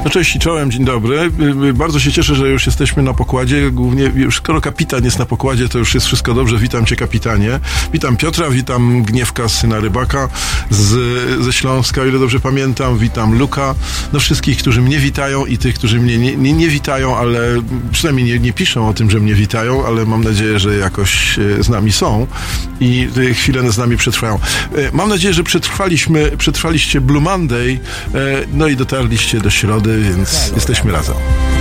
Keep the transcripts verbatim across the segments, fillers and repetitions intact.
No cześć i czołem, dzień dobry. Bardzo się cieszę, że już jesteśmy na pokładzie. Głównie już skoro kapitan jest na pokładzie, to już jest wszystko dobrze. Witam cię, kapitanie. Witam Piotra, witam Gniewka, syna Rybaka z, ze Śląska, o ile dobrze pamiętam. Witam Luka. No wszystkich, którzy mnie witają i tych, którzy mnie nie, nie, nie witają, ale przynajmniej nie, nie piszą o tym, że mnie witają, ale mam nadzieję, że jakoś z nami są i chwilę z nami przetrwają. Mam nadzieję, że przetrwaliśmy, przetrwaliście Blue Monday, no i dotarliście do środy, więc jesteśmy razem.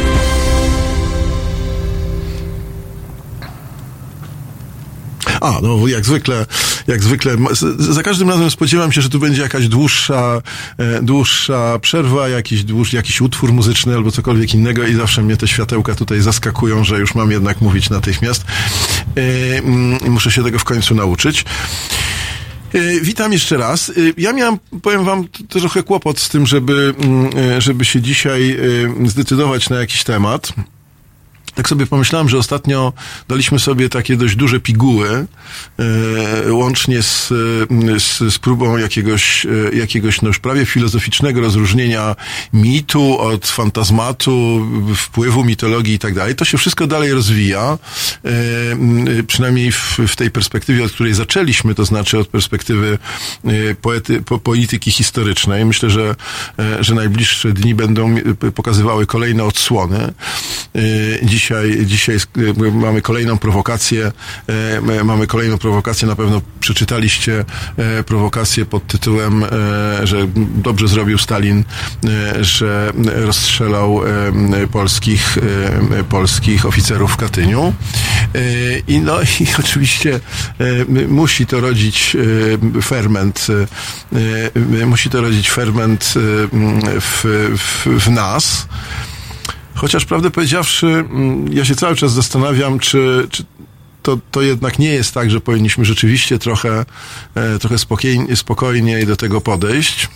A, no jak zwykle, jak zwykle, za każdym razem spodziewam się, że tu będzie jakaś dłuższa, e, dłuższa przerwa, jakiś, dłuż, jakiś utwór muzyczny albo cokolwiek innego i zawsze mnie te światełka tutaj zaskakują, że już mam jednak mówić natychmiast. E, muszę się tego w końcu nauczyć. Witam jeszcze raz. Ja miałem, powiem wam, trochę kłopot z tym, żeby, żeby się dzisiaj zdecydować na jakiś temat. Tak sobie pomyślałem, że ostatnio daliśmy sobie takie dość duże piguły, e, łącznie z, z, z próbą jakiegoś, jakiegoś no już prawie filozoficznego rozróżnienia mitu od fantazmatu, wpływu mitologii i tak dalej. To się wszystko dalej rozwija, e, przynajmniej w, w tej perspektywie, od której zaczęliśmy, to znaczy od perspektywy poety, po, polityki historycznej. Myślę, że, że najbliższe dni będą pokazywały kolejne odsłony. E, Dzisiaj Dzisiaj, dzisiaj mamy kolejną prowokację, e, mamy kolejną prowokację, na pewno przeczytaliście e, prowokację pod tytułem, e, że dobrze zrobił Stalin, e, że rozstrzelał e, polskich, e, polskich oficerów w Katyniu. E, I no i oczywiście e, musi to rodzić e, ferment, e, musi to rodzić ferment e, w, w, w nas. Chociaż prawdę powiedziawszy, ja się cały czas zastanawiam, czy, czy to, to jednak nie jest tak, że powinniśmy rzeczywiście trochę, trochę spokojnie, spokojniej do tego podejść.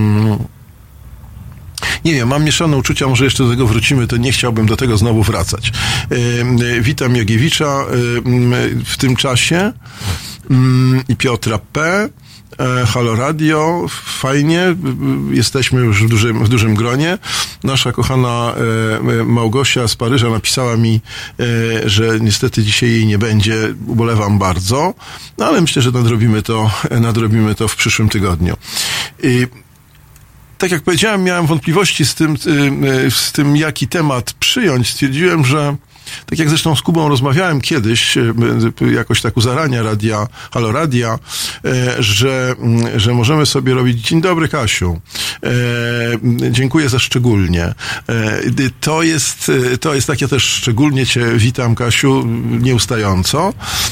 Nie wiem, mam mieszane uczucia, może jeszcze do tego wrócimy, to nie chciałbym do tego znowu wracać. Witam Jagiewicza w tym czasie i Piotra P. Halo Radio, fajnie, jesteśmy już w dużym, w dużym gronie. Nasza kochana e, Małgosia z Paryża napisała mi, e, że niestety dzisiaj jej nie będzie, ubolewam bardzo, no ale myślę, że nadrobimy to, nadrobimy to w przyszłym tygodniu. I tak jak powiedziałem, miałem wątpliwości z tym, z tym, jaki temat przyjąć. Stwierdziłem, że tak jak zresztą z Kubą rozmawiałem kiedyś, jakoś tak u zarania radia, Halo Radia, że, że możemy sobie robić dzień dobry, Kasiu. Dziękuję za szczególnie. To jest, to jest tak, ja też szczególnie cię witam, Kasiu, nieustająco.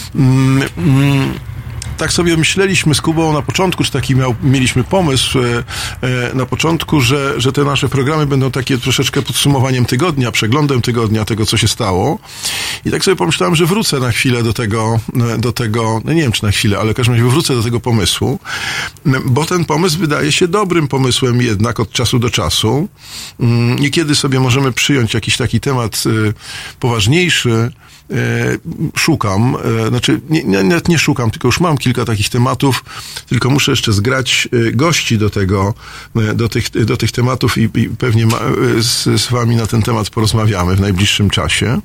Tak sobie myśleliśmy z Kubą na początku, czy taki miał, mieliśmy pomysł e, e, na początku, że, że te nasze programy będą takie troszeczkę podsumowaniem tygodnia, przeglądem tygodnia, tego, co się stało. I tak sobie pomyślałem, że wrócę na chwilę do tego, do tego, no nie wiem, czy na chwilę, ale w każdym razie wrócę do tego pomysłu, bo ten pomysł wydaje się dobrym pomysłem jednak od czasu do czasu. Niekiedy sobie możemy przyjąć jakiś taki temat y, poważniejszy, szukam, znaczy nie, nie, nie szukam, tylko już mam kilka takich tematów, tylko muszę jeszcze zgrać gości do tego, do tych, do tych tematów i, i pewnie ma, z, z wami na ten temat porozmawiamy w najbliższym czasie.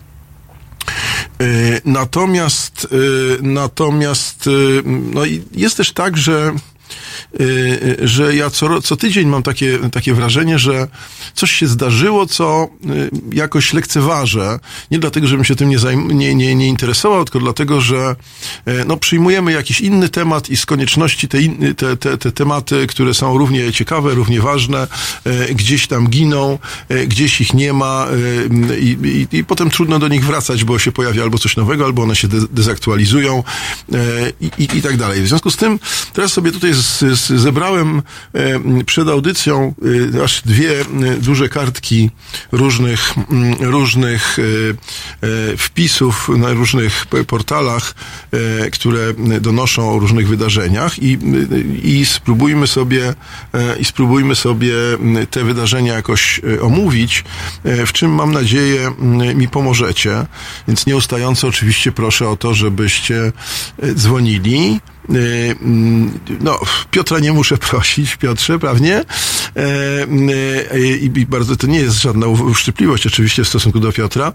Natomiast, natomiast, no jest też tak, że że ja co, co tydzień mam takie, takie wrażenie, że coś się zdarzyło, co jakoś lekceważę. Nie dlatego, żebym się tym nie, zajm- nie, nie, nie interesował, tylko dlatego, że no, przyjmujemy jakiś inny temat i z konieczności te, in, te, te, te tematy, które są równie ciekawe, równie ważne, gdzieś tam giną, gdzieś ich nie ma i, i, i potem trudno do nich wracać, bo się pojawia albo coś nowego, albo one się de- dezaktualizują i, i, i tak dalej. W związku z tym teraz sobie tutaj z, z, zebrałem e, przed audycją e, aż dwie e, duże kartki różnych, m, różnych e, e, wpisów na różnych portalach, e, które donoszą o różnych wydarzeniach i, i spróbujmy sobie e, i spróbujmy sobie te wydarzenia jakoś e, omówić, e, w czym mam nadzieję m, mi pomożecie. Więc nieustająco oczywiście proszę o to, żebyście dzwonili no, Piotra nie muszę prosić, Piotrze, prawnie? I bardzo, to nie jest żadna uszczypliwość oczywiście w stosunku do Piotra.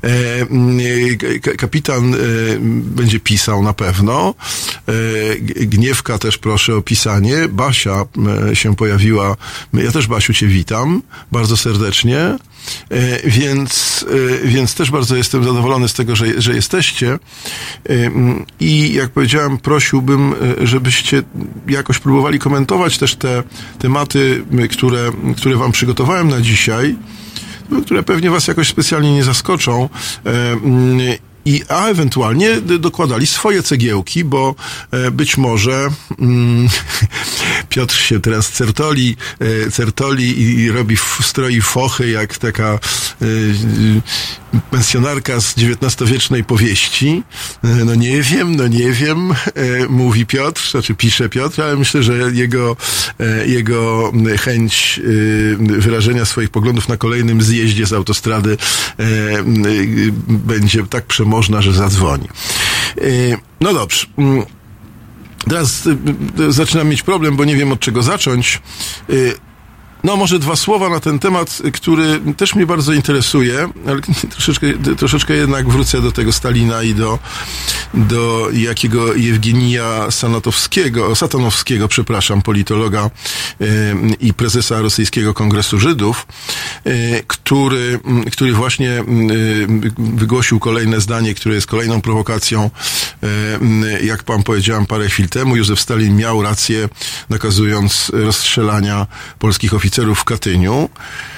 Kapitan będzie pisał na pewno. Gniewka też proszę o pisanie. Basia się pojawiła. Ja też, Basiu, cię witam bardzo serdecznie. Więc, więc też bardzo jestem zadowolony z tego, że, że jesteście. I jak powiedziałem, prosiłbym, żebyście jakoś próbowali komentować też te tematy, które, które wam przygotowałem na dzisiaj, które pewnie was jakoś specjalnie nie zaskoczą. I, a ewentualnie dokładali swoje cegiełki, bo e, być może mm, Piotr się teraz certoli, e, certoli i, i robi w stroi fochy, jak taka e, pensjonarka z dziewiętnastowiecznej powieści. E, no nie wiem, no nie wiem, e, mówi Piotr, znaczy pisze Piotr, ale myślę, że jego, e, jego chęć e, wyrażenia swoich poglądów na kolejnym zjeździe z autostrady e, e, będzie tak przemożna, można, że zadzwoni. No dobrze. Teraz zaczynam mieć problem, bo nie wiem, od czego zacząć. No, może dwa słowa na ten temat, który też mnie bardzo interesuje, ale troszeczkę, troszeczkę jednak wrócę do tego Stalina i do, do jakiego Jewgenija Sanatowskiego, Satanowskiego, przepraszam, politologa y, i prezesa Rosyjskiego Kongresu Żydów, y, który, który właśnie y, wygłosił kolejne zdanie, które jest kolejną prowokacją. Y, jak pan powiedziałem parę chwil temu, Józef Stalin miał rację, nakazując rozstrzelania polskich oficerów w Katyniu.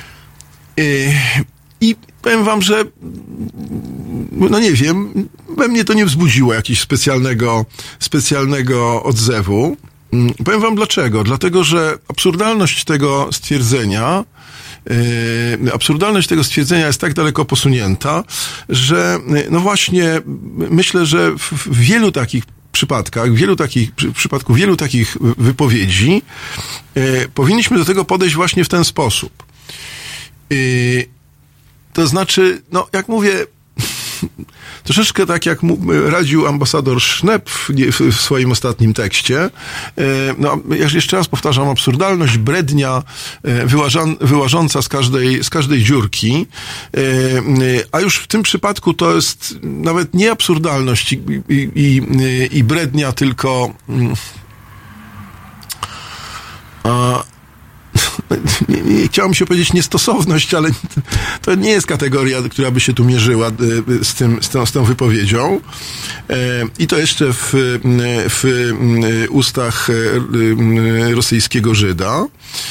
I powiem wam, że no nie wiem, we mnie to nie wzbudziło jakiegoś specjalnego, specjalnego odzewu. Powiem wam dlaczego. Dlatego, że absurdalność tego stwierdzenia Yy, absurdalność tego stwierdzenia jest tak daleko posunięta, że no właśnie myślę, że w, w wielu takich przypadkach, w wielu takich, w przypadku wielu takich wypowiedzi yy, powinniśmy do tego podejść właśnie w ten sposób. Yy, to znaczy, no jak mówię, troszeczkę tak jak radził ambasador Schnepp w, w swoim ostatnim tekście. No, jeszcze raz powtarzam, absurdalność, brednia wyłażan, wyłażąca z każdej, z każdej dziurki, a już w tym przypadku to jest nawet nie absurdalność i, i, i, i brednia, tylko a, Nie, nie, chciałem się powiedzieć niestosowność, ale to nie jest kategoria, która by się tu mierzyła z, tym, z, tą, z tą wypowiedzią. I to jeszcze w, w ustach rosyjskiego Żyda.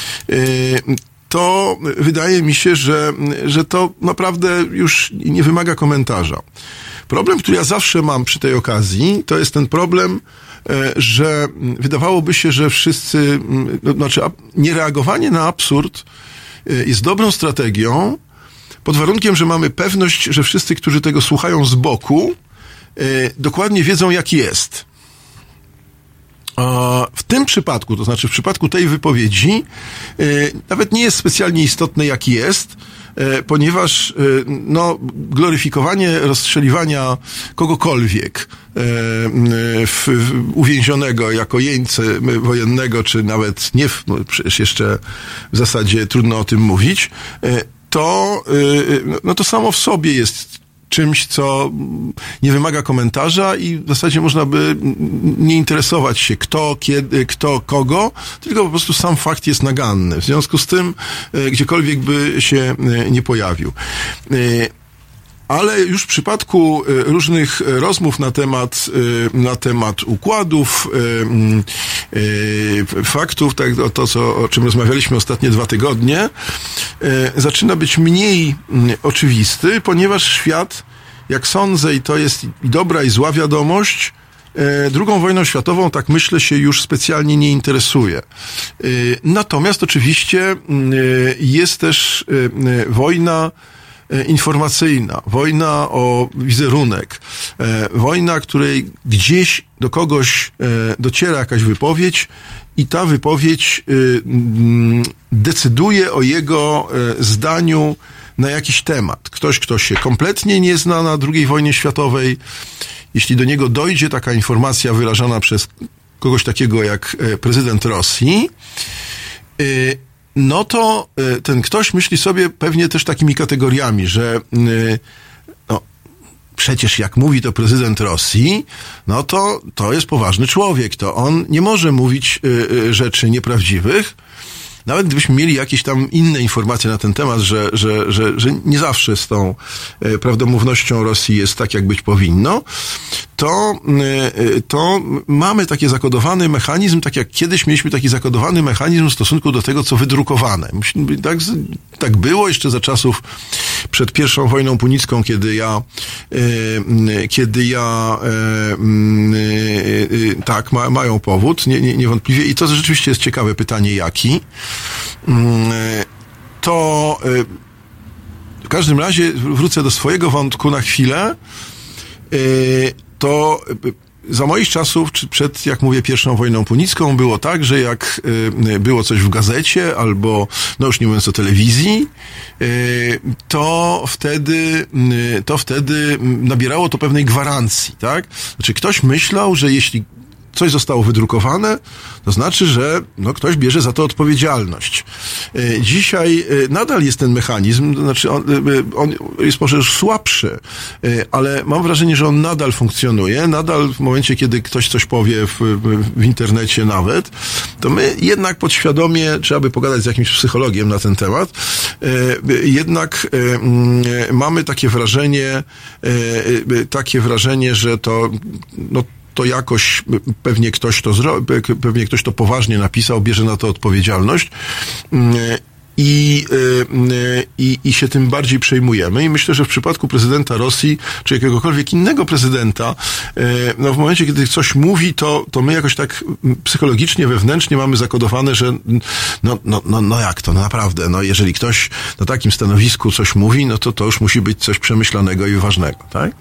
To wydaje mi się, że, że to naprawdę już nie wymaga komentarza. Problem, który ja zawsze mam przy tej okazji, to jest ten problem, że wydawałoby się, że wszyscy, to znaczy niereagowanie na absurd jest dobrą strategią, pod warunkiem, że mamy pewność, że wszyscy, którzy tego słuchają z boku, dokładnie wiedzą, jaki jest. W tym przypadku, to znaczy w przypadku tej wypowiedzi, nawet nie jest specjalnie istotne, jaki jest, ponieważ no, gloryfikowanie rozstrzeliwania kogokolwiek w, w, uwięzionego jako jeńcę wojennego, czy nawet nie, no, przecież jeszcze w zasadzie trudno o tym mówić, to, no, to samo w sobie jest czymś, co nie wymaga komentarza i w zasadzie można by nie interesować się kto, kiedy, kto, kogo, tylko po prostu sam fakt jest naganny. W związku z tym, gdziekolwiek by się nie pojawił. Ale już w przypadku różnych rozmów na temat, na temat układów, faktów, tak, to, co, o czym rozmawialiśmy ostatnie dwa tygodnie, zaczyna być mniej oczywisty, ponieważ świat, jak sądzę, i to jest i dobra, i zła wiadomość, drugą wojną światową, tak myślę, się już specjalnie nie interesuje. Natomiast oczywiście jest też wojna informacyjna, wojna o wizerunek, wojna, której gdzieś do kogoś dociera jakaś wypowiedź i ta wypowiedź decyduje o jego zdaniu na jakiś temat. Ktoś, kto się kompletnie nie zna na drugiej wojnie światowej, jeśli do niego dojdzie taka informacja wyrażana przez kogoś takiego jak prezydent Rosji, no to ten ktoś myśli sobie pewnie też takimi kategoriami, że no, przecież jak mówi to prezydent Rosji, no to to jest poważny człowiek, to on nie może mówić rzeczy nieprawdziwych. Nawet gdybyśmy mieli jakieś tam inne informacje na ten temat, że, że, że, że nie zawsze z tą prawdomównością Rosji jest tak, jak być powinno, to, to mamy taki zakodowany mechanizm, tak jak kiedyś mieliśmy taki zakodowany mechanizm w stosunku do tego, co wydrukowane. Tak, tak było jeszcze za czasów przed pierwszą wojną punicką, kiedy ja, kiedy ja, tak, ma, mają powód, nie, nie, niewątpliwie. I to rzeczywiście jest ciekawe pytanie, jaki. To w każdym razie wrócę do swojego wątku na chwilę. To za moich czasów, czy przed, jak mówię, pierwszą wojną punicką, było tak, że jak było coś w gazecie, albo, no już nie mówiąc o telewizji, to wtedy, to wtedy nabierało to pewnej gwarancji, tak? Znaczy ktoś myślał, że jeśli coś zostało wydrukowane, to znaczy, że no, ktoś bierze za to odpowiedzialność. Dzisiaj nadal jest ten mechanizm, to znaczy on, on jest może już słabszy, ale mam wrażenie, że on nadal funkcjonuje. Nadal w momencie, kiedy ktoś coś powie w, w internecie nawet, to my jednak podświadomie, trzeba by pogadać z jakimś psychologiem na ten temat, jednak mamy takie wrażenie, takie wrażenie, że to no, to jakoś pewnie ktoś to zro... pewnie ktoś to poważnie napisał, bierze na to odpowiedzialność i, i, i się tym bardziej przejmujemy. I myślę, że w przypadku prezydenta Rosji, czy jakiegokolwiek innego prezydenta, no w momencie, kiedy coś mówi, to, to my jakoś tak psychologicznie, wewnętrznie mamy zakodowane, że no, no, no, no jak to, no naprawdę, no jeżeli ktoś na takim stanowisku coś mówi, no to to już musi być coś przemyślanego i ważnego, tak?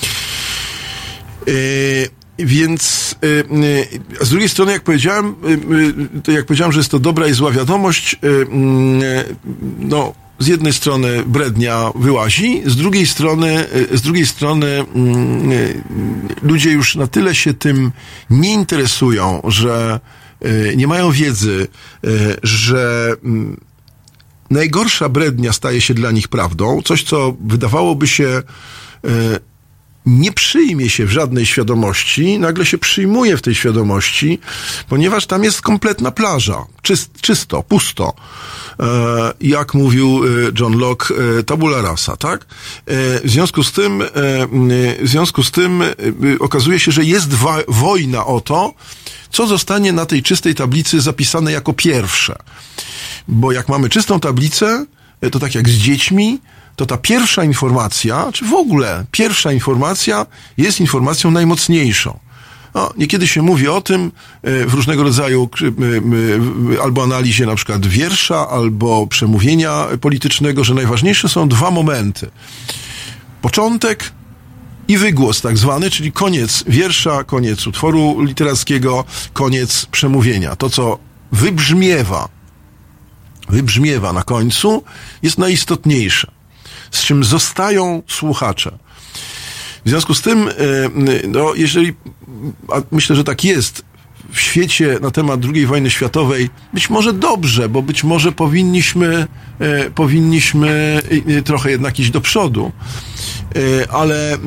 Więc z drugiej strony, jak powiedziałem, to jak powiedziałem, że jest to dobra i zła wiadomość, no z jednej strony brednia wyłazi, z drugiej strony, z drugiej strony ludzie już na tyle się tym nie interesują, że nie mają wiedzy, że najgorsza brednia staje się dla nich prawdą, coś, co wydawałoby się nie przyjmie się w żadnej świadomości, nagle się przyjmuje w tej świadomości, ponieważ tam jest kompletna plaża. Czyst, czysto, pusto. E, jak mówił John Locke, tabula rasa, tak? E, w związku z tym, e, w związku z tym e, okazuje się, że jest wa- wojna o to, co zostanie na tej czystej tablicy zapisane jako pierwsze. Bo jak mamy czystą tablicę, to tak jak z dziećmi, to ta pierwsza informacja, czy w ogóle pierwsza informacja jest informacją najmocniejszą. No, niekiedy się mówi o tym w różnego rodzaju albo analizie na przykład wiersza, albo przemówienia politycznego, że najważniejsze są dwa momenty. Początek i wygłos tak zwany, czyli koniec wiersza, koniec utworu literackiego, koniec przemówienia. To, co wybrzmiewa, wybrzmiewa na końcu, jest najistotniejsze, z czym zostają słuchacze. W związku z tym, no, jeżeli, a myślę, że tak jest, w świecie na temat drugiej wojny światowej, być może dobrze, bo być może powinniśmy, powinniśmy trochę jednak iść do przodu, ale,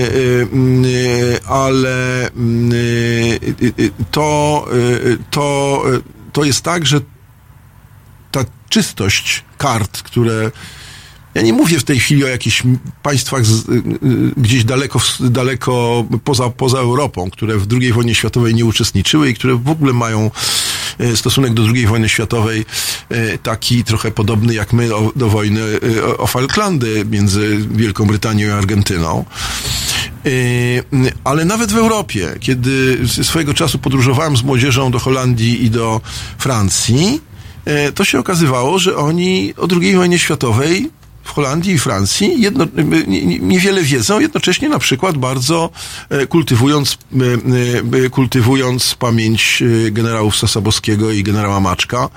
ale to, to, to jest tak, że ta czystość kart, które ja nie mówię w tej chwili o jakichś państwach z, gdzieś daleko, daleko poza, poza Europą, które w drugiej wojnie światowej nie uczestniczyły i które w ogóle mają stosunek do drugiej wojny światowej taki trochę podobny jak my do, do wojny o Falklandy między Wielką Brytanią i Argentyną. Ale nawet w Europie, kiedy swojego czasu podróżowałem z młodzieżą do Holandii i do Francji, to się okazywało, że oni o drugiej wojnie światowej w Holandii i Francji jedno, niewiele wiedzą, jednocześnie na przykład bardzo kultywując, kultywując pamięć generałów Sosabowskiego i generała Maczka,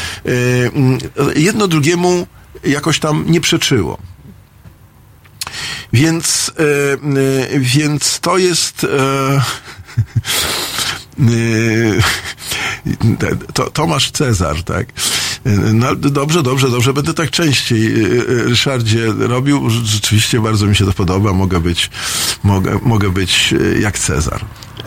jedno drugiemu jakoś tam nie przeczyło. Więc, więc to jest to, Tomasz Cezar, tak? No, dobrze, dobrze, dobrze, będę tak częściej, Ryszardzie, robił. Rzeczywiście bardzo mi się to podoba. Mogę być, mogę, mogę być jak Cezar.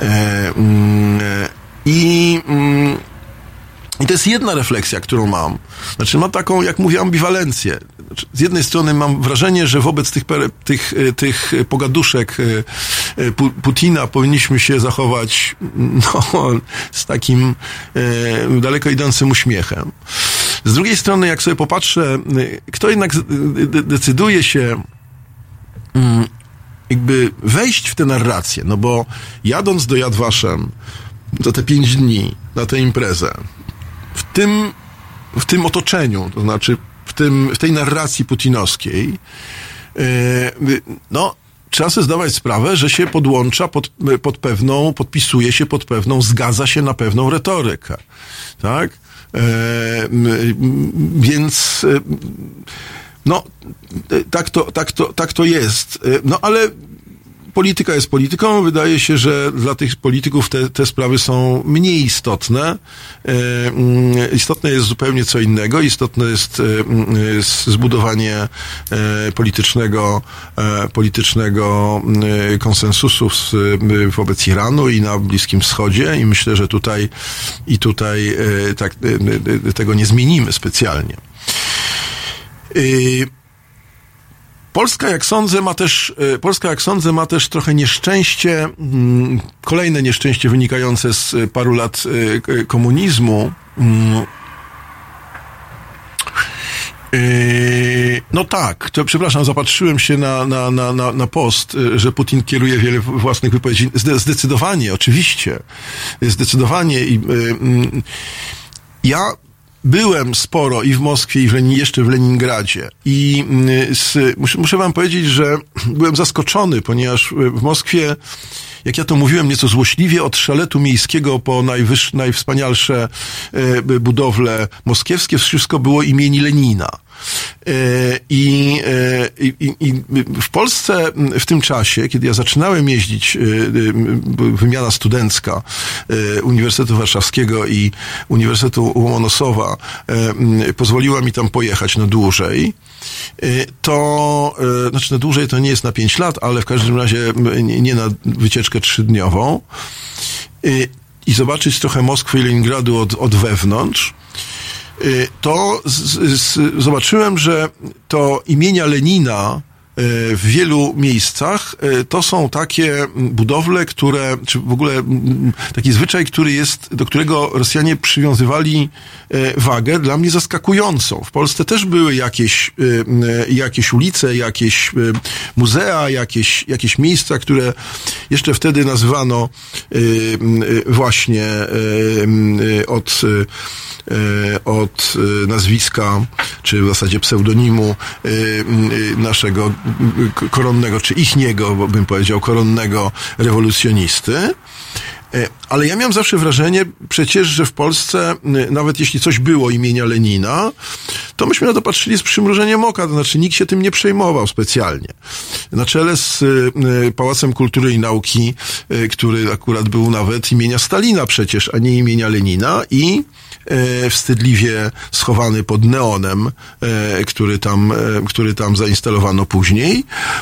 I I to jest jedna refleksja, którą mam. Znaczy mam taką, jak mówię, ambiwalencję. Znaczy, z jednej strony mam wrażenie, że wobec tych, tych, tych pogaduszek Putina powinniśmy się zachować no, z takim e, daleko idącym uśmiechem. Z drugiej strony, jak sobie popatrzę, kto jednak decyduje się mm, jakby wejść w tę narrację, no bo jadąc do Yad Vashem za te pięć dni na tę imprezę, w tym, w tym otoczeniu, to znaczy w, tym, w tej narracji putinowskiej, yy, no, trzeba sobie zdawać sprawę, że się podłącza pod, pod pewną, podpisuje się pod pewną, zgadza się na pewną retorykę. Tak? Yy, yy, więc yy, no, tak to, tak to, tak to jest. Yy, no, ale polityka jest polityką. Wydaje się, że dla tych polityków te, te sprawy są mniej istotne. E, istotne jest zupełnie co innego. Istotne jest e, zbudowanie e, politycznego, e, politycznego e, konsensusu z, e, wobec Iranu i na Bliskim Wschodzie. I myślę, że tutaj i tutaj e, tak, e, tego nie zmienimy specjalnie. E, Polska, jak sądzę, ma też, Polska, jak sądzę, ma też trochę nieszczęście, kolejne nieszczęście wynikające z paru lat komunizmu. No tak, to przepraszam, zapatrzyłem się na, na, na, na post, że Putin kieruje wiele własnych wypowiedzi. Zdecydowanie, oczywiście. Zdecydowanie. I ja byłem sporo i w Moskwie, i w Lenin, jeszcze w Leningradzie. I z, muszę, muszę wam powiedzieć, że byłem zaskoczony, ponieważ w Moskwie, jak ja to mówiłem nieco złośliwie, od szaletu miejskiego po najwyższe, najwspanialsze e, budowle moskiewskie, wszystko było imieni Lenina. I, i, I w Polsce w tym czasie, kiedy ja zaczynałem jeździć, wymiana studencka Uniwersytetu Warszawskiego i Uniwersytetu Łomonosowa pozwoliła mi tam pojechać na dłużej, to, znaczy na dłużej to nie jest na pięć lat, ale w każdym razie nie na wycieczkę trzydniową i zobaczyć trochę Moskwy i Leningradu od, od wewnątrz, to z, z, zobaczyłem, że to imienia Lenina w wielu miejscach to są takie budowle, które, czy w ogóle taki zwyczaj, który jest, do którego Rosjanie przywiązywali wagę, dla mnie zaskakującą. W Polsce też były jakieś, jakieś ulice, jakieś muzea, jakieś, jakieś miejsca, które jeszcze wtedy nazywano właśnie od od nazwiska, czy w zasadzie pseudonimu naszego koronnego, czy ichniego, bo bym powiedział, koronnego rewolucjonisty. Ale ja miałem zawsze wrażenie przecież, że w Polsce, nawet jeśli coś było imienia Lenina, to myśmy na to patrzyli z przymrużeniem oka, to znaczy nikt się tym nie przejmował specjalnie. Na czele z Pałacem Kultury i Nauki, który akurat był nawet imienia Stalina przecież, a nie imienia Lenina, i wstydliwie schowany pod neonem, który tam, który tam zainstalowano później.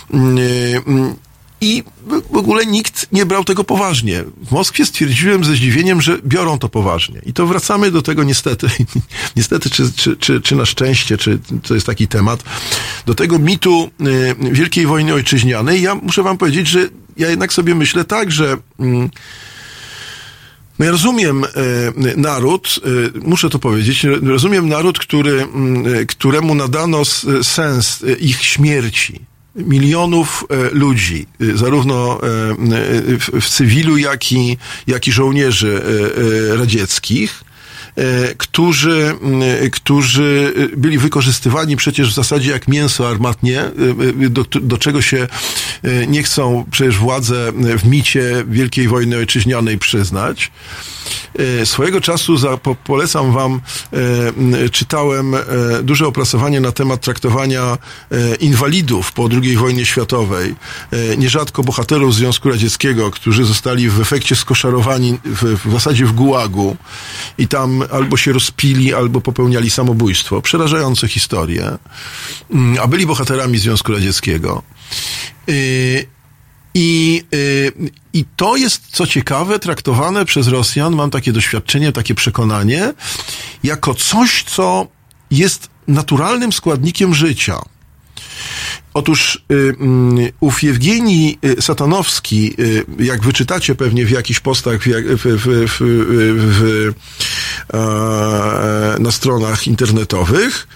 I w ogóle nikt nie brał tego poważnie. W Moskwie stwierdziłem ze zdziwieniem, że biorą to poważnie. I to wracamy do tego niestety, niestety czy, czy, czy, czy na szczęście, czy to jest taki temat, do tego mitu y, Wielkiej Wojny Ojczyźnianej. Ja muszę wam powiedzieć, że ja jednak sobie myślę tak, że y, no ja rozumiem y, naród, y, muszę to powiedzieć, rozumiem naród, który, y, któremu nadano sens y, ich śmierci. Milionów e, ludzi, e, zarówno e, w, w cywilu, jak i, jak i żołnierzy e, e, radzieckich, e, którzy, e, którzy byli wykorzystywani przecież w zasadzie jak mięso armatnie, e, do, do czego się e, nie chcą przecież władze w micie Wielkiej Wojny Ojczyźnianej przyznać. Swojego czasu za, po, polecam wam, e, czytałem e, duże opracowanie na temat traktowania e, inwalidów po drugiej wojnie światowej. E, nierzadko bohaterów Związku Radzieckiego, którzy zostali w efekcie skoszarowani w, w zasadzie w gułagu i tam albo się rozpili, albo popełniali samobójstwo. Przerażające historie. A byli bohaterami Związku Radzieckiego. E, I, I to jest, co ciekawe, traktowane przez Rosjan, mam takie doświadczenie, takie przekonanie, jako coś, co jest naturalnym składnikiem życia. Otóż ów Jewgenij Satanowski, jak wyczytacie pewnie w jakichś postach w, w, w, w, w, na stronach internetowych,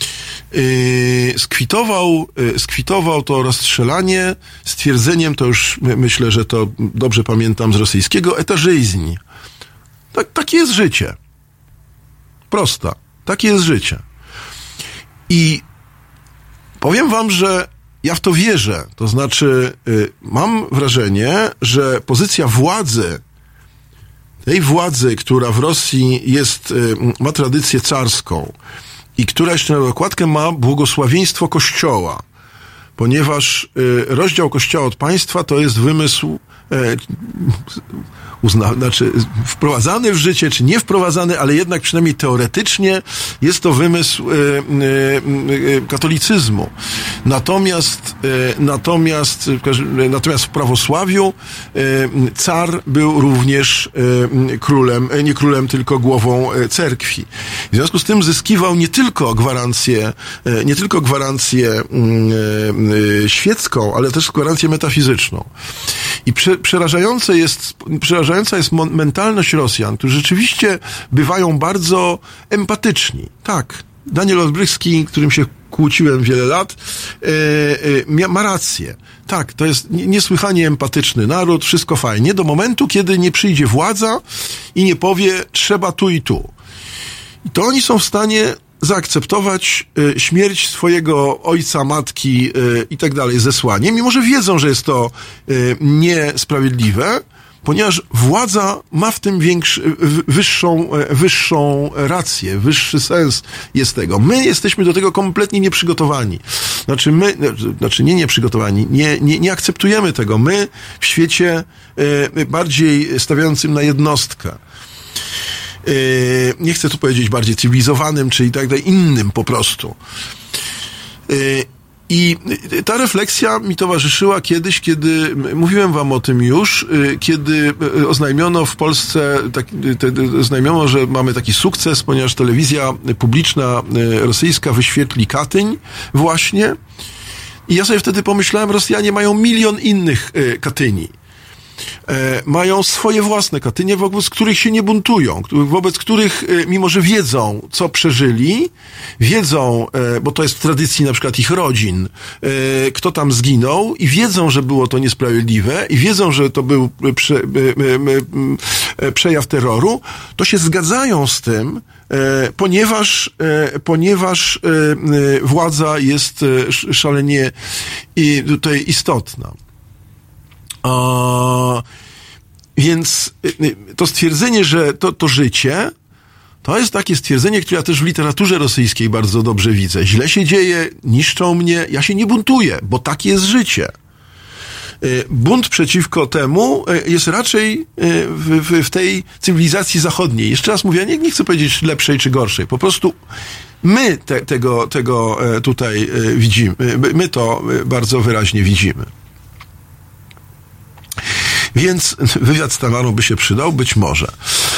Skwitował, skwitował to rozstrzelanie stwierdzeniem, to już myślę, że to dobrze pamiętam z rosyjskiego, etarzyzm. Tak, takie jest życie. Prosta. Takie jest życie. I powiem wam, że ja w to wierzę. To znaczy, mam wrażenie, że pozycja władzy, tej władzy, która w Rosji jest, ma tradycję carską, i która jeszcze na dokładkę ma błogosławieństwo Kościoła, ponieważ y, rozdział Kościoła od państwa to jest wymysł y, uzna, znaczy wprowadzany w życie, czy nie wprowadzany, ale jednak przynajmniej teoretycznie jest to wymysł y, y, y, katolicyzmu. Natomiast y, natomiast, y, natomiast w prawosławiu y, car był również y, królem, nie królem, tylko głową cerkwi. W związku z tym zyskiwał nie tylko gwarancję, y, nie tylko gwarancję y, y, świecką, ale też gwarancję metafizyczną. I prze, przerażające jest, przerażająca jest mentalność Rosjan, którzy rzeczywiście bywają bardzo empatyczni. Tak, Daniel Olbrychski, którym się kłóciłem wiele lat, yy, yy, ma rację. Tak, to jest niesłychanie empatyczny naród, wszystko fajnie, do momentu, kiedy nie przyjdzie władza i nie powie, trzeba tu i tu. I to oni są w stanie zaakceptować y, śmierć swojego ojca, matki y, i tak dalej, zesłanie, mimo że wiedzą, że jest to y, niesprawiedliwe, ponieważ władza ma w tym większy, wyższą, wyższą rację, wyższy sens jest tego. My jesteśmy do tego kompletnie nieprzygotowani. Znaczy my, znaczy nie nieprzygotowani, nie, nie, nie akceptujemy tego. My w świecie y, bardziej stawiającym na jednostkę, nie chcę tu powiedzieć bardziej cywilizowanym, czy i tak dalej, innym po prostu. I ta refleksja mi towarzyszyła kiedyś, kiedy, mówiłem wam o tym już, kiedy oznajmiono w Polsce, tak, te, oznajmiono, że mamy taki sukces, ponieważ telewizja publiczna rosyjska wyświetli Katyń właśnie. I ja sobie wtedy pomyślałem, Rosjanie mają milion innych Katyni. E, mają swoje własne Katynie, wobec których się nie buntują, wobec których, e, mimo że wiedzą, co przeżyli, wiedzą, e, bo to jest w tradycji na przykład ich rodzin, e, kto tam zginął i wiedzą, że było to niesprawiedliwe i wiedzą, że to był prze, e, e, e, przejaw terroru, to się zgadzają z tym, e, ponieważ, e, ponieważ e, władza jest e, szalenie i tutaj istotna. O, więc to stwierdzenie, że to, to życie, to jest takie stwierdzenie, które ja też w literaturze rosyjskiej bardzo dobrze widzę. Źle się dzieje, niszczą mnie, ja się nie buntuję, bo takie jest życie. Bunt przeciwko temu jest raczej w, w, w tej cywilizacji zachodniej. Jeszcze raz mówię, nie, nie chcę powiedzieć lepszej czy gorszej, po prostu my te, tego, tego tutaj widzimy, my to bardzo wyraźnie widzimy. Więc wywiad z Tamarą by się przydał, być może.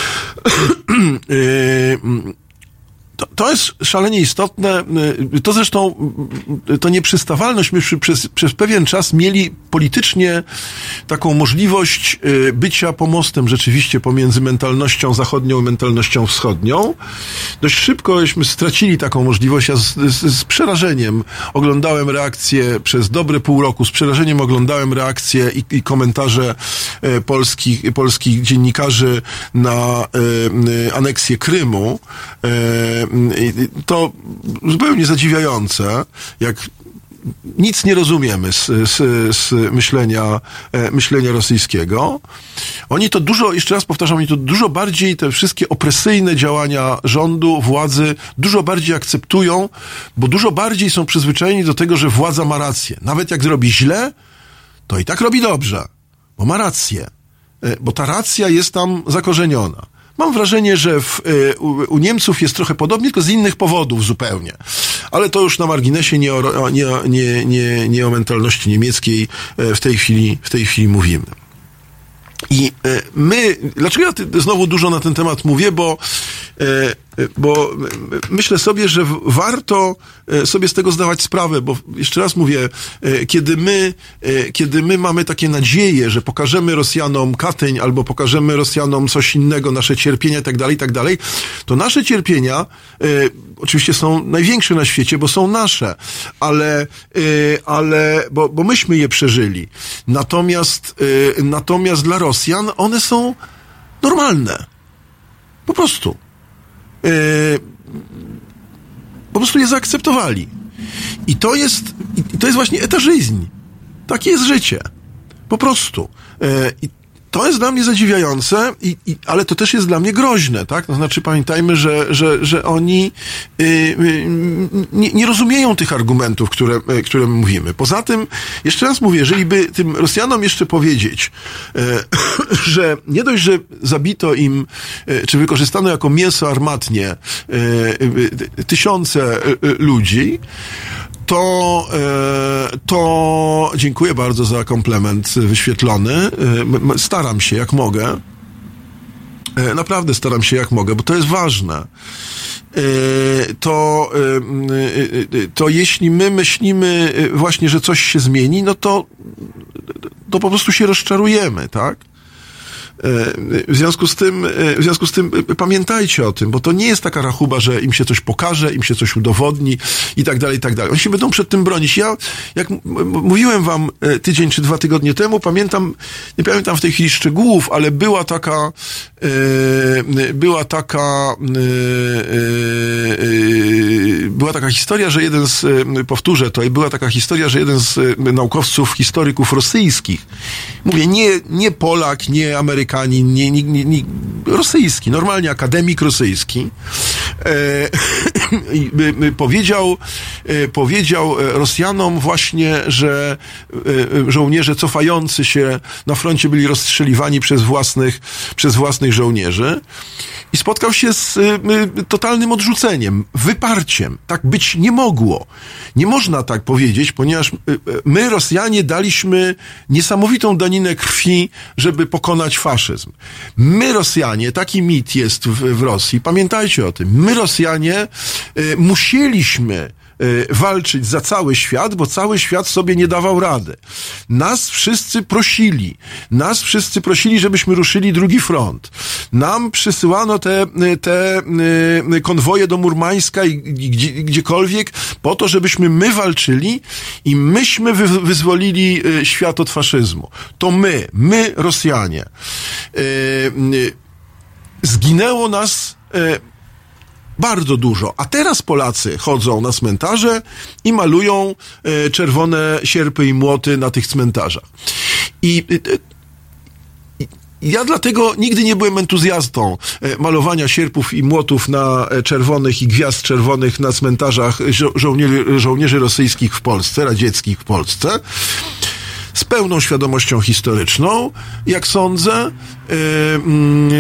To, to jest szalenie istotne. To zresztą, to nieprzystawalność. Myśmy przez, przez pewien czas mieli politycznie taką możliwość bycia pomostem rzeczywiście pomiędzy mentalnością zachodnią i mentalnością wschodnią. Dość szybkośmy stracili taką możliwość. Ja z, z, z przerażeniem oglądałem reakcje przez dobre pół roku. Z przerażeniem oglądałem reakcje i, i komentarze polskich, polskich dziennikarzy na y, aneksję Krymu. Y, To zupełnie zadziwiające, jak nic nie rozumiemy z, z, z myślenia, myślenia rosyjskiego. Oni to dużo, jeszcze raz powtarzam, oni to dużo bardziej, te wszystkie opresyjne działania rządu, władzy, dużo bardziej akceptują, bo dużo bardziej są przyzwyczajeni do tego, że władza ma rację. Nawet jak zrobi źle, to i tak robi dobrze, bo ma rację, bo ta racja jest tam zakorzeniona. Mam wrażenie, że w, u, u Niemców jest trochę podobnie, tylko z innych powodów zupełnie. Ale to już na marginesie, nie o, nie, nie, nie, nie o mentalności niemieckiej w tej chwili, w tej chwili mówimy. I my, dlaczego ja znowu dużo na ten temat mówię, bo, bo myślę sobie, że warto sobie z tego zdawać sprawę, bo jeszcze raz mówię, kiedy my, kiedy my mamy takie nadzieje, że pokażemy Rosjanom Katyń albo pokażemy Rosjanom coś innego, nasze cierpienia i tak dalej, i tak dalej, to nasze cierpienia oczywiście są największe na świecie, bo są nasze, ale, ale bo, bo myśmy je przeżyli. Natomiast, natomiast dla Rosjan one są normalne. Po prostu. Po prostu je zaakceptowali. I to jest, i to jest właśnie etarzyzm. Takie jest życie. Po prostu. I to jest dla mnie zadziwiające, i, i, ale to też jest dla mnie groźne, tak? To znaczy pamiętajmy, że, że, że oni y, y, nie, nie rozumieją tych argumentów, które, y, które mówimy. Poza tym, jeszcze raz mówię, jeżeli by tym Rosjanom jeszcze powiedzieć, y, że nie dość, że zabito im, y, czy wykorzystano jako mięso armatnie y, y, tysiące y, y, ludzi, to, to dziękuję bardzo za komplement wyświetlony. Staram się jak mogę. Naprawdę staram się jak mogę, bo to jest ważne. To, to jeśli my myślimy właśnie, że coś się zmieni, no to, to po prostu się rozczarujemy, tak? W związku z tym, w związku z tym pamiętajcie o tym, bo to nie jest taka rachuba, że im się coś pokaże, im się coś udowodni i tak dalej, i tak dalej. Oni się będą przed tym bronić. Ja, jak m- mówiłem wam tydzień czy dwa tygodnie temu, pamiętam, nie pamiętam w tej chwili szczegółów, ale była taka, yy, była taka, yy, yy, była taka historia, że jeden z, yy, powtórzę to, i była taka historia, że jeden z yy, naukowców, historyków rosyjskich, mówię, nie, nie Polak, nie Amerykanin, Nie, nie, nie, nie, rosyjski, normalnie akademik rosyjski, e, powiedział, e, powiedział Rosjanom właśnie, że e, żołnierze cofający się na froncie byli rozstrzeliwani przez własnych, przez własnych żołnierzy i spotkał się z e, totalnym odrzuceniem, wyparciem. Tak być nie mogło. Nie można tak powiedzieć, ponieważ my, Rosjanie, daliśmy niesamowitą daninę krwi, żeby pokonać faszyzm. My, Rosjanie, taki mit jest w, w Rosji, pamiętajcie o tym, my, Rosjanie, y, musieliśmy y, walczyć za cały świat, bo cały świat sobie nie dawał rady. Nas wszyscy prosili, nas wszyscy prosili, żebyśmy ruszyli drugi front. Nam przysyłano te, te y, konwoje do Murmańska i gdzie, gdziekolwiek po to, żebyśmy my walczyli i myśmy wy, wyzwolili y, świat od faszyzmu. To my, my, Rosjanie. Y, y, zginęło nas y, bardzo dużo. A teraz Polacy chodzą na cmentarze i malują y, czerwone sierpy i młoty na tych cmentarzach. I y, Ja dlatego nigdy nie byłem entuzjastą malowania sierpów i młotów na czerwonych i gwiazd czerwonych na cmentarzach żo- żołnierzy, żołnierzy rosyjskich w Polsce, radzieckich w Polsce. Z pełną świadomością historyczną, jak sądzę. Yy,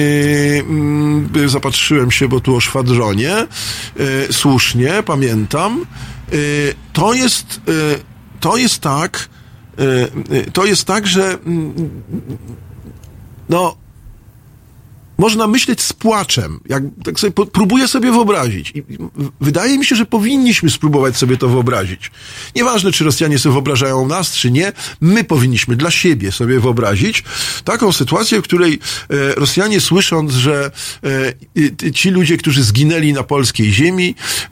yy, yy, zapatrzyłem się, bo tu o szwadronie. Yy, słusznie, pamiętam. Yy, to jest, yy, to jest tak, yy, to jest tak, że yy, no, można myśleć z płaczem, jak tak sobie próbuję sobie wyobrazić. I wydaje mi się, że powinniśmy spróbować sobie to wyobrazić. Nieważne, czy Rosjanie sobie wyobrażają nas, czy nie, my powinniśmy dla siebie sobie wyobrazić taką sytuację, w której e, Rosjanie, słysząc, że e, ci ludzie, którzy zginęli na polskiej ziemi,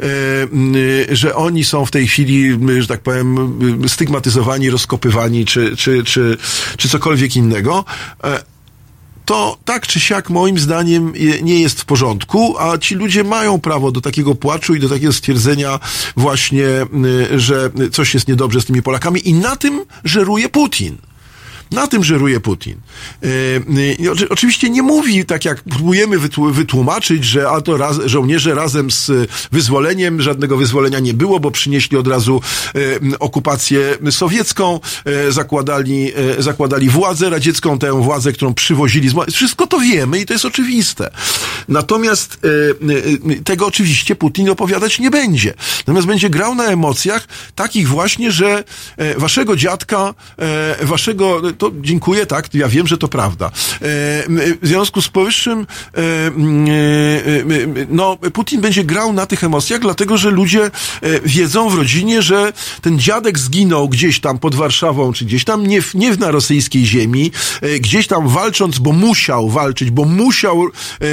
e, że oni są w tej chwili, że tak powiem, stygmatyzowani, rozkopywani, czy, czy, czy, czy cokolwiek innego, e, to tak czy siak moim zdaniem nie jest w porządku, a ci ludzie mają prawo do takiego płaczu i do takiego stwierdzenia właśnie, że coś jest niedobrze z tymi Polakami i na tym żeruje Putin. Na tym żeruje Putin. Yy, yy, oczywiście nie mówi, tak jak próbujemy wytłumaczyć, że a to raz, żołnierze razem z wyzwoleniem, żadnego wyzwolenia nie było, bo przynieśli od razu yy, okupację sowiecką, yy, zakładali, yy, zakładali władzę radziecką, tę władzę, którą przywozili. Z... Wszystko to wiemy i to jest oczywiste. Natomiast yy, yy, tego oczywiście Putin opowiadać nie będzie. Natomiast będzie grał na emocjach takich właśnie, że yy, waszego dziadka, yy, waszego to dziękuję, tak, ja wiem, że to prawda. W związku z powyższym no, Putin będzie grał na tych emocjach, dlatego, że ludzie wiedzą w rodzinie, że ten dziadek zginął gdzieś tam pod Warszawą, czy gdzieś tam nie, nie na rosyjskiej ziemi, gdzieś tam walcząc, bo musiał walczyć, bo musiał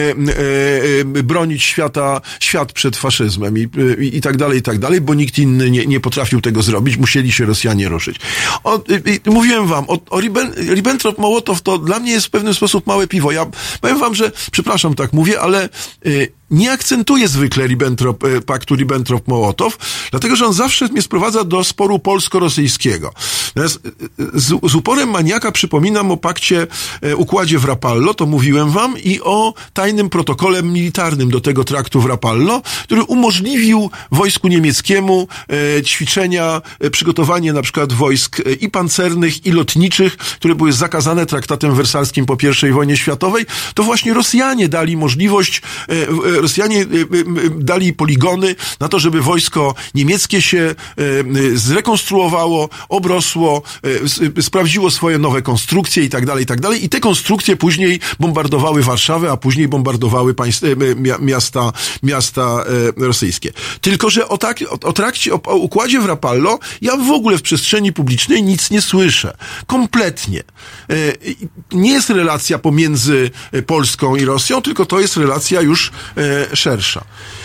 bronić świata, świat przed faszyzmem i, i, i tak dalej, i tak dalej, bo nikt inny nie, nie potrafił tego zrobić, musieli się Rosjanie ruszyć. O, mówiłem wam, o, o Ribbentrop-Mołotow to dla mnie jest w pewien sposób małe piwo. Ja powiem wam, że, przepraszam, tak mówię, ale y, nie akcentuję zwykle Ribbentrop, y, paktu Ribbentrop-Mołotow, dlatego, że on zawsze mnie sprowadza do sporu polsko-rosyjskiego. Z, z, z uporem maniaka przypominam o pakcie, y, układzie w Rapallo, to mówiłem wam, i o tajnym protokole militarnym do tego traktu w Rapallo, który umożliwił wojsku niemieckiemu y, ćwiczenia, y, przygotowanie na przykład wojsk y, i pancernych, i lotniczych, które były zakazane traktatem wersalskim po pierwszej wojnie światowej. To właśnie Rosjanie dali możliwość, y, Rosjanie dali poligony na to, żeby wojsko niemieckie się zrekonstruowało, obrosło, sprawdziło swoje nowe konstrukcje i tak dalej, i tak dalej. I te konstrukcje później bombardowały Warszawę, a później bombardowały państw, miasta, miasta rosyjskie. Tylko że o, tak, o, o trakcie, o, o układzie w Rapallo ja w ogóle w przestrzeni publicznej nic nie słyszę. Kompletnie. Nie jest relacja pomiędzy Polską i Rosją, tylko to jest relacja już szersza.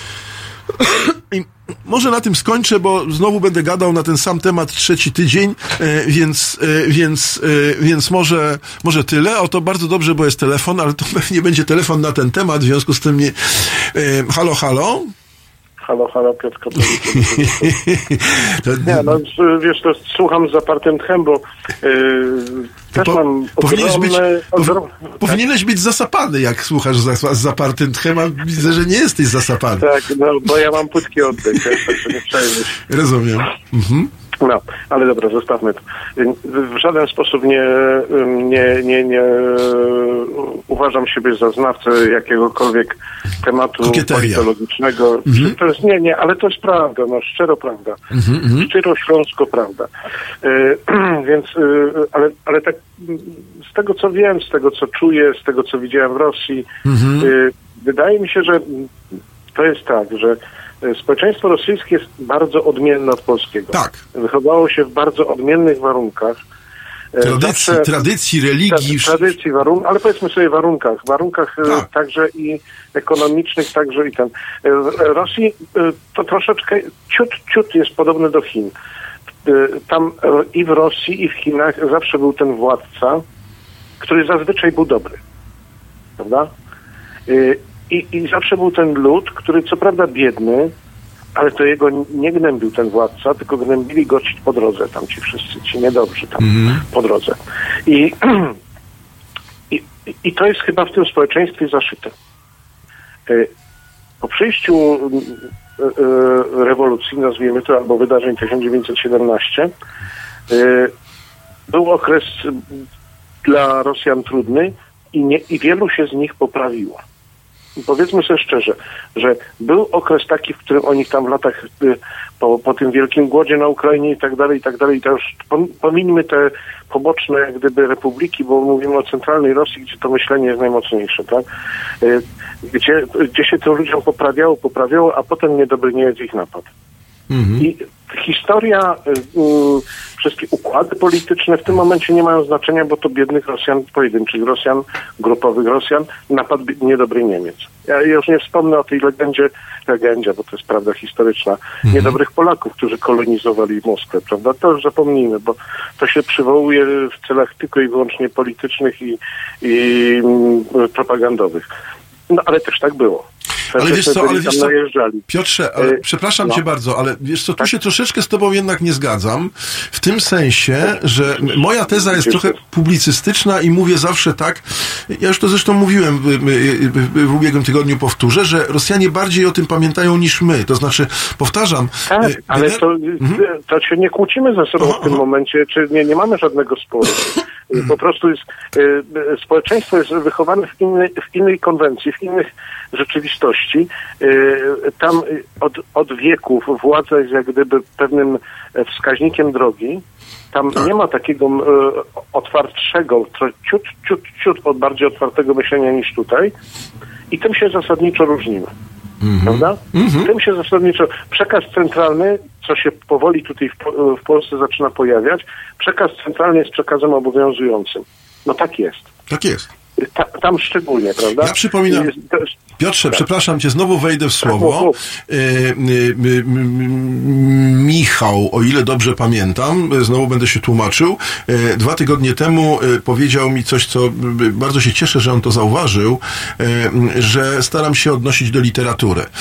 I może na tym skończę, bo znowu będę gadał na ten sam temat trzeci tydzień, więc, więc, więc może, może tyle. Oto bardzo dobrze, bo jest telefon, ale to pewnie będzie telefon na ten temat, w związku z tym nie... Halo, halo? Halo, halo, Piotr Katowicz. Nie, no wiesz, to słucham z zapartym tchem, bo yy, też po, mam powinieneś ogromne... być, ogrom... po, powinieneś być zasapany, jak słuchasz z, z zapartym tchem, a widzę, że nie jesteś zasapany. Tak, no bo ja mam płytki oddech, tak że nie przejmuj. Rozumiem. Mhm. No, ale dobra, zostawmy to. W żaden sposób nie, nie, nie, nie uważam siebie za znawcę jakiegokolwiek tematu Kokieteria. politologicznego. Mhm. To jest, nie, nie, ale to jest prawda, no szczero prawda. Mhm, Szczero śląsko prawda. Y, więc, y, ale, ale tak z tego, co wiem, z tego, co czuję, z tego, co widziałem w Rosji, mhm. y, wydaje mi się, że to jest tak, że społeczeństwo rosyjskie jest bardzo odmienne od polskiego. Tak. Wychowało się w bardzo odmiennych warunkach. Tradycji, Zawsze, tradycji, religii. Tra, tradycji, warun, ale powiedzmy sobie warunkach. Warunkach tak. Także i ekonomicznych, także i ten. W Rosji to troszeczkę, ciut, ciut jest podobne do Chin. Tam i w Rosji, i w Chinach zawsze był ten władca, który zazwyczaj był dobry. Prawda? I, I zawsze był ten lud, który co prawda biedny, ale to jego nie gnębił ten władca, tylko gnębili go ci po drodze, tam ci wszyscy, ci niedobrzy tam mm. po drodze. I, i, I to jest chyba w tym społeczeństwie zaszyte. Po przyjściu rewolucji, nazwijmy to, albo wydarzeń tysiąc dziewięćset siedemnaście, był okres dla Rosjan trudny i, nie, i wielu się z nich poprawiło. I powiedzmy sobie szczerze, że był okres taki, w którym oni tam w latach po, po tym wielkim głodzie na Ukrainie i tak dalej, i tak dalej, to już pomińmy te poboczne jak gdyby republiki, bo mówimy o centralnej Rosji, gdzie to myślenie jest najmocniejsze, tak? Gdzie, gdzie się to ludziom poprawiało, poprawiało, a potem niedobry Niemiec ich napadł. Mhm. I historia, y, y, wszystkie układy polityczne w tym momencie nie mają znaczenia, bo to biednych Rosjan, pojedynczych Rosjan, grupowych Rosjan, napadł niedobry Niemiec. Ja już nie wspomnę o tej legendzie, legendzie, bo to jest prawda historyczna, mhm. niedobrych Polaków, którzy kolonizowali Moskwę, prawda? To już zapomnijmy, bo to się przywołuje w celach tylko i wyłącznie politycznych i, i mm, propagandowych. No ale też tak było. Ale wiesz co, ale wiesz co, Piotrze, ale y, przepraszam no. cię bardzo, ale wiesz co, tu tak? się troszeczkę z tobą jednak nie zgadzam, w tym sensie, że moja teza jest trochę publicystyczna i mówię zawsze tak, ja już to zresztą mówiłem w ubiegłym tygodniu, powtórzę, że Rosjanie bardziej o tym pamiętają niż my, to znaczy, powtarzam... Tak, ale to, mhm. to się nie kłócimy ze sobą aha, w tym aha. momencie, czy nie, nie mamy żadnego sporu. Po prostu jest, y, społeczeństwo jest wychowane w innej, w innej konwencji, w innych rzeczywistości. Y, tam od, od wieków władza jest jak gdyby pewnym wskaźnikiem drogi. Tam tak. nie ma takiego y, otwartszego, ciut, ciut, ciut od bardziej otwartego myślenia niż tutaj. I tym się zasadniczo różnimy. Mm-hmm. Prawda? Mm-hmm. Tym się zasadniczo przekaz centralny, co się powoli tutaj w, w Polsce zaczyna pojawiać, przekaz centralny jest przekazem obowiązującym. No tak jest. Tak jest. Ta, tam szczególnie, prawda? Ja przypominam, jest, to, Piotrze, tak. przepraszam cię, znowu wejdę w słowo. E, e, e, Michał, o ile dobrze pamiętam, znowu będę się tłumaczył, e, dwa tygodnie temu e, powiedział mi coś, co bardzo się cieszę, że on to zauważył, e, że staram się odnosić do literatury. E,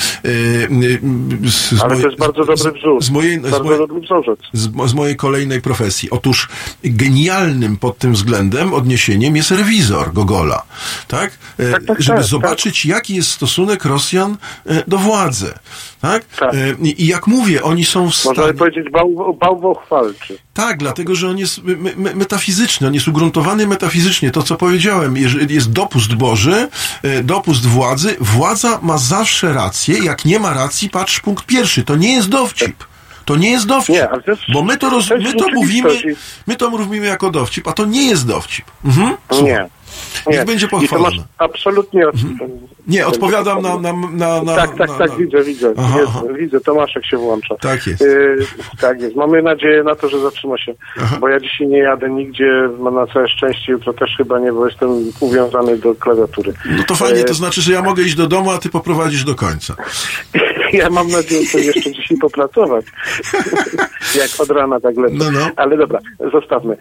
z, z Ale mojej, to jest bardzo dobry wzór. Z, z mojej, bardzo z mojej, dobry wzorzec. Z, z mojej kolejnej profesji. Otóż genialnym pod tym względem odniesieniem jest Rewizor Gogola. Tak? E, tak, tak żeby tak, zobaczyć, tak. jaki jest stosunek Rosjan do władzy. Tak? tak. I, I jak mówię, oni są w stanie... Można powiedzieć bał, bałwochwalczy. Tak, dlatego, że on jest me, me, metafizyczny, on jest ugruntowany metafizycznie. To, co powiedziałem, jeżeli jest dopust Boży, dopust władzy, władza ma zawsze rację. Jak nie ma racji, patrz punkt pierwszy. To nie jest dowcip. To nie jest dowcip. Nie, ale to jest, bo my to, roz, to my to mówimy, my to mówimy jako dowcip, a to nie jest dowcip. Mhm. Nie. Niech będzie pochwalone. Absolutnie. Od... Mhm. Nie, odpowiadam na, na, na, na... Tak, tak, na, tak, na... widzę, widzę. Aha, jest, aha. Widzę, Tomaszek się włącza. Tak jest. Yy, tak jest. Mamy nadzieję na to, że zatrzyma się, aha. bo ja dzisiaj nie jadę nigdzie, na całe szczęście, jutro też chyba nie, bo jestem uwiązany do klawiatury. No to fajnie, to znaczy, że ja mogę iść do domu, a ty poprowadzisz do końca. Ja mam nadzieję, że jeszcze dzisiaj popracować. Jak od rana, tak lecę. No, no. Ale dobra, zostawmy.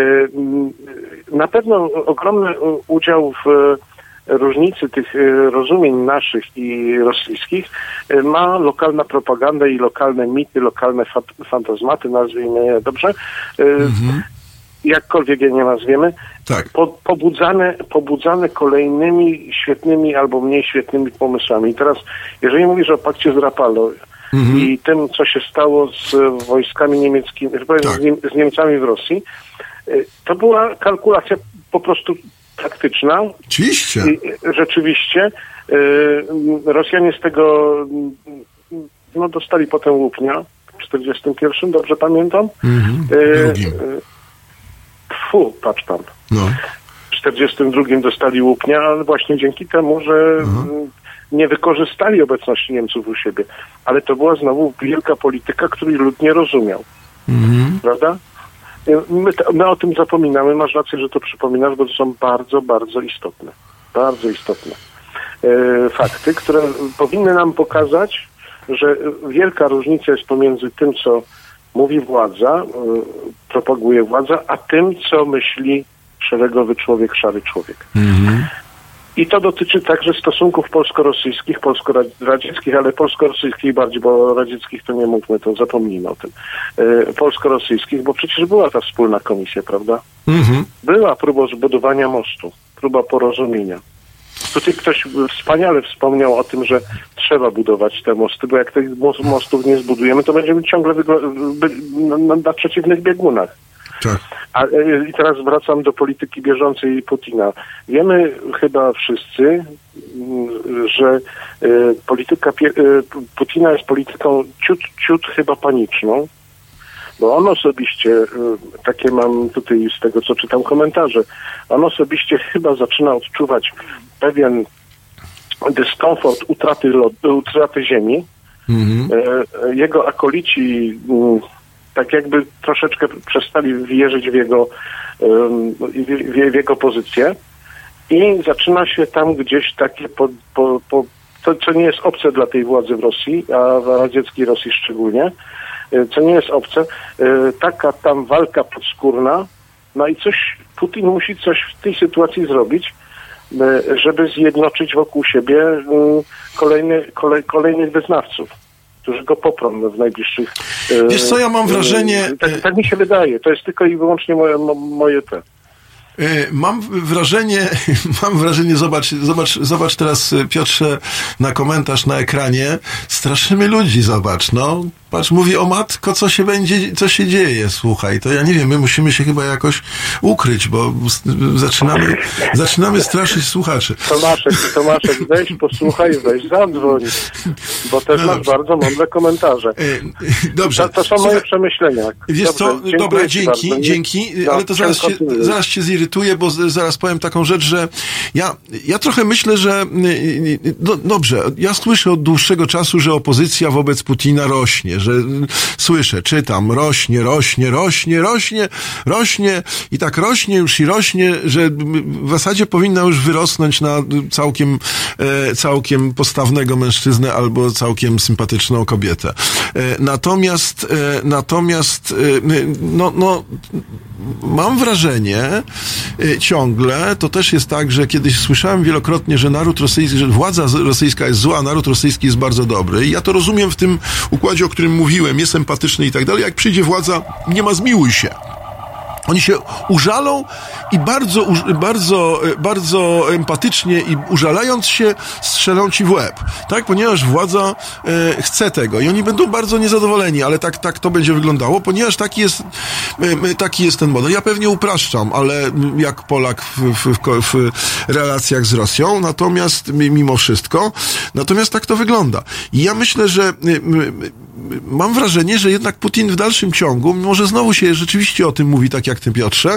Na pewno ogromny udział w różnicy tych rozumień naszych i rosyjskich ma lokalna propaganda i lokalne mity, lokalne fantazmaty, nazwijmy je dobrze. Mhm. Jakkolwiek je nie nazwiemy, tak. po, pobudzane, pobudzane kolejnymi świetnymi albo mniej świetnymi pomysłami. I teraz, jeżeli mówisz o pakcie z Rapallo mhm. i tym, co się stało z wojskami niemieckimi, tak. z, z Niemcami w Rosji, to była kalkulacja po prostu taktyczna. Oczywiście. I rzeczywiście Rosjanie z tego no, dostali potem Łupnia w czterdziestym pierwszym, dobrze pamiętam. Mhm. Drugim. Fu, patrz tam. No. W czterdziestym drugim dostali Łupnia, ale właśnie dzięki temu, że Aha. nie wykorzystali obecności Niemców u siebie. Ale to była znowu wielka polityka, której lud nie rozumiał. Mhm. Prawda? My, my o tym zapominamy. Masz rację, że to przypominasz, bo to są bardzo, bardzo istotne. Bardzo istotne e, fakty, które powinny nam pokazać, że wielka różnica jest pomiędzy tym, co mówi władza, propaguje władza, a tym, co myśli szeregowy człowiek, szary człowiek. Mm-hmm. I to dotyczy także stosunków polsko-rosyjskich, polsko-radzieckich, ale polsko-rosyjskich bardziej, bo o radzieckich to nie mówmy, to zapomnijmy o tym. E, polsko-rosyjskich, bo przecież była ta wspólna komisja, prawda? Mm-hmm. Była próba zbudowania mostu, próba porozumienia. Tutaj ktoś wspaniale wspomniał o tym, że trzeba budować te mosty, bo jak tych mostów nie zbudujemy, to będziemy ciągle na, na, na przeciwnych biegunach. Tak. A, i teraz wracam do polityki bieżącej Putina. Wiemy chyba wszyscy, że y, polityka y, Putina jest polityką ciut, ciut chyba paniczną, bo on osobiście, y, takie mam tutaj z tego, co czytam komentarze, on osobiście chyba zaczyna odczuwać pewien dyskomfort utraty, utraty ziemi, Mhm. Jego akolici tak jakby troszeczkę przestali wierzyć w jego, w, w jego pozycję i zaczyna się tam gdzieś takie po, po, po, to, co nie jest obce dla tej władzy w Rosji, a w radzieckiej Rosji szczególnie, co nie jest obce, taka tam walka podskórna, no i coś, Putin musi coś w tej sytuacji zrobić, żeby zjednoczyć wokół siebie kolejny, kolej, kolejnych wyznawców, którzy go poprą w najbliższych... Wiesz co, ja mam wrażenie... Tak, tak mi się wydaje, to jest tylko i wyłącznie moje, moje te... Mam wrażenie, mam wrażenie, zobacz, zobacz, zobacz teraz, Piotrze, na komentarz na ekranie, straszymy ludzi, zobacz, no. Patrz, mówi, o matko, co się będzie, co się dzieje, słuchaj, to ja nie wiem, my musimy się chyba jakoś ukryć, bo zaczynamy, zaczynamy straszyć słuchaczy. Tomaszek, Tomaszek, weź, posłuchaj, weź, zadzwoń, bo też no masz bardzo mądre komentarze. Dobrze. To, to są moje przemyślenia. Wiesz Dobrze, co, dobra, dzięki, bardzo. dzięki, no, ale to zaraz się, zaraz się zirytuję, bo zaraz powiem taką rzecz, że ja, ja trochę myślę, że no, dobrze, ja słyszę od dłuższego czasu, że opozycja wobec Putina rośnie, że słyszę, czytam, rośnie, rośnie, rośnie, rośnie, rośnie i tak rośnie już i rośnie, że w zasadzie powinna już wyrosnąć na całkiem, całkiem postawnego mężczyznę albo całkiem sympatyczną kobietę. Natomiast, natomiast, no, no, mam wrażenie ciągle, to też jest tak, że kiedyś słyszałem wielokrotnie, że naród rosyjski, że władza rosyjska jest zła, a naród rosyjski jest bardzo dobry. I ja to rozumiem w tym układzie, o którym mówiłem, jest empatyczny i tak dalej. Jak przyjdzie władza, nie ma zmiłuj się. Oni się użalą i bardzo, bardzo, bardzo empatycznie i użalając się strzelą ci w łeb, tak? Ponieważ władza e, chce tego i oni będą bardzo niezadowoleni, ale tak, tak to będzie wyglądało, ponieważ taki jest, e, taki jest ten model. Ja pewnie upraszczam, ale jak Polak w, w, w relacjach z Rosją, natomiast mimo wszystko, natomiast tak to wygląda. I ja myślę, że e, mam wrażenie, że jednak Putin w dalszym ciągu, mimo że znowu się rzeczywiście o tym mówi, tak jak ty, Piotrze,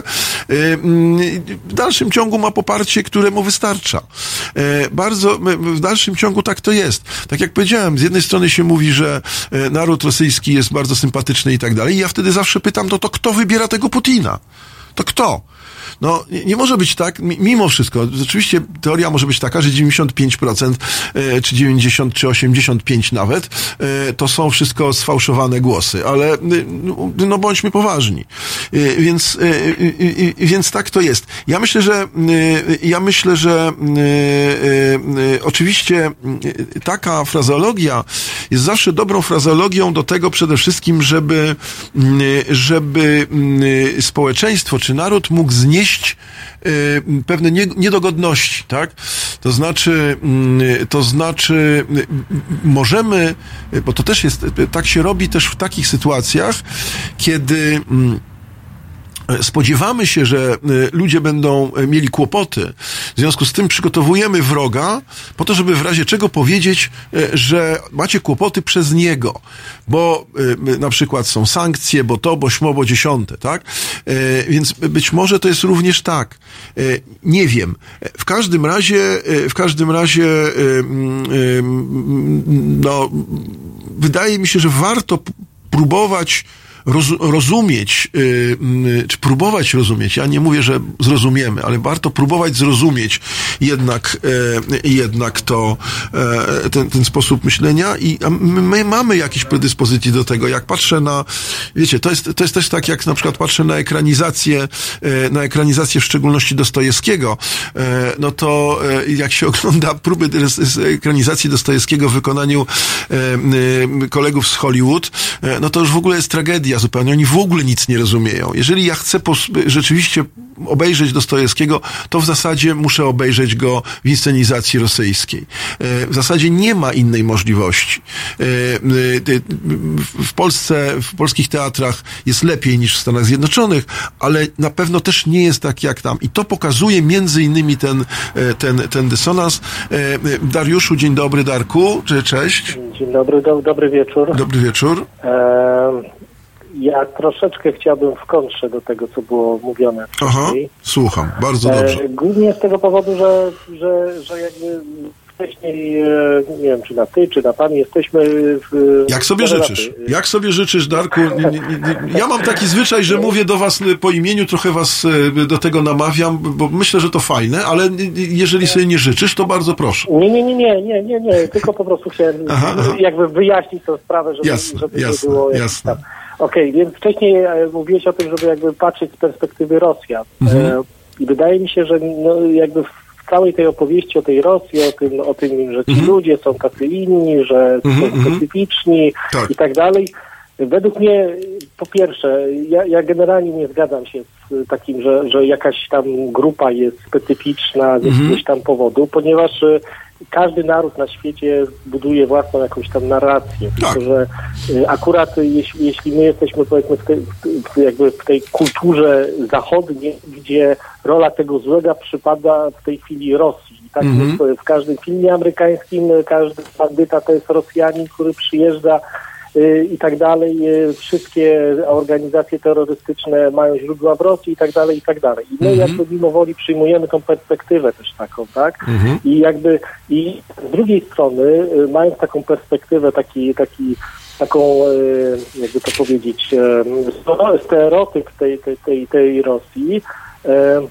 w dalszym ciągu ma poparcie, które mu wystarcza. Bardzo, w dalszym ciągu tak to jest. Tak jak powiedziałem, z jednej strony się mówi, że naród rosyjski jest bardzo sympatyczny i tak dalej, i ja wtedy zawsze pytam, to, to kto wybiera tego Putina? To kto? No, nie, nie może być tak, mimo wszystko, rzeczywiście teoria może być taka, że dziewięćdziesiąt pięć procent, czy dziewięćdziesiąt, czy osiemdziesiąt pięć nawet, to są wszystko sfałszowane głosy, ale no bądźmy poważni. Więc, więc tak to jest. Ja myślę, że ja myślę, że oczywiście taka frazeologia jest zawsze dobrą frazeologią do tego przede wszystkim, żeby, żeby społeczeństwo czy naród mógł znieść pewne niedogodności, tak? To znaczy, to znaczy, możemy, bo to też jest, tak się robi też w takich sytuacjach, kiedy spodziewamy się, że ludzie będą mieli kłopoty. W związku z tym przygotowujemy wroga po to, żeby w razie czego powiedzieć, że macie kłopoty przez niego. Bo na przykład są sankcje, bo to, bo śmo, bo dziesiąte, tak? Więc być może to jest również tak. Nie wiem. W każdym razie, w każdym razie, no, wydaje mi się, że warto próbować Roz, rozumieć, yy, czy próbować rozumieć, ja nie mówię, że zrozumiemy, ale warto próbować zrozumieć jednak, yy, jednak to, yy, ten, ten sposób myślenia i my, my mamy jakieś predyspozycje do tego. Jak patrzę na, wiecie, to jest, to jest też tak, jak na przykład patrzę na ekranizację, yy, na ekranizację w szczególności Dostojewskiego, yy, no to yy, jak się ogląda próby ekranizacji Dostojewskiego w wykonaniu yy, yy, kolegów z Hollywood, yy, no to już w ogóle jest tragedia zupełnie. Oni w ogóle nic nie rozumieją. Jeżeli ja chcę pos- rzeczywiście obejrzeć Dostojewskiego, to w zasadzie muszę obejrzeć go w inscenizacji rosyjskiej. W zasadzie nie ma innej możliwości. W Polsce, w polskich teatrach jest lepiej niż w Stanach Zjednoczonych, ale na pewno też nie jest tak jak tam. I to pokazuje między innymi ten, ten, ten dysonans. Dariuszu, dzień dobry, Darku. Cześć. Dzień dobry, do, dobry wieczór. Dobry wieczór. E- Ja troszeczkę chciałbym w kontrze do tego, co było mówione wcześniej. Aha, słucham, bardzo dobrze. E, głównie z tego powodu, że, że, że jakby w wcześniej, nie wiem, czy na ty, czy na pan, jesteśmy w... Jak sobie życzysz? Jak sobie życzysz, Darku? Nie, nie, nie, ja mam taki zwyczaj, że mówię do was po imieniu, trochę was do tego namawiam, bo myślę, że to fajne, ale jeżeli sobie nie życzysz, to bardzo proszę. Nie, nie, nie, nie, nie, nie, nie, tylko po prostu chciałem aha, aha. jakby wyjaśnić tę sprawę, żeby, jasne, żeby jasne, nie było... Jasne. Tam. Okej, okay, więc wcześniej mówiłeś o tym, żeby jakby patrzeć z perspektywy Rosjan. Mhm. I wydaje mi się, że no jakby w całej tej opowieści o tej Rosji, o tym, o tym że ci mhm. ludzie są tacy inni, że mhm. są specyficzni tak. i tak dalej. Według mnie, po pierwsze, ja, ja generalnie nie zgadzam się z takim, że, że jakaś tam grupa jest specyficzna z jakiegoś mhm. tam powodu, ponieważ każdy naród na świecie buduje własną jakąś tam narrację. Tak. Tylko, że akurat jeśli, jeśli my jesteśmy powiedzmy w tej, w, jakby w tej kulturze zachodniej, gdzie rola tego złego przypada w tej chwili Rosji. Tak mm-hmm. jest w każdym filmie amerykańskim, każdy bandyta to jest Rosjanin, który przyjeżdża y, i tak dalej. Y, wszystkie organizacje terrorystyczne mają źródła w Rosji i tak dalej, i tak dalej. I my mm-hmm. jakby mimo woli przyjmujemy tą perspektywę też taką, tak? Mm-hmm. I jakby i z drugiej strony, y, mając taką perspektywę, taki, taki taką, y, jakby to powiedzieć, y, stereotyp tej, tej, tej, tej Rosji, y,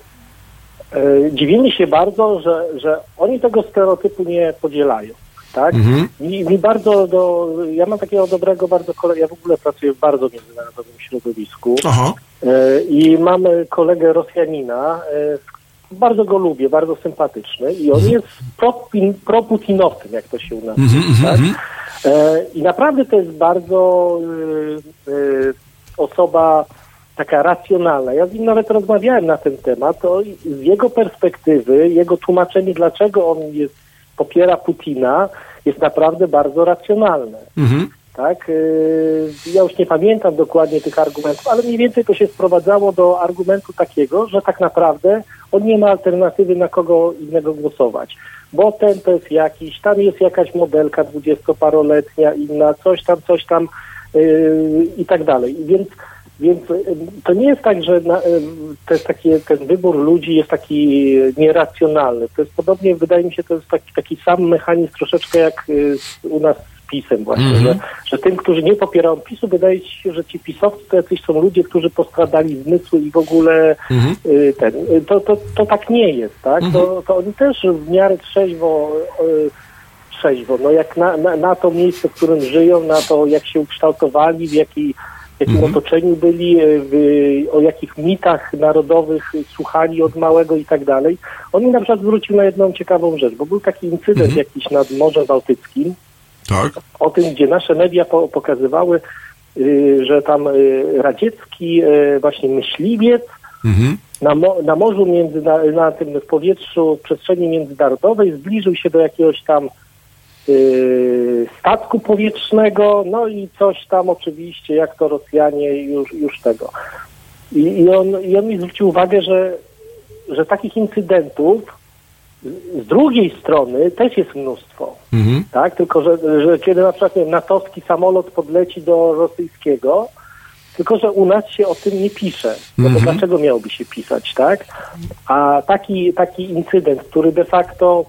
dziwimy się bardzo, że, że oni tego stereotypu nie podzielają, tak? Mhm. Mi, mi bardzo do, ja mam takiego dobrego bardzo kolegę, ja w ogóle pracuję w bardzo międzynarodowym środowisku. Aha. I mamy kolegę Rosjanina, bardzo go lubię, bardzo sympatyczny i on jest pro-putinowcem, jak to się nazywa, mhm, tak? Mhm. I naprawdę to jest bardzo y, y, osoba taka racjonalna. Ja z nim nawet rozmawiałem na ten temat, to z jego perspektywy, jego tłumaczenie, dlaczego on jest, popiera Putina, jest naprawdę bardzo racjonalne. Mhm. Tak? Ja już nie pamiętam dokładnie tych argumentów, ale mniej więcej to się sprowadzało do argumentu takiego, że tak naprawdę on nie ma alternatywy, na kogo innego głosować. Bo ten to jest jakiś, tam jest jakaś modelka dwudziestoparoletnia inna, coś tam, coś tam yy, i tak dalej. I więc Więc to nie jest tak, że na, to jest taki, ten wybór ludzi jest taki nieracjonalny. To jest podobnie, wydaje mi się, to jest taki, taki sam mechanizm troszeczkę jak u nas z PiS-em właśnie, mm-hmm. że, że tym, którzy nie popierają PiS-u, wydaje się, że ci pisowcy to jacyś są ludzie, którzy postradali zmysły i w ogóle mm-hmm. ten, to, to, to tak nie jest, tak? Mm-hmm. To, to oni też w miarę trzeźwo trzeźwo, no jak na, na, na to miejsce, w którym żyją, na to jak się ukształtowali, w jakiej w jakim mm-hmm. otoczeniu byli, w, o jakich mitach narodowych słuchali od małego i tak dalej. On mi na przykład zwrócił na jedną ciekawą rzecz, bo był taki incydent mm-hmm. jakiś nad Morzem Bałtyckim, tak. o tym, gdzie nasze media po, pokazywały, y, że tam y, radziecki y, właśnie myśliwiec mm-hmm. na, mo, na morzu, między, na, na tym w powietrzu, w przestrzeni międzynarodowej zbliżył się do jakiegoś tam statku powietrznego, no i coś tam oczywiście, jak to Rosjanie już, już tego. I, i, on, I on mi zwrócił uwagę, że, że takich incydentów z drugiej strony też jest mnóstwo. Mhm. Tak? Tylko, że, że kiedy na przykład nie wiem, natowski samolot podleci do rosyjskiego, tylko, że u nas się o tym nie pisze. No to mhm. dlaczego miałoby się pisać, tak? A taki, taki incydent, który de facto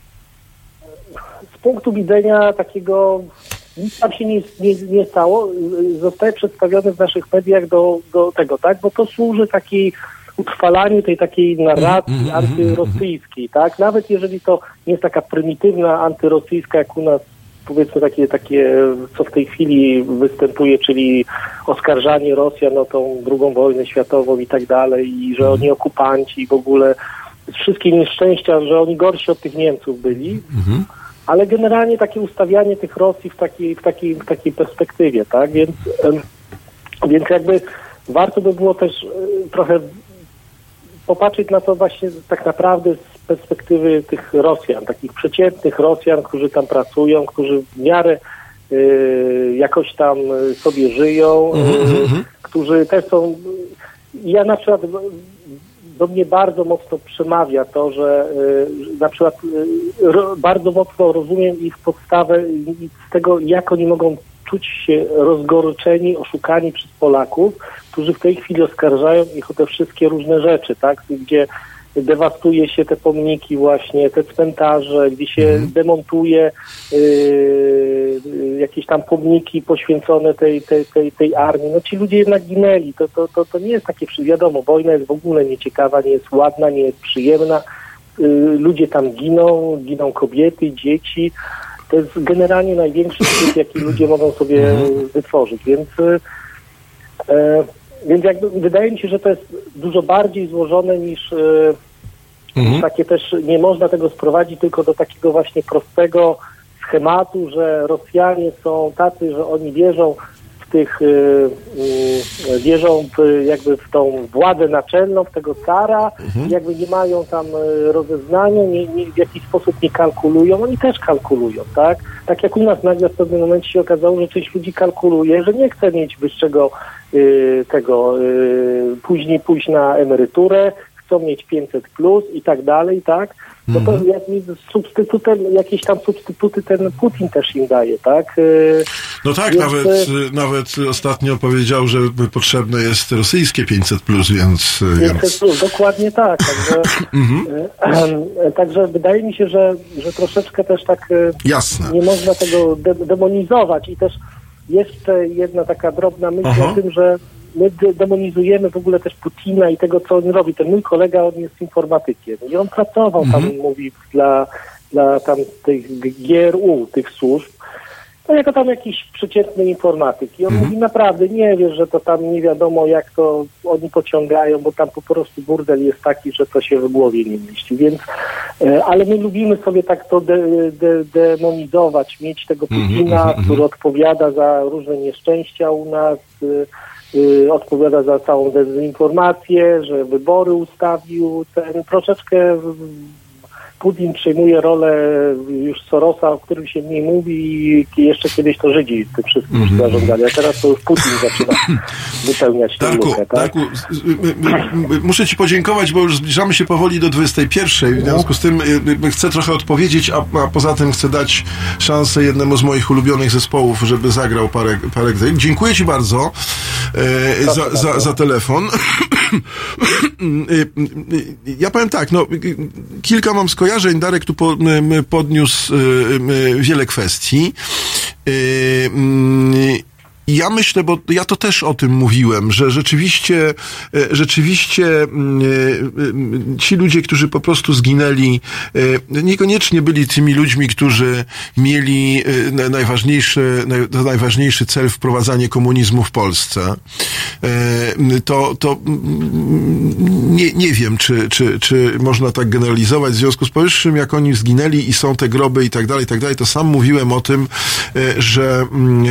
z punktu widzenia takiego, nic tam się nie, nie, nie stało, zostaje przedstawiony w naszych mediach do, do tego, tak? Bo to służy takiej utrwalaniu tej takiej narracji mm, mm, antyrosyjskiej, tak? Nawet jeżeli to nie jest taka prymitywna antyrosyjska, jak u nas, powiedzmy takie, takie, co w tej chwili występuje, czyli oskarżanie Rosjan o tą drugą wojnę światową i tak dalej, i że oni okupanci i w ogóle wszystkie nieszczęścia, że oni gorsi od tych Niemców byli. Mm-hmm. Ale generalnie takie ustawianie tych Rosji w takiej, w takiej, w takiej perspektywie, tak? Więc, więc jakby warto by było też trochę popatrzeć na to właśnie tak naprawdę z perspektywy tych Rosjan, takich przeciętnych Rosjan, którzy tam pracują, którzy w miarę y, jakoś tam sobie żyją, y, którzy też są... Ja na przykład... do mnie bardzo mocno przemawia to, że y, na przykład y, ro, bardzo mocno rozumiem ich podstawę i z tego, jak oni mogą czuć się rozgoryczeni, oszukani przez Polaków, którzy w tej chwili oskarżają ich o te wszystkie różne rzeczy, tak, gdzie dewastuje się te pomniki właśnie, te cmentarze, gdzie się mhm. demontuje yy, jakieś tam pomniki poświęcone tej, tej, tej, tej armii. No ci ludzie jednak ginęli. To, to, to, to nie jest takie, wiadomo, wojna jest w ogóle nieciekawa, nie jest ładna, nie jest przyjemna. Yy, ludzie tam giną, giną kobiety, dzieci. To jest generalnie największy wstyd, jaki ludzie mogą sobie mhm. wytworzyć. Więc yy, Więc jakby wydaje mi się, że to jest dużo bardziej złożone niż, yy, mhm. niż takie też, nie można tego sprowadzić tylko do takiego właśnie prostego schematu, że Rosjanie są tacy, że oni wierzą w tych, yy, yy, wierzą w, jakby w tą władzę naczelną, w tego cara, mhm. jakby nie mają tam rozeznania, nie, nie, w jakiś sposób nie kalkulują, oni też kalkulują, tak? Tak jak u nas nagle w pewnym momencie się okazało, że część ludzi kalkuluje, że nie chce mieć wyższego yy, tego, yy, później pójść na emeryturę, chcą mieć pięćset plus i tak dalej, tak? No to jak substytutem, jakieś tam substytuty ten Putin też im daje, tak? No tak, więc... nawet, nawet ostatnio powiedział, że potrzebne jest rosyjskie pięćset plus, więc... pięćset plus, dokładnie tak. Także, także wydaje mi się, że, że troszeczkę też tak Jasne. nie można tego de- demonizować i też jeszcze jedna taka drobna myśl Aha. o tym, że my demonizujemy w ogóle też Putina i tego, co on robi. Ten mój kolega, on jest informatykiem i on pracował tam, mm-hmm. mówi, dla, dla tam tych G R U, tych służb. No jako tam jakiś przeciętny informatyk. I on mm-hmm. mówi, naprawdę nie wiesz, że to tam nie wiadomo, jak to oni pociągają, bo tam po prostu burdel jest taki, że to się w głowie nie mieści. Więc, e, ale my lubimy sobie tak to de, de, demonizować, mieć tego Putina, mm-hmm. który odpowiada za różne nieszczęścia u nas, e, Yy, odpowiada za całą dezinformację, że wybory ustawił. Ten troszeczkę Putin przejmuje rolę już Sorosa, o którym się mniej mówi i jeszcze kiedyś to Żydzi tym wszystkim mm-hmm. zażądali, a teraz to już Putin zaczyna wypełniać tę lukę. Tak? Darku, muszę Ci podziękować, bo już zbliżamy się powoli do dwudziestej pierwszej. W związku z tym chcę trochę odpowiedzieć, a, a poza tym chcę dać szansę jednemu z moich ulubionych zespołów, żeby zagrał parę, parę gry. Dziękuję Ci bardzo e, za, za, za telefon. Ja powiem tak, no kilka mam skojarzeń. Darek tu po, podniósł wiele kwestii. Ja myślę, bo ja to też o tym mówiłem, że rzeczywiście, rzeczywiście ci ludzie, którzy po prostu zginęli, niekoniecznie byli tymi ludźmi, którzy mieli najważniejszy, najważniejszy cel wprowadzanie komunizmu w Polsce. To, to nie, nie wiem, czy, czy, czy można tak generalizować. W związku z powyższym, jak oni zginęli i są te groby i tak dalej, i tak dalej, to sam mówiłem o tym, że,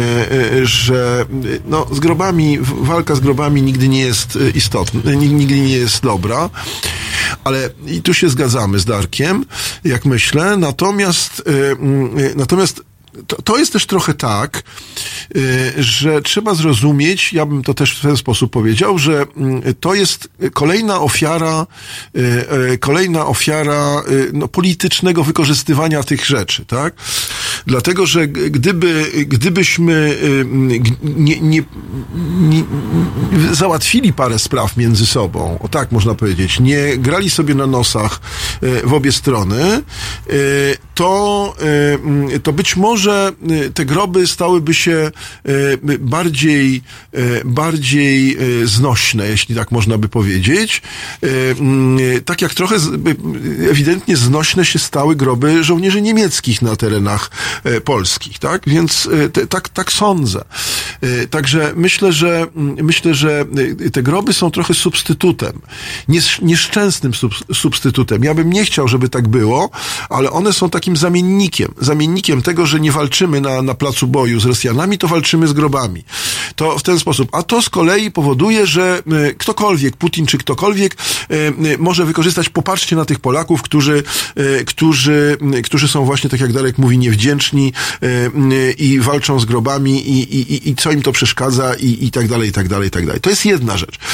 że no, z grobami, walka z grobami nigdy nie jest istotna, nigdy nie jest dobra, ale i tu się zgadzamy z Darkiem, jak myślę, natomiast natomiast To, to jest też trochę tak, że trzeba zrozumieć, ja bym to też w ten sposób powiedział, że to jest kolejna ofiara, kolejna ofiara no, politycznego wykorzystywania tych rzeczy, tak? Dlatego, że gdyby, gdybyśmy nie, nie, nie załatwili parę spraw między sobą, o tak można powiedzieć, nie grali sobie na nosach w obie strony, to, to być może te groby stałyby się bardziej, bardziej znośne, jeśli tak można by powiedzieć. Tak jak trochę ewidentnie znośne się stały groby żołnierzy niemieckich na terenach polskich, tak? Więc tak, tak sądzę. Także myślę, że myślę, że te groby są trochę substytutem. Nieszczęsnym substytutem. Ja bym nie chciał, żeby tak było, ale one są takim zamiennikiem. Zamiennikiem tego, że nie walczymy na, na placu boju z Rosjanami, to walczymy z grobami. To w ten sposób. A to z kolei powoduje, że ktokolwiek, Putin czy ktokolwiek może wykorzystać, popatrzcie na tych Polaków, którzy, którzy, którzy są właśnie, tak jak Darek mówi, niewdzięczni i walczą z grobami i, i, i co im to przeszkadza i, i tak dalej, i tak dalej, i tak dalej. To jest jedna rzecz.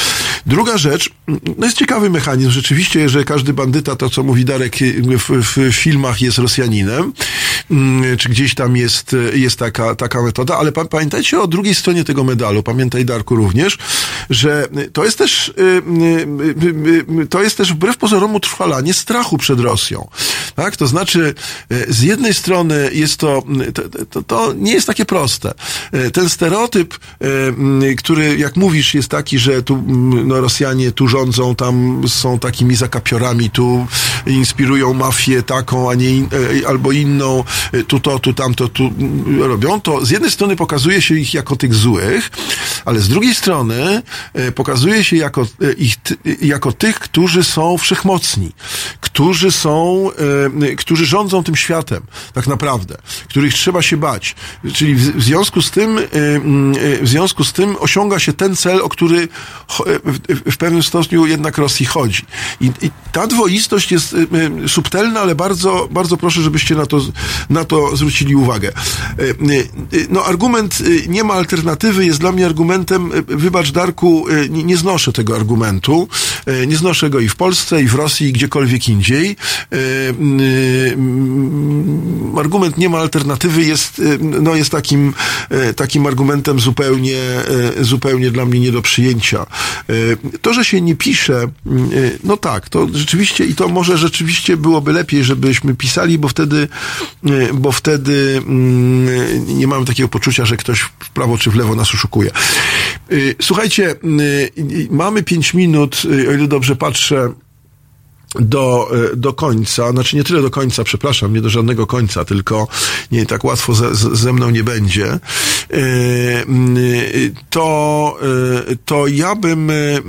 Druga rzecz, no jest ciekawy mechanizm. Rzeczywiście, że każdy bandyta, to co mówi Darek, w, w filmach jest Rosjaninem, czy gdzieś tam jest, jest taka, taka metoda, ale pa, pamiętajcie o drugiej stronie tego medalu, pamiętaj Darku również, że to jest też, to jest też wbrew pozorom utrwalanie strachu przed Rosją. Tak? To znaczy, z jednej strony jest to, to, to, to nie jest takie proste. Ten stereotyp, który, jak mówisz, jest taki, że tu no, Rosjanie tu rządzą, tam są takimi zakapiorami, tu inspirują mafię taką, a nie in, albo inną, tu to, tu tamto, tu robią, to z jednej strony pokazuje się ich jako tych złych, ale z drugiej strony pokazuje się jako ich, jako tych, którzy są wszechmocni, którzy są, którzy rządzą tym światem, tak naprawdę, których trzeba się bać. Czyli w, w związku z tym, w związku z tym osiąga się ten cel, o który w pewnym stopniu jednak Rosji chodzi. I, i ta dwoistość jest subtelna, ale bardzo, bardzo proszę, żebyście na to, na to zwrócili uwagę. No, argument nie ma alternatywy jest dla mnie argumentem, wybacz Darku, nie, nie znoszę tego argumentu, nie znoszę go i w Polsce, i w Rosji, i gdziekolwiek indziej. Argument nie ma alternatywy jest, no, jest takim, takim argumentem zupełnie, zupełnie dla mnie nie do przyjęcia. To, że się nie pisze, no tak, to rzeczywiście i to może rzeczywiście byłoby lepiej, żebyśmy pisali, bo wtedy, bo wtedy nie mamy takiego poczucia, że ktoś w prawo czy w lewo nas oszukuje. Słuchajcie, mamy pięć minut, o ile dobrze patrzę, do, do końca, znaczy nie tyle do końca, przepraszam, nie do żadnego końca, tylko nie tak łatwo ze, ze mną nie będzie, to, to ja bym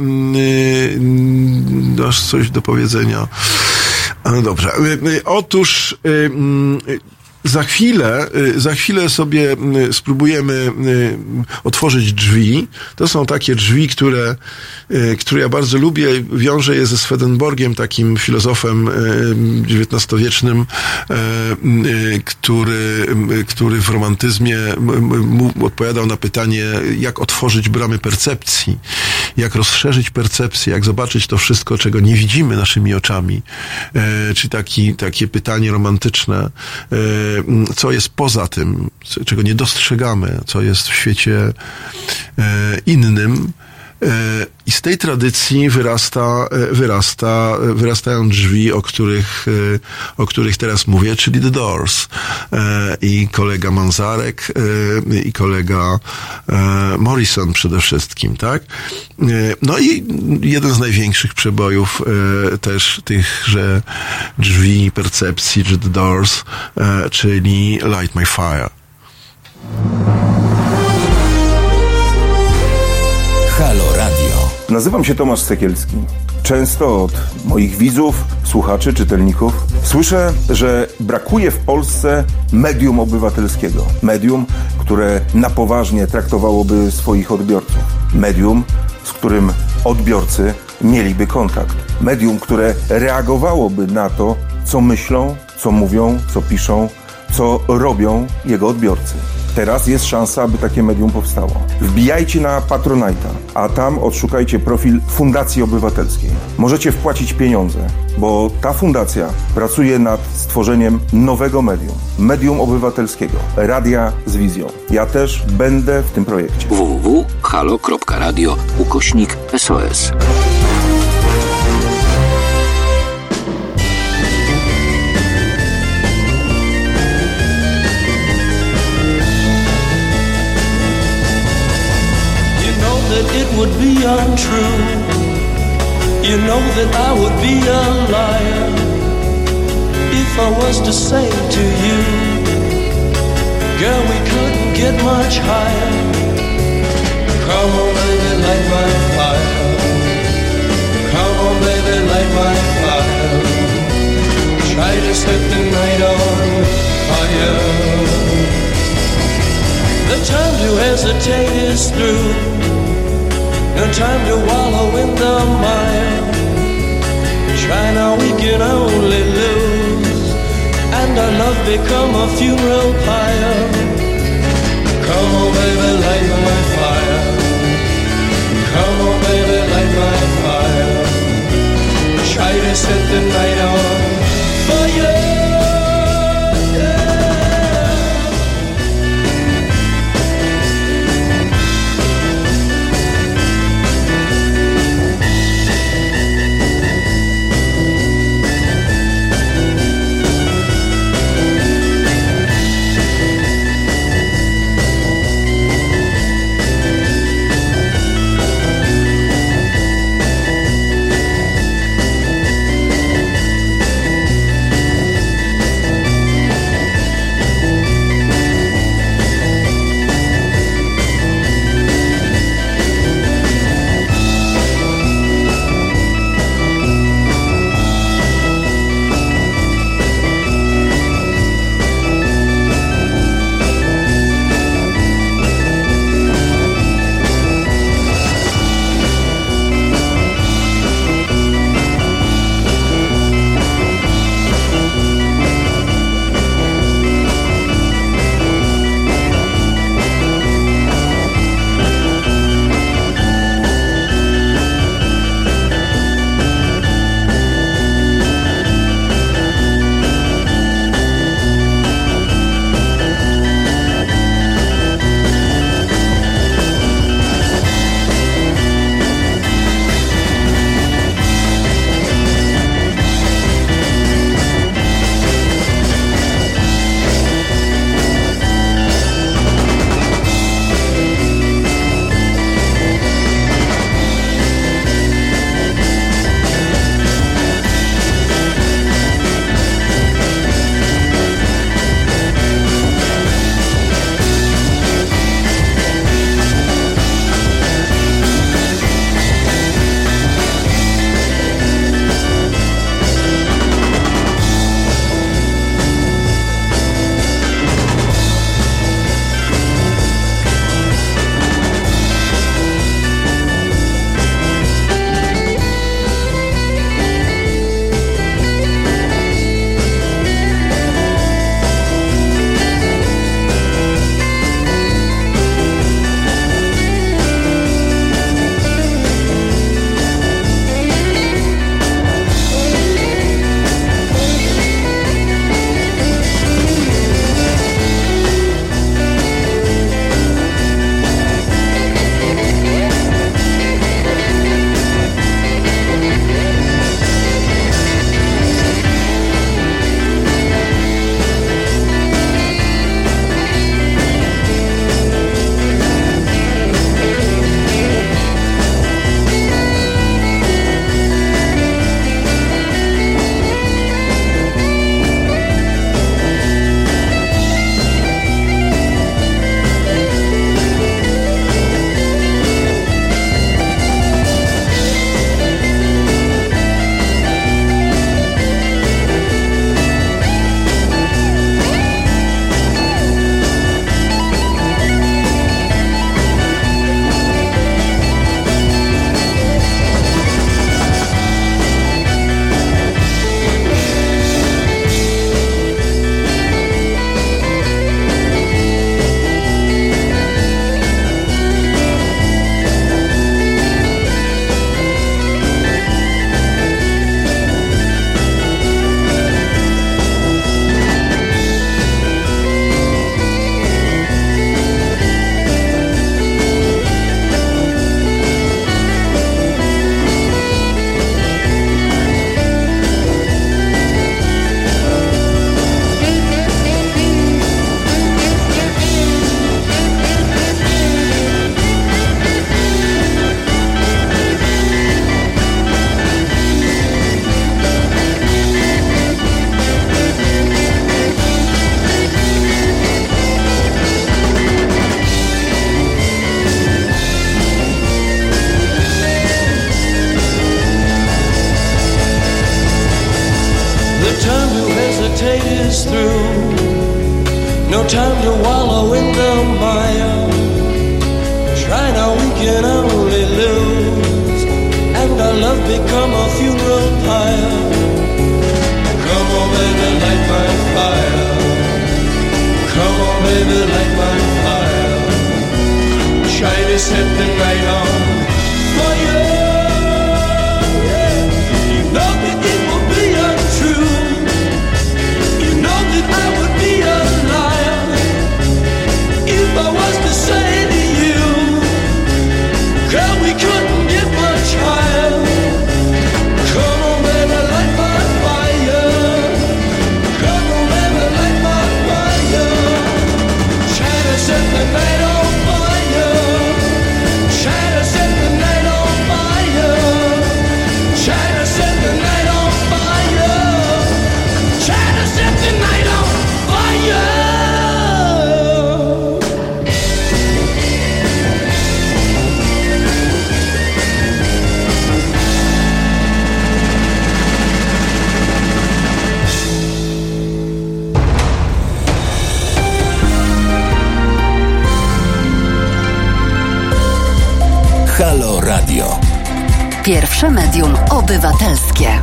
dasz coś do powiedzenia. No dobrze. Otóż Za chwilę, za chwilę sobie spróbujemy otworzyć drzwi. To są takie drzwi, które, które ja bardzo lubię. Wiążę je ze Swedenborgiem, takim filozofem dziewiętnastowiecznym, który, który w romantyzmie odpowiadał na pytanie, jak otworzyć bramy percepcji, jak rozszerzyć percepcję, jak zobaczyć to wszystko, czego nie widzimy naszymi oczami. Czyli taki, takie pytanie romantyczne, co jest poza tym, czego nie dostrzegamy, co jest w świecie innym. I z tej tradycji wyrasta, wyrasta, wyrastają drzwi, o których, o których teraz mówię, czyli The Doors. I kolega Manzarek, i kolega Morrison przede wszystkim, tak? No i jeden z największych przebojów też tychże drzwi percepcji, czy The Doors, czyli Light My Fire. Halo Radio. Nazywam się Tomasz Sekielski. Często od moich widzów, słuchaczy, czytelników słyszę, że brakuje w Polsce medium obywatelskiego. Medium, które na poważnie traktowałoby swoich odbiorców. Medium, z którym odbiorcy mieliby kontakt. Medium, które reagowałoby na to, co myślą, co mówią, co piszą, co robią jego odbiorcy. Teraz jest szansa, aby takie medium powstało. Wbijajcie na Patronite'a, a tam odszukajcie profil Fundacji Obywatelskiej. Możecie wpłacić pieniądze, bo ta fundacja pracuje nad stworzeniem nowego medium. Medium obywatelskiego. Radia z wizją. Ja też będę w tym projekcie. w w w kropka halo kropka radio ukośnik S O S. It would be untrue. You know that I would be a liar if I was to say to you, girl, we couldn't get much higher. Come on, baby, light my fire. Come on, baby, light my fire. Try to set the night on fire. The time to hesitate is through. No time to wallow in the mire. Try now, we can only lose, and our love become a funeral pyre. Come on, baby, light my fire. Come on, baby, light my to set the night on fire. is through. No time to wallow in the mire. Try now, we can only lose, and our love become a funeral pyre. Come on, baby, light my fire. Come on, baby, light my fire. Try to set the night on fire. You know that it Radio. Pierwsze medium obywatelskie.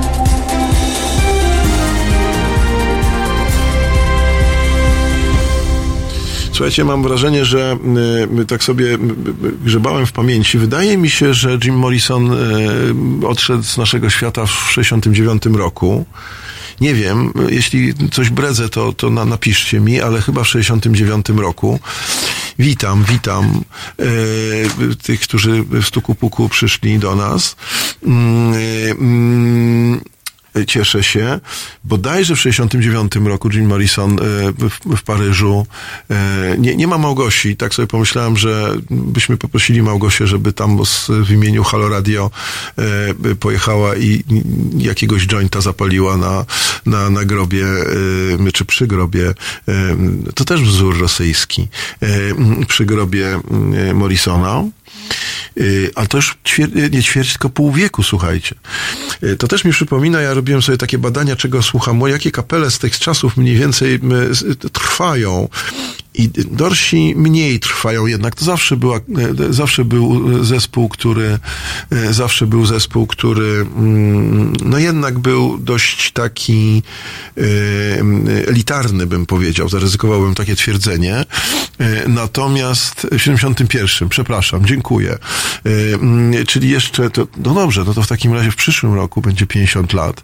Słuchajcie, mam wrażenie, że y, tak sobie y, grzebałem w pamięci. Wydaje mi się, że Jim Morrison y, odszedł z naszego świata w sześćdziesiątym dziewiątym roku. Nie wiem, jeśli coś bredzę, to, to na, napiszcie mi, ale chyba w sześćdziesiątym dziewiątym roku. Witam, witam y, tych, którzy w stuku puku przyszli do nas. Y, y, Cieszę się. Bodajże w sześćdziesiątym dziewiątym roku Jim Morrison w, w Paryżu nie, nie ma Małgosi. Tak sobie pomyślałem, że byśmy poprosili Małgosię, żeby tam w imieniu Halo Radio pojechała i jakiegoś jointa zapaliła na, na, na grobie, czy przy grobie. To też wzór rosyjski. Przy grobie Morrisona. Ale to już ćwier- nie ćwierć, tylko pół wieku, słuchajcie. To też mi przypomina, ja robiłem sobie takie badania, czego słucham, o jakie kapele z tych czasów mniej więcej trwają. I Dorsi mniej trwają jednak. To zawsze była, zawsze był zespół, który, zawsze był zespół, który, no jednak był dość taki elitarny, bym powiedział. Zaryzykowałbym takie twierdzenie. Natomiast w siedemdziesiątym pierwszym, przepraszam, dziękuję. Czyli jeszcze, to, no dobrze, no to w takim razie w przyszłym roku będzie pięćdziesiąt lat.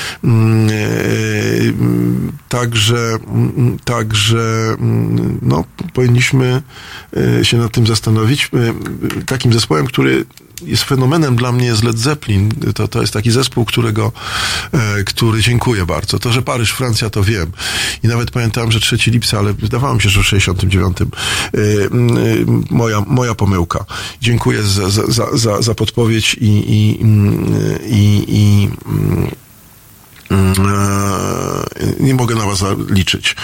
Także, także, no, powinniśmy się nad tym zastanowić. Takim zespołem, który jest fenomenem dla mnie, jest Led Zeppelin. To, to jest taki zespół, którego, który dziękuję bardzo. To, że Paryż, Francja, to wiem. I nawet pamiętałem, że trzeciego lipca, ale wydawało mi się, że w sześćdziesiątym dziewiątym moja, moja pomyłka. Dziękuję za, za, za, za podpowiedź i, i, i, i nie mogę na was liczyć.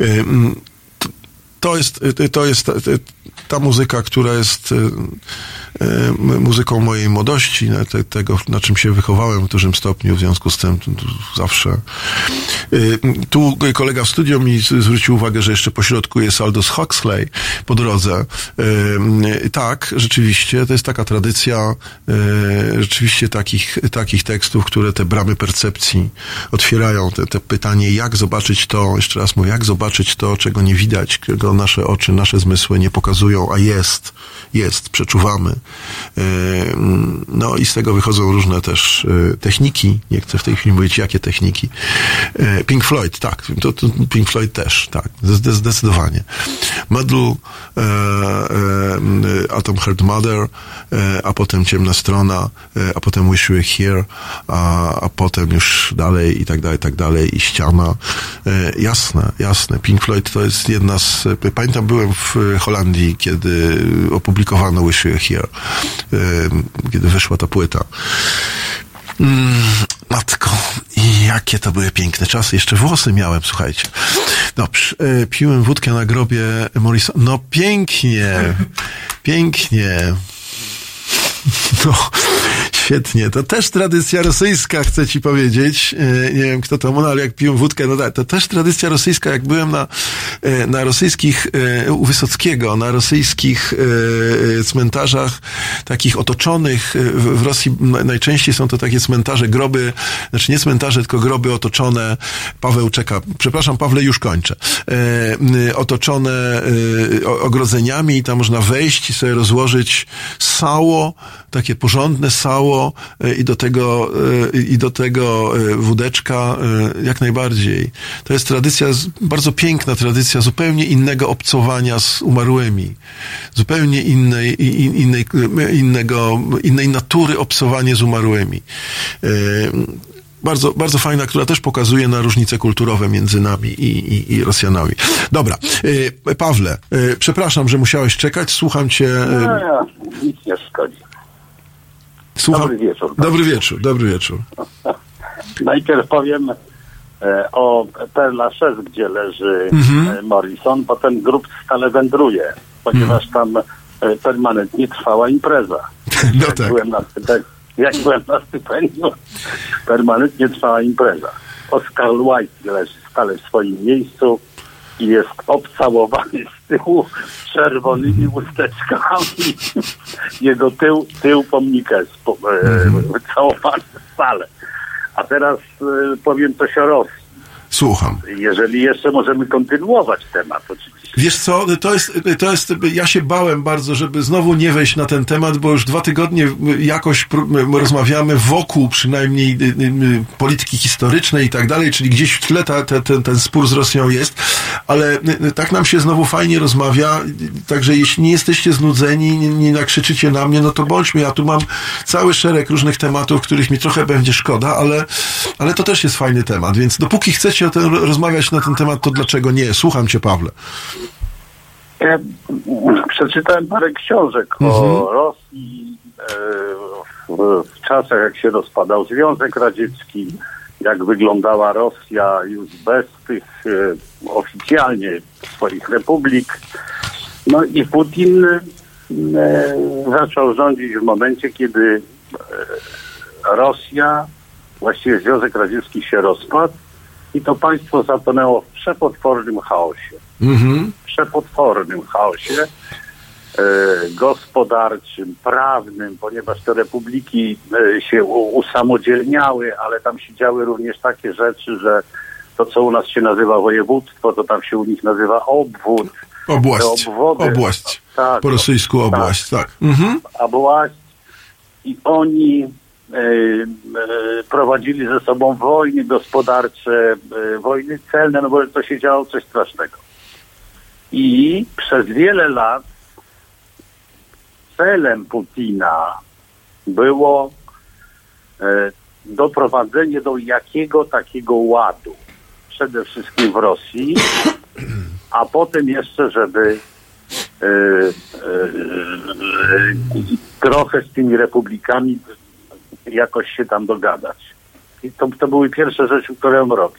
To jest, to jest ta, ta muzyka, która jest muzyką mojej młodości, tego, na czym się wychowałem w dużym stopniu, w związku z tym zawsze. Tu kolega w studio mi zwrócił uwagę, że jeszcze po środku jest Aldous Huxley po drodze. Tak, rzeczywiście, to jest taka tradycja rzeczywiście takich, takich tekstów, które te bramy percepcji otwierają. Te, te pytanie, jak zobaczyć to, jeszcze raz mówię, jak zobaczyć to, czego nie widać, czego nasze oczy, nasze zmysły nie pokazują, a jest, jest, przeczuwamy. No i z tego wychodzą różne też techniki. Nie chcę w tej chwili mówić, jakie techniki. Pink Floyd, tak. To, to Pink Floyd też, tak. Zdecydowanie. Muddle, e, e, Atom Heart Mother, e, a potem Ciemna Strona, e, a potem Wish You Were Here, a, a potem już dalej i tak dalej, i tak dalej, i Ściana. E, jasne, jasne. Pink Floyd to jest jedna z... Pamiętam, byłem w Holandii, kiedy opublikowano Wish You Were Here, kiedy wyszła ta płyta. Mm, matko, i jakie to były piękne czasy. Jeszcze włosy miałem, słuchajcie. Dobrze, piłem wódkę na grobie Morrisona. No pięknie, pięknie. No, świetnie. To też tradycja rosyjska, chcę ci powiedzieć. Nie wiem, kto to mówił, ale jak piłem wódkę, no tak, to też tradycja rosyjska. Jak byłem na, na rosyjskich, u Wysockiego, na rosyjskich cmentarzach, takich otoczonych, w Rosji najczęściej są to takie cmentarze, groby, znaczy nie cmentarze, tylko groby otoczone, Paweł czeka, przepraszam, Pawle, już kończę, otoczone ogrodzeniami i tam można wejść i sobie rozłożyć sało, takie porządne sało i do tego, i do tego wódeczka jak najbardziej. To jest tradycja, bardzo piękna tradycja zupełnie innego obcowania z umarłymi. Zupełnie innej, innej, innego, innej natury obcowanie z umarłymi. Bardzo, bardzo fajna, która też pokazuje na różnice kulturowe między nami i, i, i Rosjanami. Dobra. E, Pawle, e, przepraszam, że musiałeś czekać. Słucham cię. E... No, nic nie szkodzi. Słucham. Dobry wieczór. Dobry wieczór, dobry wieczór. Najpierw powiem e, o Père Lachaise, gdzie leży mm-hmm. Morrison, potem grób stale wędruje, ponieważ mm. tam e, permanentnie trwała impreza. No jak tak. Byłem na Jak byłem na stypendium, permanentnie trwała impreza. Oscar Wilde leży stale w swoim miejscu. i jest obcałowany z tyłu czerwonymi chusteczkami. Jego tył, tył pomnika jest po, e, wycałowany wcale. A teraz e, powiem coś o Rosji. Słucham. Jeżeli jeszcze możemy kontynuować temat, oczywiście. Wiesz co, to jest, to jest, ja się bałem bardzo, żeby znowu nie wejść na ten temat, bo już dwa tygodnie jakoś rozmawiamy wokół przynajmniej polityki historycznej i tak dalej, czyli gdzieś w tle ta, ta, ten, ten spór z Rosją jest, ale tak nam się znowu fajnie rozmawia, także jeśli nie jesteście znudzeni, nie, nie nakrzyczycie na mnie, no to bądźmy, ja tu mam cały szereg różnych tematów, których mi trochę będzie szkoda, ale, ale to też jest fajny temat, więc dopóki chcecie o tym rozmawiać na ten temat, to dlaczego nie? Słucham cię, Pawle. Ja przeczytałem parę książek mhm. o Rosji e, w, w czasach, jak się rozpadał Związek Radziecki, jak wyglądała Rosja już bez tych e, oficjalnie swoich republik. No i Putin e, zaczął rządzić w momencie, kiedy e, Rosja, właściwie Związek Radziecki się rozpadł i to państwo zatonęło w przepotwornym chaosie. Mhm. przepotwornym chaosie e, gospodarczym, prawnym, ponieważ te republiki e, się u, usamodzielniały, ale tam się działy również takie rzeczy, że to, co u nas się nazywa województwo, to tam się u nich nazywa obwód. Obłaść. Obwody, Obłaść. Tak, po rosyjsku obłaść, tak. tak. Mhm. Obłaść. I oni e, e, prowadzili ze sobą wojny gospodarcze, e, wojny celne, no bo to się działo coś strasznego. I przez wiele lat celem Putina było e, doprowadzenie do jakiego takiego ładu. Przede wszystkim w Rosji, a potem jeszcze, żeby e, e, e, trochę z tymi republikami jakoś się tam dogadać. I to, to były pierwsze rzeczy, które on robił.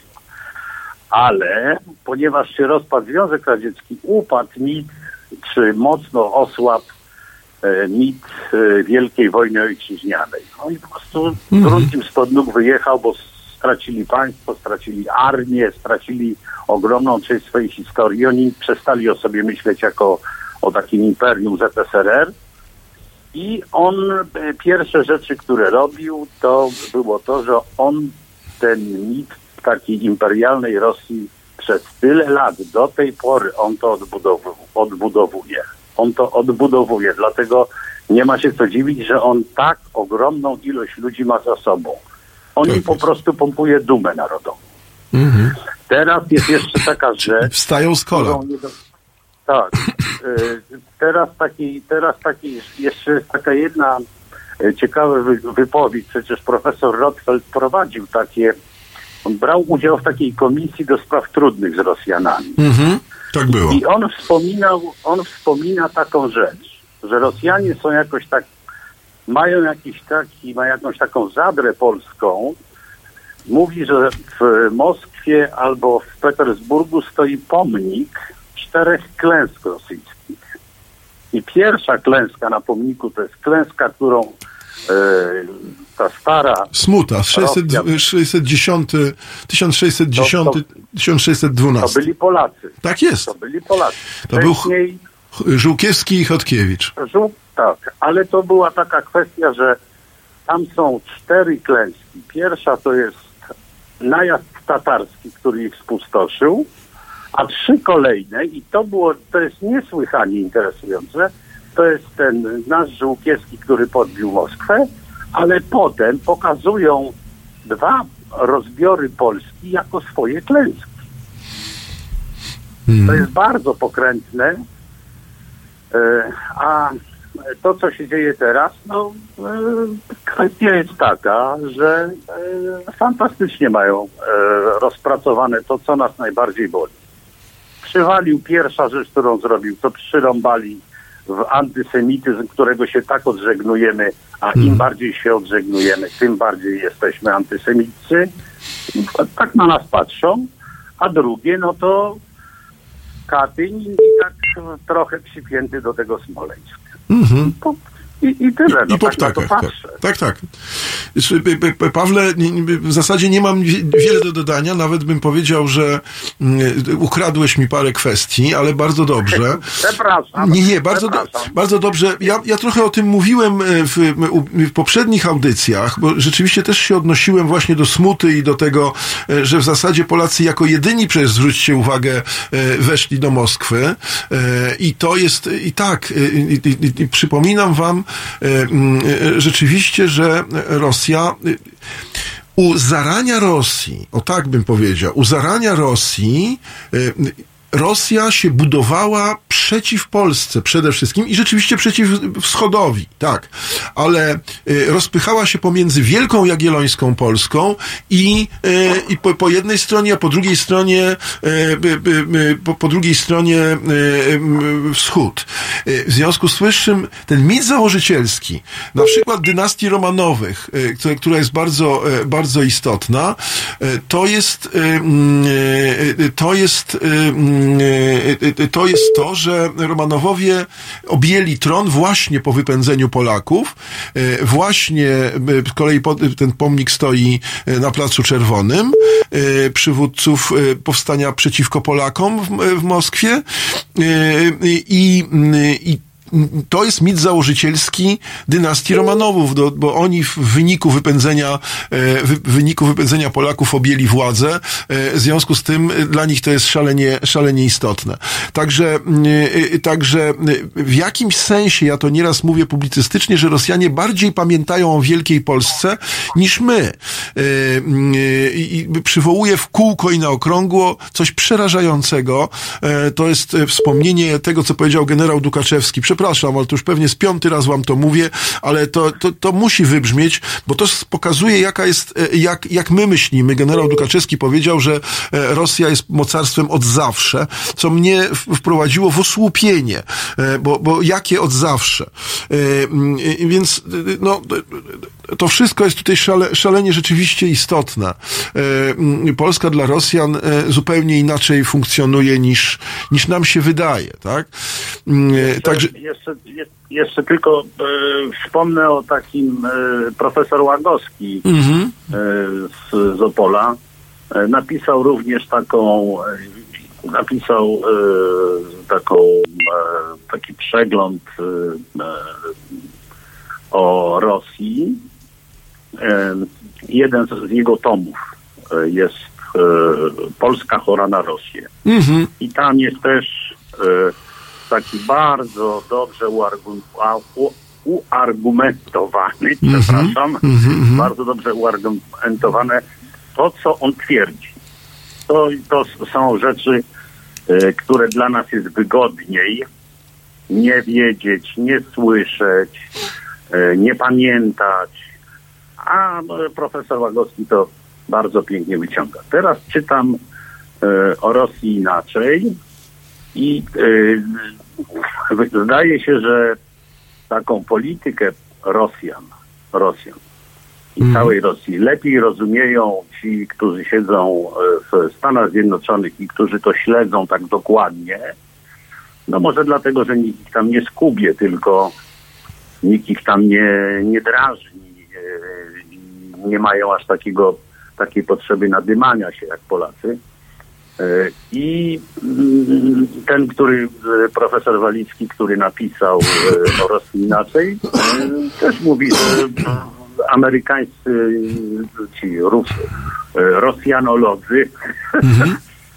Ale ponieważ się rozpadł Związek Radziecki, upadł mit, czy mocno osłabł e, mit e, Wielkiej Wojny Ojczyźnianej. No i po prostu grunkiem spod nóg wyjechał, bo stracili państwo, stracili armię, stracili ogromną część swojej historii. Oni przestali o sobie myśleć jako o takim imperium Z S R R. I on, e, pierwsze rzeczy, które robił, to było to, że on ten mit takiej imperialnej Rosji przez tyle lat, do tej pory on to odbudowu- odbudowuje. On to odbudowuje, dlatego nie ma się co dziwić, że on tak ogromną ilość ludzi ma za sobą. On im po prostu pompuje dumę narodową. Mhm. Teraz jest jeszcze taka rzecz... Wstają z kolan. Do... Tak. Y, teraz taki, teraz taki, jeszcze jest taka jedna y, ciekawa wy- wypowiedź. Przecież profesor Rotfeld prowadził takie... On brał udział w takiej komisji do spraw trudnych z Rosjanami. Mhm, tak było. I on wspominał, on wspomina taką rzecz, że Rosjanie są jakoś tak, mają jakiś taki, mają jakąś taką zadrę polską. Mówi, że w Moskwie albo w Petersburgu stoi pomnik czterech klęsk rosyjskich. I pierwsza klęska na pomniku to jest klęska, którą ta stara... Smuta, sześćset dziesiąty, tysiąc sześćset dziesiąty, to, to, tysiąc sześćset dwunasty. To byli Polacy. Tak jest. To byli Polacy. To Wcześniej, był Żółkiewski i Chodkiewicz. Żół, tak, ale to była taka kwestia, że tam są cztery klęski. Pierwsza to jest najazd tatarski, który ich spustoszył, a trzy kolejne, i to było, to jest niesłychanie interesujące, to jest ten nasz Żółkiewski, który podbił Moskwę, ale potem pokazują dwa rozbiory Polski jako swoje klęski. Hmm. To jest bardzo pokrętne, a to, co się dzieje teraz, no kwestia jest taka, że fantastycznie mają rozpracowane to, co nas najbardziej boli. Przywalił, pierwsza rzecz, którą zrobił, to przyrąbali w antysemityzm, którego się tak odżegnujemy, a im bardziej się odżegnujemy, tym bardziej jesteśmy antysemicy. Tak na nas patrzą. A drugie, no to Katyń i tak trochę przypięty do tego Smoleńsk. Mhm. Po, I, i tyle. No I po tak, ptakach. tak, tak, tak. Pawle, w zasadzie nie mam wiele do dodania, nawet bym powiedział, że ukradłeś mi parę kwestii, ale bardzo dobrze. Przepraszam. Nie, nie, bardzo, do, bardzo dobrze. Ja, ja trochę o tym mówiłem w, w poprzednich audycjach, bo rzeczywiście też się odnosiłem właśnie do smuty i do tego, że w zasadzie Polacy jako jedyni, przecież zwróćcie uwagę, weszli do Moskwy i to jest, i tak, i, i, i przypominam wam rzeczywiście, że Rosja u zarania Rosji, o tak bym powiedział, u zarania Rosji Rosja się budowała przeciw Polsce przede wszystkim i rzeczywiście przeciw wschodowi, tak, ale rozpychała się pomiędzy Wielką Jagiellońską Polską i, i po, po jednej stronie, a po drugiej stronie po, po drugiej stronie wschód. W związku z powyższym ten mit założycielski, na przykład dynastii Romanowych, która jest bardzo, bardzo istotna, to jest to jest to jest to, że Romanowowie objęli tron właśnie po wypędzeniu Polaków. Właśnie z kolei ten pomnik stoi na Placu Czerwonym przywódców powstania przeciwko Polakom w, w Moskwie i, i to jest mit założycielski dynastii Romanowów, do, bo oni w wyniku wypędzenia, w wyniku wypędzenia Polaków objęli władzę, w związku z tym dla nich to jest szalenie, szalenie istotne. Także, także w jakimś sensie, ja to nieraz mówię publicystycznie, że Rosjanie bardziej pamiętają o Wielkiej Polsce niż my. I przywołuję w kółko i na okrągło coś przerażającego. To jest wspomnienie tego, co powiedział generał Dukaczewski. Przepraszam, ale to już pewnie z piąty raz wam to mówię, ale to, to, to musi wybrzmieć, bo to pokazuje, jaka jest, jak, jak my myślimy. Generał Dukaczewski powiedział, że Rosja jest mocarstwem od zawsze, co mnie wprowadziło w osłupienie, bo, bo jakie od zawsze. Więc, no, to wszystko jest tutaj szale, szalenie rzeczywiście istotne. Polska dla Rosjan zupełnie inaczej funkcjonuje niż, niż nam się wydaje, tak? Także Jeszcze, jeszcze tylko e, wspomnę o takim e, profesor Łagowski mm-hmm. e, z, z Opola. E, napisał również taką e, napisał e, taką e, taki przegląd e, o Rosji. E, jeden z, z jego tomów e, jest e, Polska chora na Rosję. Mm-hmm. I tam jest też e, taki bardzo dobrze uargumentowany, mm-hmm, przepraszam, mm-hmm. bardzo dobrze uargumentowane to, co on twierdzi. To, to są rzeczy, y, które dla nas jest wygodniej nie wiedzieć, nie słyszeć, y, nie pamiętać, a y, profesor Łagowski to bardzo pięknie wyciąga. Teraz czytam y, o Rosji inaczej. I y, zdaje się, że taką politykę Rosjan, Rosjan i mm. całej Rosji lepiej rozumieją ci, którzy siedzą w Stanach Zjednoczonych i którzy to śledzą tak dokładnie. No może dlatego, że nikt ich tam nie skubie, tylko nikt ich tam nie, nie drażni, nie mają aż takiego, takiej potrzeby nadymania się jak Polacy. I ten, który, profesor Walicki, który napisał o Rosji inaczej, też mówi, że amerykańscy ci Rus, Rosjanolodzy mm-hmm.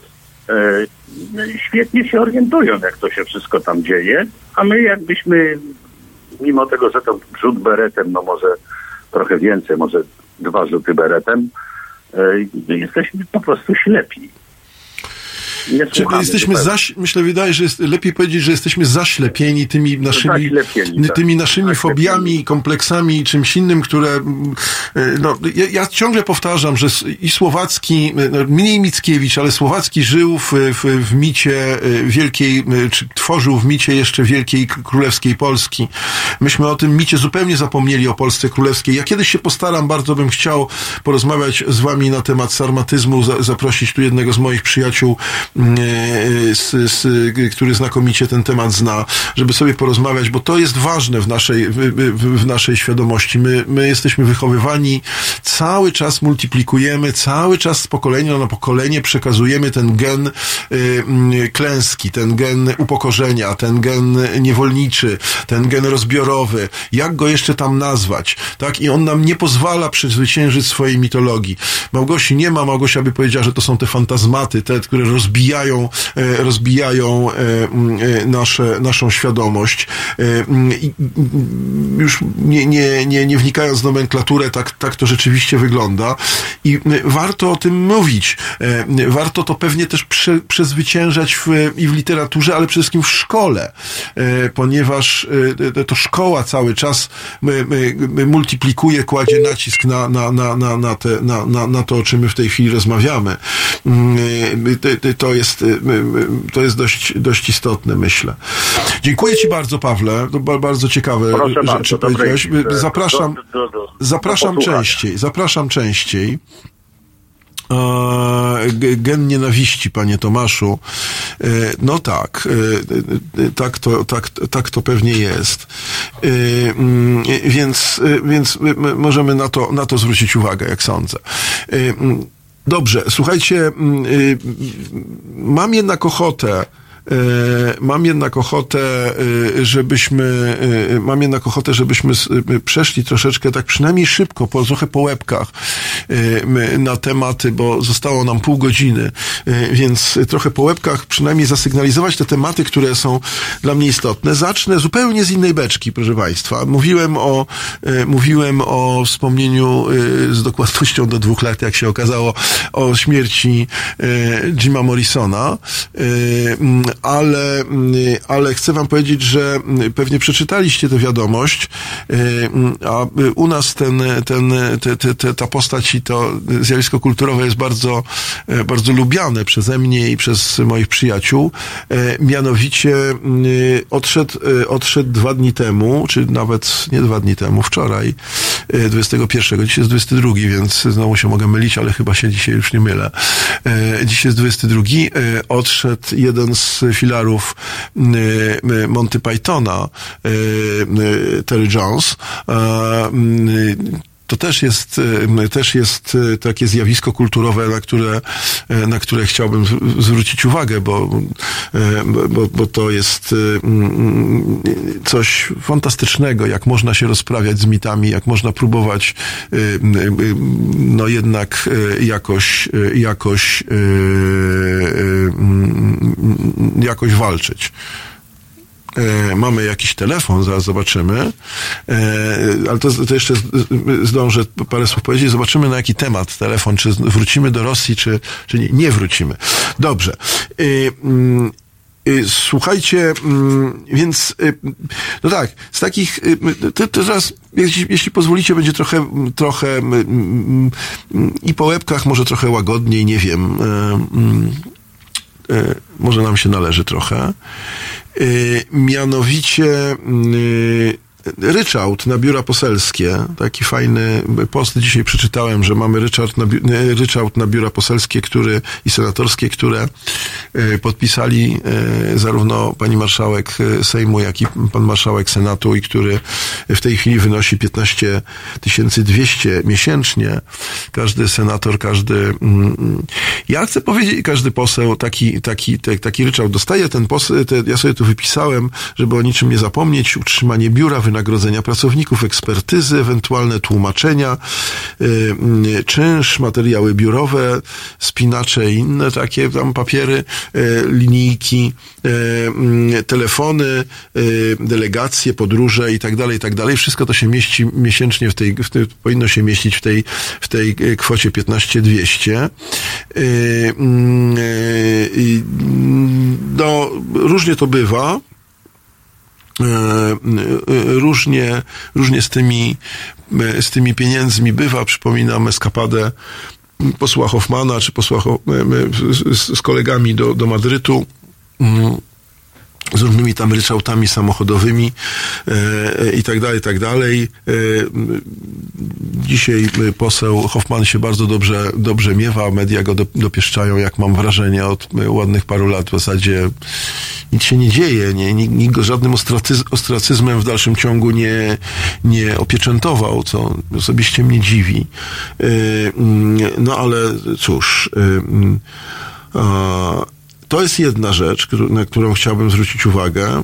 świetnie się orientują, jak to się wszystko tam dzieje, a my jakbyśmy, mimo tego, że to rzut beretem, no może trochę więcej, może dwa rzuty beretem, jesteśmy po prostu ślepi. Czyli jesteśmy zaś, myślę, wydaje, że jest lepiej powiedzieć, że jesteśmy zaślepieni tymi naszymi, tak. tymi naszymi fobiami, kompleksami i czymś innym, które, no, ja, ja ciągle powtarzam, że i Słowacki, mniej Mickiewicz, ale Słowacki żył w, w, w micie wielkiej, czy tworzył w micie jeszcze wielkiej królewskiej Polski. Myśmy o tym micie zupełnie zapomnieli, o Polsce królewskiej. Ja kiedyś się postaram, bardzo bym chciał porozmawiać z wami na temat sarmatyzmu, za, zaprosić tu jednego z moich przyjaciół, z, z, który znakomicie ten temat zna, żeby sobie porozmawiać, bo to jest ważne w naszej, w, w, w naszej świadomości. My, my jesteśmy wychowywani, cały czas multiplikujemy, cały czas z pokolenia na pokolenie przekazujemy ten gen y, klęski, ten gen upokorzenia, ten gen niewolniczy, ten gen rozbiorowy, jak go jeszcze tam nazwać, tak? I on nam nie pozwala przezwyciężyć swojej mitologii. Małgosi nie ma, Małgosia by powiedziała, że to są te fantazmaty, te, które rozbijają, e, rozbijają e, e, nasze, naszą świadomość. E, i, już nie, nie, nie, nie wnikając w nomenklaturę, tak, tak to rzeczywiście wygląda. I warto o tym mówić. E, warto to pewnie też prze, przezwyciężać w, i w literaturze, ale przede wszystkim w szkole, e, ponieważ e, to szkoła cały czas multiplikuje, kładzie nacisk na, na, na, na, na, te, na, na, na to, o czym my w tej chwili rozmawiamy. To jest, to jest dość, dość istotne, myślę. Dziękuję Ci bardzo, Pawle. To bardzo ciekawe Proszę rzeczy bardzo, powiedziałeś. Zapraszam, do, do, do, zapraszam do częściej. Zapraszam częściej. Gen nienawiści, panie Tomaszu. No tak, tak to, tak, tak to pewnie jest. Więc, więc możemy na to, na to zwrócić uwagę, jak sądzę. Dobrze, słuchajcie, mam jednak ochotę, Mam jednak ochotę, żebyśmy, mam jednak ochotę, żebyśmy przeszli troszeczkę, tak przynajmniej szybko, po, trochę po łebkach na tematy, bo zostało nam pół godziny, więc trochę po łebkach przynajmniej zasygnalizować te tematy, które są dla mnie istotne. Zacznę zupełnie z innej beczki, proszę Państwa. Mówiłem o, mówiłem o wspomnieniu z dokładnością do dwóch lat, jak się okazało, o śmierci Jima Morrisona, ale, ale chcę wam powiedzieć, że pewnie przeczytaliście tę wiadomość, a u nas ten, ten, te, te, te, ta postać i to zjawisko kulturowe jest bardzo, bardzo lubiane przeze mnie i przez moich przyjaciół. Mianowicie odszedł, odszedł dwa dni temu, czy nawet nie dwa dni temu, wczoraj, dwudziestego pierwszego, dzisiaj jest dwudziesty drugi, więc znowu się mogę mylić, ale chyba się dzisiaj już nie mylę. Dzisiaj jest dwudziesty drugi, odszedł jeden z filarów Monty Pythona, Terry Jones. To też jest, też jest takie zjawisko kulturowe, na które, na które chciałbym zwrócić uwagę, bo, bo, bo to jest coś fantastycznego, jak można się rozprawiać z mitami, jak można próbować no jednak jakoś, jakoś, jakoś walczyć. E, mamy jakiś telefon, zaraz zobaczymy, e, ale to, to jeszcze zdążę parę słów powiedzieć. Zobaczymy, na jaki temat telefon, czy wrócimy do Rosji, czy, czy nie, nie wrócimy. Dobrze. E, e, słuchajcie, więc no tak, z takich to, to zaraz, jeśli, jeśli pozwolicie, będzie trochę trochę i po łebkach, może trochę łagodniej, nie wiem, może nam się należy trochę. Mianowicie ryczałt na biura poselskie, taki fajny post dzisiaj przeczytałem, że mamy ryczałt na, ryczałt na biura poselskie, który i senatorskie, które podpisali zarówno pani marszałek Sejmu, jak i pan marszałek Senatu i który w tej chwili wynosi piętnaście tysięcy dwieście miesięcznie. Każdy senator, każdy ja chcę powiedzieć, każdy poseł taki, taki, taki ryczałt dostaje. Ten poseł, te, ja sobie tu wypisałem, żeby o niczym nie zapomnieć, utrzymanie biura, wynagrodzenia pracowników, ekspertyzy, ewentualne tłumaczenia, yy, czynsz, materiały biurowe, spinacze i inne takie tam papiery, yy, linijki, yy, telefony, yy, delegacje, podróże i tak dalej, i tak dalej. Wszystko to się mieści miesięcznie w tej, w tej powinno się mieścić w tej, w tej kwocie piętnaście tysięcy dwieście. Yy, yy, no, różnie to bywa. Różnie, różnie z tymi, z tymi pieniędzmi bywa. Przypominam eskapadę posła Hoffmana, czy posła z, z kolegami do, do Madrytu. z różnymi tam ryczałtami samochodowymi e, i tak dalej, i tak dalej. E, dzisiaj poseł Hoffman się bardzo dobrze, dobrze miewa, media go do, dopieszczają, jak mam wrażenie, od ładnych paru lat w zasadzie nic się nie dzieje, nie, nikt go żadnym ostracyz, ostracyzmem w dalszym ciągu nie, nie opieczętował, co osobiście mnie dziwi. E, no ale cóż, e, a, to jest jedna rzecz, na którą chciałbym zwrócić uwagę.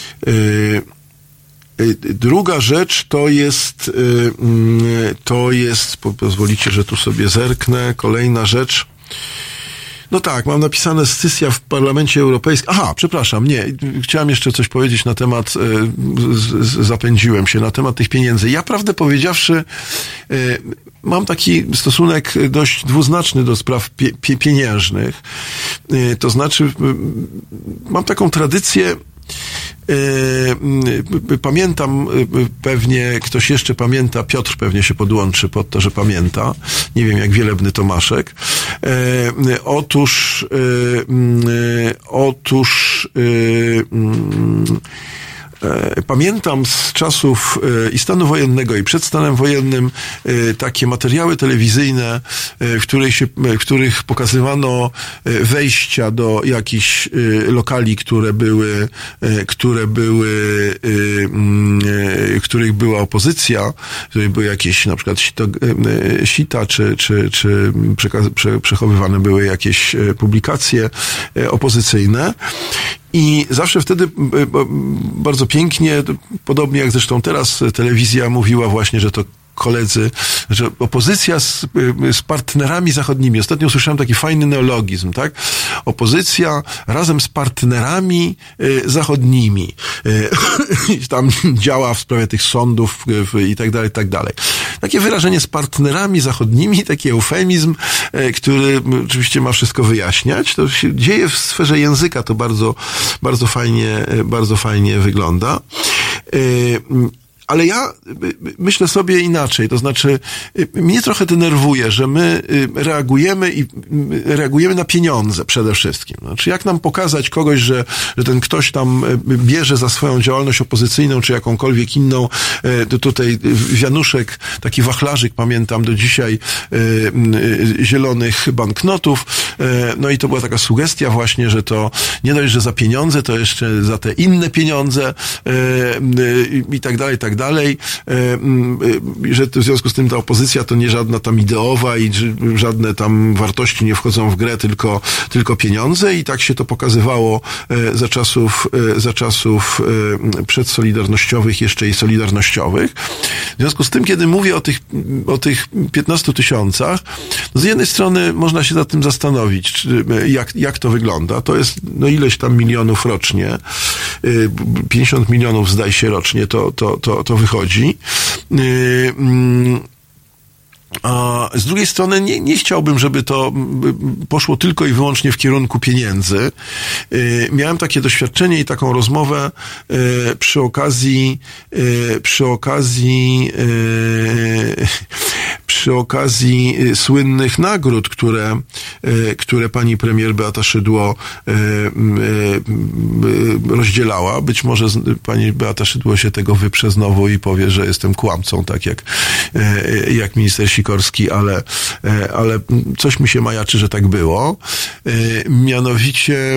Druga rzecz to jest, to jest, pozwolicie, że tu sobie zerknę, kolejna rzecz. No tak, mam napisane scysja w Parlamencie Europejskim. Aha, przepraszam, nie, chciałem jeszcze coś powiedzieć na temat, z, z, zapędziłem się, na temat tych pieniędzy. Ja prawdę powiedziawszy, mam taki stosunek dość dwuznaczny do spraw pie, pie, pieniężnych. To znaczy, mam taką tradycję. Pamiętam, pewnie ktoś jeszcze pamięta, Piotr pewnie się podłączy pod to, że pamięta. Nie wiem, jak Wielebny Tomaszek. Otóż, otóż, pamiętam z czasów i stanu wojennego, i przed stanem wojennym takie materiały telewizyjne, w których, się, w których pokazywano wejścia do jakichś lokali, które były, które były, w których była opozycja, w których były jakieś na przykład sito, sita, czy, czy, czy przechowywane były jakieś publikacje opozycyjne. I zawsze wtedy bardzo pięknie, podobnie jak zresztą teraz telewizja mówiła właśnie, że to koledzy, że opozycja z, z partnerami zachodnimi. Ostatnio usłyszałem taki fajny neologizm, tak? Opozycja razem z partnerami y, zachodnimi. Y, tam działa w sprawie tych sądów y, i tak dalej, i tak dalej. Takie wyrażenie z partnerami zachodnimi, taki eufemizm, y, który oczywiście ma wszystko wyjaśniać. To się dzieje w sferze języka, to bardzo, bardzo fajnie, bardzo fajnie wygląda. Y, Ale ja myślę sobie inaczej, to znaczy mnie trochę denerwuje, że my reagujemy i reagujemy na pieniądze przede wszystkim. Znaczy jak nam pokazać kogoś, że, że ten ktoś tam bierze za swoją działalność opozycyjną czy jakąkolwiek inną, to tutaj wianuszek, taki wachlarzyk, pamiętam do dzisiaj, zielonych banknotów, no i to była taka sugestia właśnie, że to nie dość, że za pieniądze, to jeszcze za te inne pieniądze i tak dalej, i tak dalej. dalej, że w związku z tym ta opozycja to nie żadna tam ideowa i żadne tam wartości nie wchodzą w grę, tylko, tylko pieniądze i tak się to pokazywało za czasów, za czasów przedsolidarnościowych, jeszcze i solidarnościowych. W związku z tym, kiedy mówię o tych, o tych piętnastu tysiącach, no z jednej strony można się nad tym zastanowić, czy, jak, jak to wygląda. To jest no ileś tam milionów rocznie, pięćdziesiąt milionów zdaje się rocznie, to, to, to, to wychodzi. A z drugiej strony nie, nie chciałbym, żeby to poszło tylko i wyłącznie w kierunku pieniędzy. Miałem takie doświadczenie i taką rozmowę przy okazji przy okazji przy okazji słynnych nagród, które, które pani premier Beata Szydło rozdzielała. Być może pani Beata Szydło się tego wyprze znowu i powie, że jestem kłamcą, tak jak, jak minister Sikorski, ale, ale coś mi się majaczy, że tak było. Mianowicie,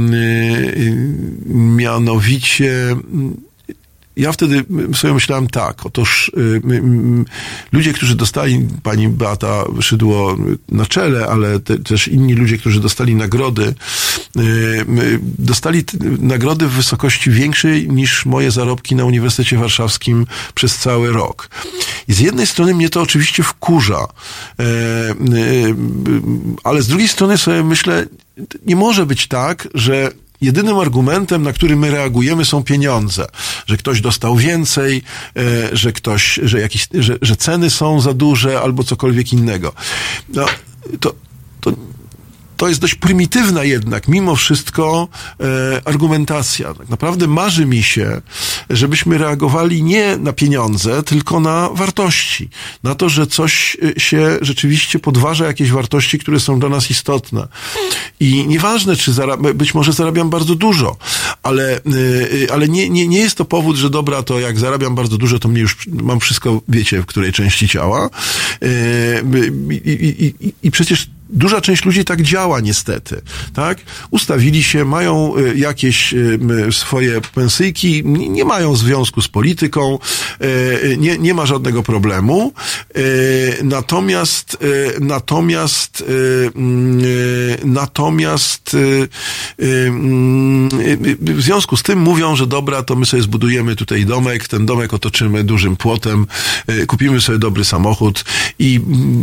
mianowicie, ja wtedy sobie myślałem tak, otóż y, y, ludzie, którzy dostali, pani Beata Szydło na czele, ale te, też inni ludzie, którzy dostali nagrody, y, y, dostali t- nagrody w wysokości większej niż moje zarobki na Uniwersytecie Warszawskim przez cały rok. I z jednej strony mnie to oczywiście wkurza, y, y, ale z drugiej strony sobie myślę, nie może być tak, że jedynym argumentem, na który my reagujemy, są pieniądze. Że ktoś dostał więcej, że ktoś, że jakieś, że, że ceny są za duże albo cokolwiek innego. No, to, to, to jest dość prymitywna jednak, mimo wszystko, e, argumentacja. Tak naprawdę marzy mi się, żebyśmy reagowali nie na pieniądze, tylko na wartości. Na to, że coś się rzeczywiście podważa, jakieś wartości, które są dla nas istotne. I nieważne, czy zarab- być może zarabiam bardzo dużo, ale, ale nie, nie, nie jest to powód, że dobra, to jak zarabiam bardzo dużo, to mnie już mam wszystko, wiecie, w której części ciała. I, i, i, i przecież duża część ludzi tak działa niestety, tak? Ustawili się, mają jakieś swoje pensyjki, nie mają związku z polityką, nie, nie ma żadnego problemu. Natomiast, natomiast, natomiast w związku z tym mówią, że dobra, to my sobie zbudujemy tutaj domek, ten domek otoczymy dużym płotem, kupimy sobie dobry samochód i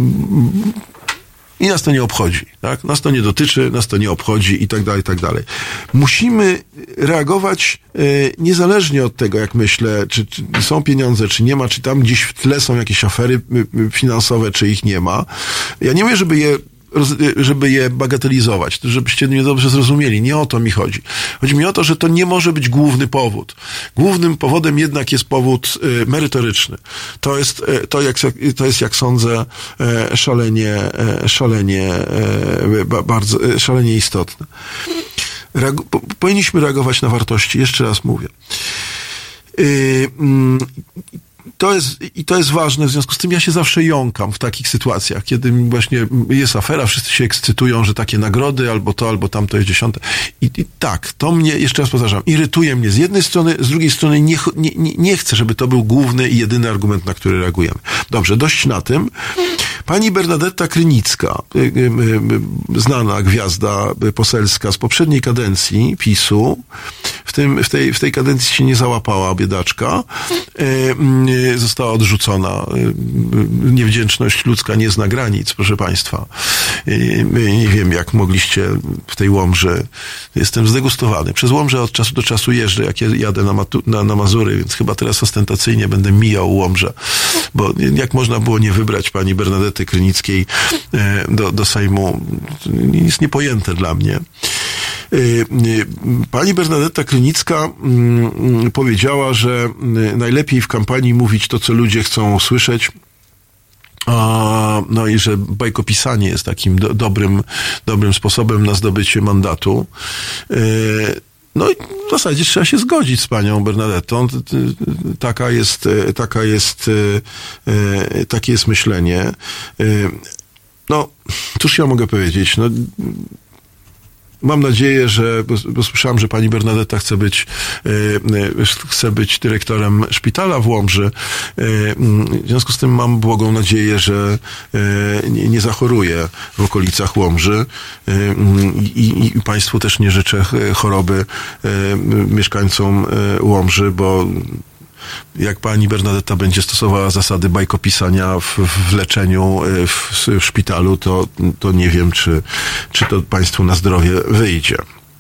I nas to nie obchodzi, tak? Nas to nie dotyczy, nas to nie obchodzi i tak dalej, i tak dalej. Musimy reagować e, niezależnie od tego, jak myślę, czy, czy są pieniądze, czy nie ma, czy tam gdzieś w tle są jakieś afery finansowe, czy ich nie ma. Ja nie mówię, żeby je żeby je bagatelizować, żebyście mnie dobrze zrozumieli. Nie o to mi chodzi. Chodzi mi o to, że to nie może być główny powód. Głównym powodem jednak jest powód y, merytoryczny. To jest, y, to, jak, to jest, jak sądzę, y, szalenie, y, szalenie, y, bardzo, y, szalenie istotne. Reagu- po, powinniśmy reagować na wartości. Jeszcze raz mówię. Y, y, To jest, i to jest ważne, w związku z tym ja się zawsze jąkam w takich sytuacjach, kiedy właśnie jest afera, wszyscy się ekscytują, że takie nagrody, albo to, albo tamto jest dziesiąte. I, i tak, to mnie, jeszcze raz powtarzam, irytuje mnie z jednej strony, z drugiej strony nie, nie, nie chcę, żeby to był główny i jedyny argument, na który reagujemy. Dobrze, dość na tym. Pani Bernadetta Krynicka, znana gwiazda poselska z poprzedniej kadencji PiSu, w, tym, w, tej, w tej kadencji się nie załapała, biedaczka, została odrzucona. Niewdzięczność ludzka nie zna granic, proszę państwa. Nie wiem, jak mogliście w tej Łomży. Jestem zdegustowany. Przez Łomżę od czasu do czasu jeżdżę, jak jadę na, Matu- na, na Mazury, więc chyba teraz ostentacyjnie będę mijał Łomżę. Bo jak można było nie wybrać pani Bernadety Krynickiej do, do Sejmu, jest niepojęte dla mnie. Pani Bernadetta Krynicka powiedziała, że najlepiej w kampanii mówić to, co ludzie chcą słyszeć. No i że bajkopisanie jest takim do, dobrym, dobrym sposobem na zdobycie mandatu. No i w zasadzie trzeba się zgodzić z panią Bernadettą. Taka jest, taka jest, takie jest myślenie. No, cóż ja mogę powiedzieć? No, mam nadzieję, że, bo, bo słyszałem, że pani Bernadetta chce być, e, chce być dyrektorem szpitala w Łomży. E, w związku z tym mam błogą nadzieję, że e, nie, nie zachoruje w okolicach Łomży e, i, i państwu też nie życzę choroby e, mieszkańcom e, Łomży, bo jak pani Bernadetta będzie stosowała zasady bajkopisania w, w leczeniu w, w szpitalu, to, to nie wiem, czy, czy to państwu na zdrowie wyjdzie.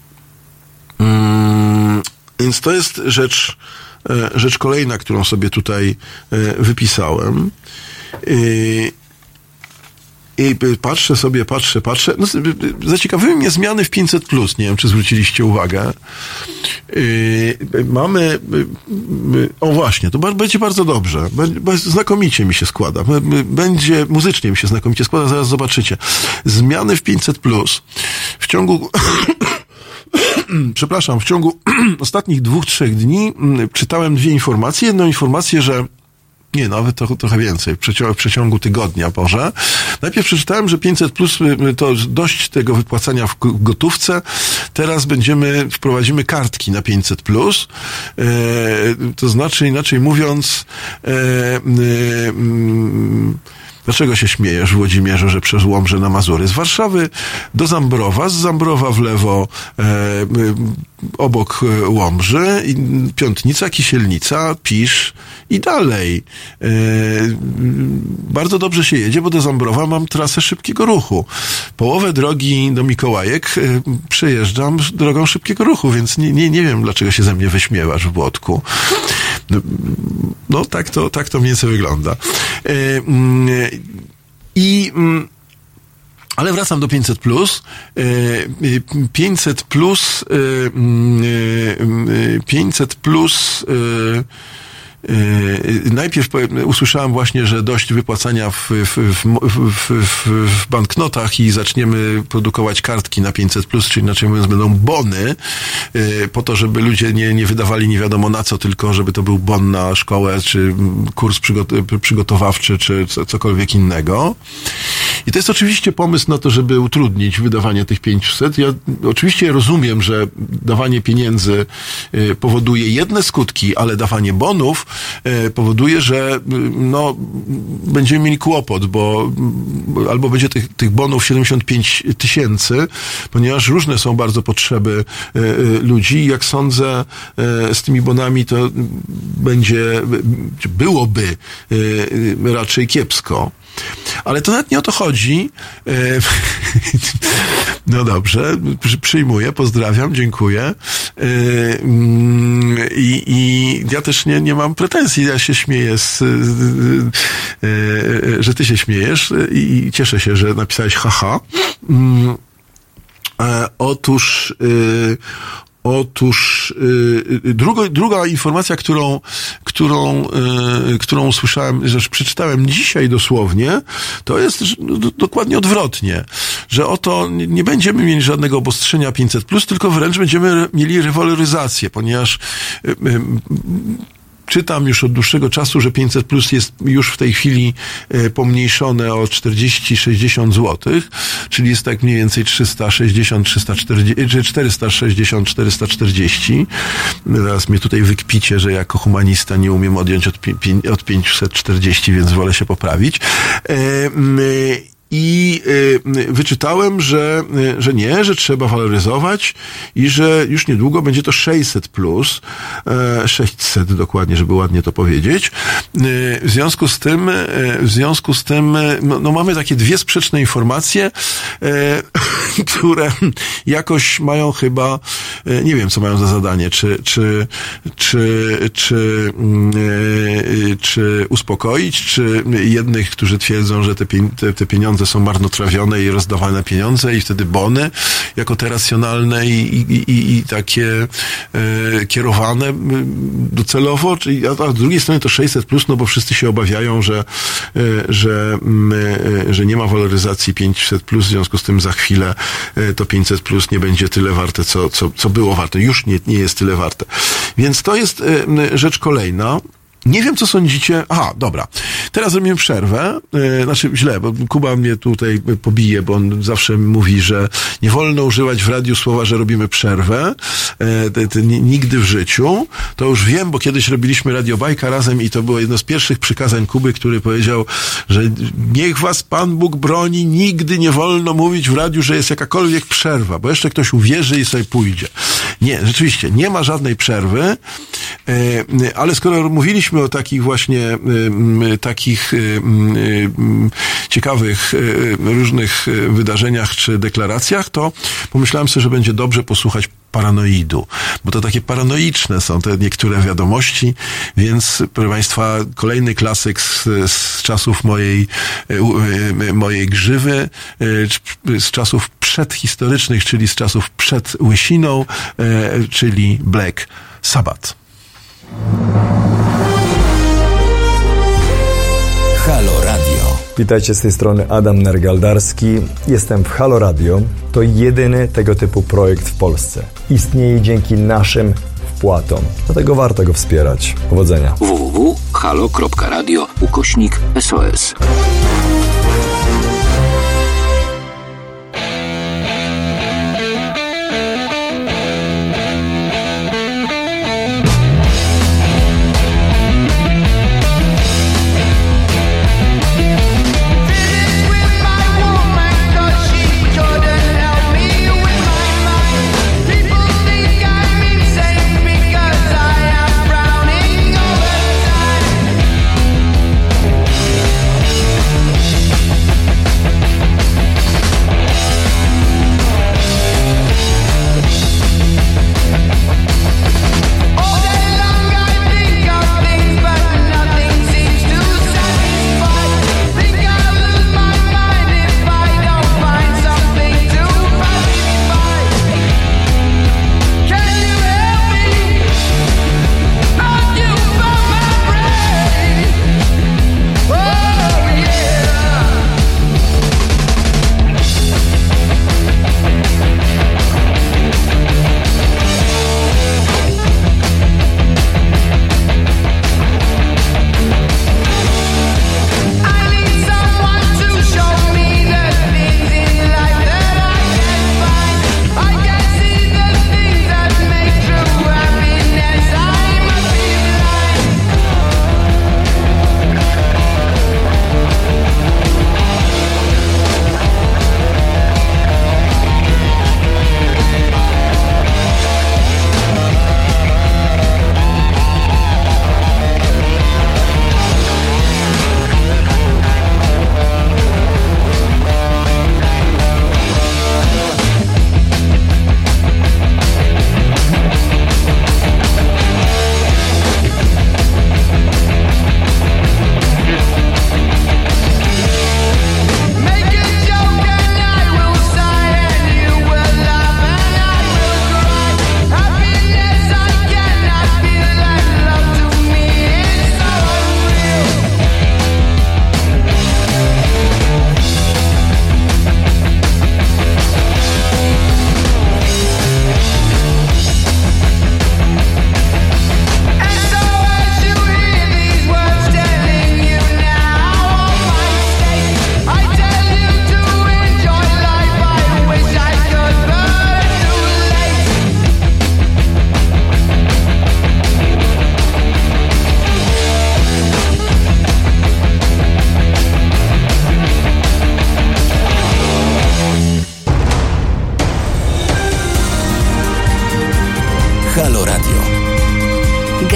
Hmm, więc to jest rzecz, rzecz kolejna, którą sobie tutaj wypisałem. I, I patrzę sobie, patrzę, patrzę. No, zaciekawiły mnie zmiany w pięćset plus. Nie wiem, czy zwróciliście uwagę. Yy, mamy, yy, o właśnie, to będzie bardzo dobrze. Będzie, znakomicie mi się składa. Będzie, muzycznie mi się znakomicie składa, zaraz zobaczycie. Zmiany w pięćset plus. W ciągu, przepraszam, w ciągu ostatnich dwóch, trzech dni czytałem dwie informacje. Jedną informację, że Nie, nawet to, trochę więcej. W przeciągu, w przeciągu tygodnia, Boże. Najpierw przeczytałem, że pięćset plus to dość tego wypłacania w gotówce. Teraz będziemy, wprowadzimy kartki na pięćset plus. E, to znaczy, inaczej mówiąc, e, e, dlaczego się śmiejesz, Włodzimierzu, że przez Łomżę na Mazury? Z Warszawy do Zambrowa, z Zambrowa w lewo e, e, obok Łomży, i Piątnica, Kisielnica, Pisz i dalej. E, bardzo dobrze się jedzie, bo do Zambrowa mam trasę szybkiego ruchu. Połowę drogi do Mikołajek e, przejeżdżam drogą szybkiego ruchu, więc nie, nie, nie wiem, dlaczego się ze mnie wyśmiewasz w Błotku. No, tak to, tak to mniej więcej wygląda. E, I... Ale wracam do pięćset plus. pięćset plus, pięćset plus, najpierw usłyszałem właśnie, że dość wypłacania w, w, w, w, w banknotach i zaczniemy produkować kartki na pięćset plus, czyli inaczej mówiąc będą bony, po to, żeby ludzie nie, nie wydawali nie wiadomo na co, tylko żeby to był bon na szkołę, czy kurs przygot- przygotowawczy, czy cokolwiek innego. I to jest oczywiście pomysł na to, żeby utrudnić wydawanie tych pięćset. Ja oczywiście rozumiem, że dawanie pieniędzy powoduje jedne skutki, ale dawanie bonów powoduje, że no, będziemy mieli kłopot, bo albo będzie tych, tych bonów siedemdziesiąt pięć tysięcy, ponieważ różne są bardzo potrzeby ludzi i jak sądzę, z tymi bonami to będzie, byłoby raczej kiepsko. Ale to nawet nie o to chodzi. No dobrze, przyjmuję, pozdrawiam, dziękuję. I, i ja też nie, nie mam pretensji, ja się śmieję, z, że ty się śmiejesz i cieszę się, że napisałeś haha. Otóż Otóż yy, drugo, druga informacja, którą, którą, yy, którą usłyszałem, że przeczytałem dzisiaj dosłownie, to jest d- dokładnie odwrotnie, że oto nie będziemy mieli żadnego obostrzenia pięćset plus, tylko wręcz będziemy mieli rewaloryzację, ponieważ yy, yy, czytam już od dłuższego czasu, że pięćset plus jest już w tej chwili pomniejszone o czterdzieści sześćdziesiąt złotych, czyli jest tak mniej więcej trzysta sześćdziesiąt, trzysta czterdzieści, czy czterysta sześćdziesiąt, czterysta czterdzieści. Teraz mnie tutaj wykpicie, że jako humanista nie umiem odjąć od, pi- od pięćset czterdzieści, więc wolę się poprawić. I y, wyczytałem, że, y, że nie, że trzeba waloryzować i że już niedługo będzie to sześćset plus, y, sześćset dokładnie, żeby ładnie to powiedzieć. Y, w związku z tym, y, w związku z tym, y, no, no mamy takie dwie sprzeczne informacje, y, które jakoś mają chyba, y, nie wiem co mają za zadanie, czy, czy, czy, czy, y, czy uspokoić, czy jednych, którzy twierdzą, że te, te, te pieniądze są marnotrawione i rozdawane pieniądze i wtedy bony jako te racjonalne i, i, i, i takie e, kierowane docelowo, czyli, a, a z drugiej strony to sześćset plus, no bo wszyscy się obawiają, że, e, że, e, że nie ma waloryzacji pięćset plus, w związku z tym za chwilę e, to pięćset plus nie będzie tyle warte, co, co, co było warte. Już nie, nie jest tyle warte. Więc to jest e, rzecz kolejna. Nie wiem, co sądzicie. Aha, dobra. Teraz robimy przerwę. Yy, znaczy źle, bo Kuba mnie tutaj pobije, bo on zawsze mówi, że nie wolno używać w radiu słowa, że robimy przerwę. Yy, te, te, nigdy w życiu. To już wiem, bo kiedyś robiliśmy Radio Bajka razem i to było jedno z pierwszych przykazań Kuby, który powiedział, że niech was Pan Bóg broni, nigdy nie wolno mówić w radiu, że jest jakakolwiek przerwa, bo jeszcze ktoś uwierzy i sobie pójdzie. Nie, rzeczywiście, nie ma żadnej przerwy, yy, ale skoro mówiliśmy o takich właśnie y, takich y, y, ciekawych y, różnych wydarzeniach czy deklaracjach, to pomyślałem sobie, że będzie dobrze posłuchać paranoidu, bo to takie paranoiczne są te niektóre wiadomości, więc proszę Państwa, kolejny klasyk z, z czasów mojej y, mojej grzywy, y, z czasów przedhistorycznych, czyli z czasów przed Łysiną, y, czyli Black Sabbath. Halo Radio. Witajcie, z tej strony Adam Nergaldarski. Jestem w Halo Radio. To jedyny tego typu projekt w Polsce. Istnieje dzięki naszym wpłatom. Dlatego warto go wspierać. Powodzenia. w w w kropka halo kropka radio ukośnik S O S.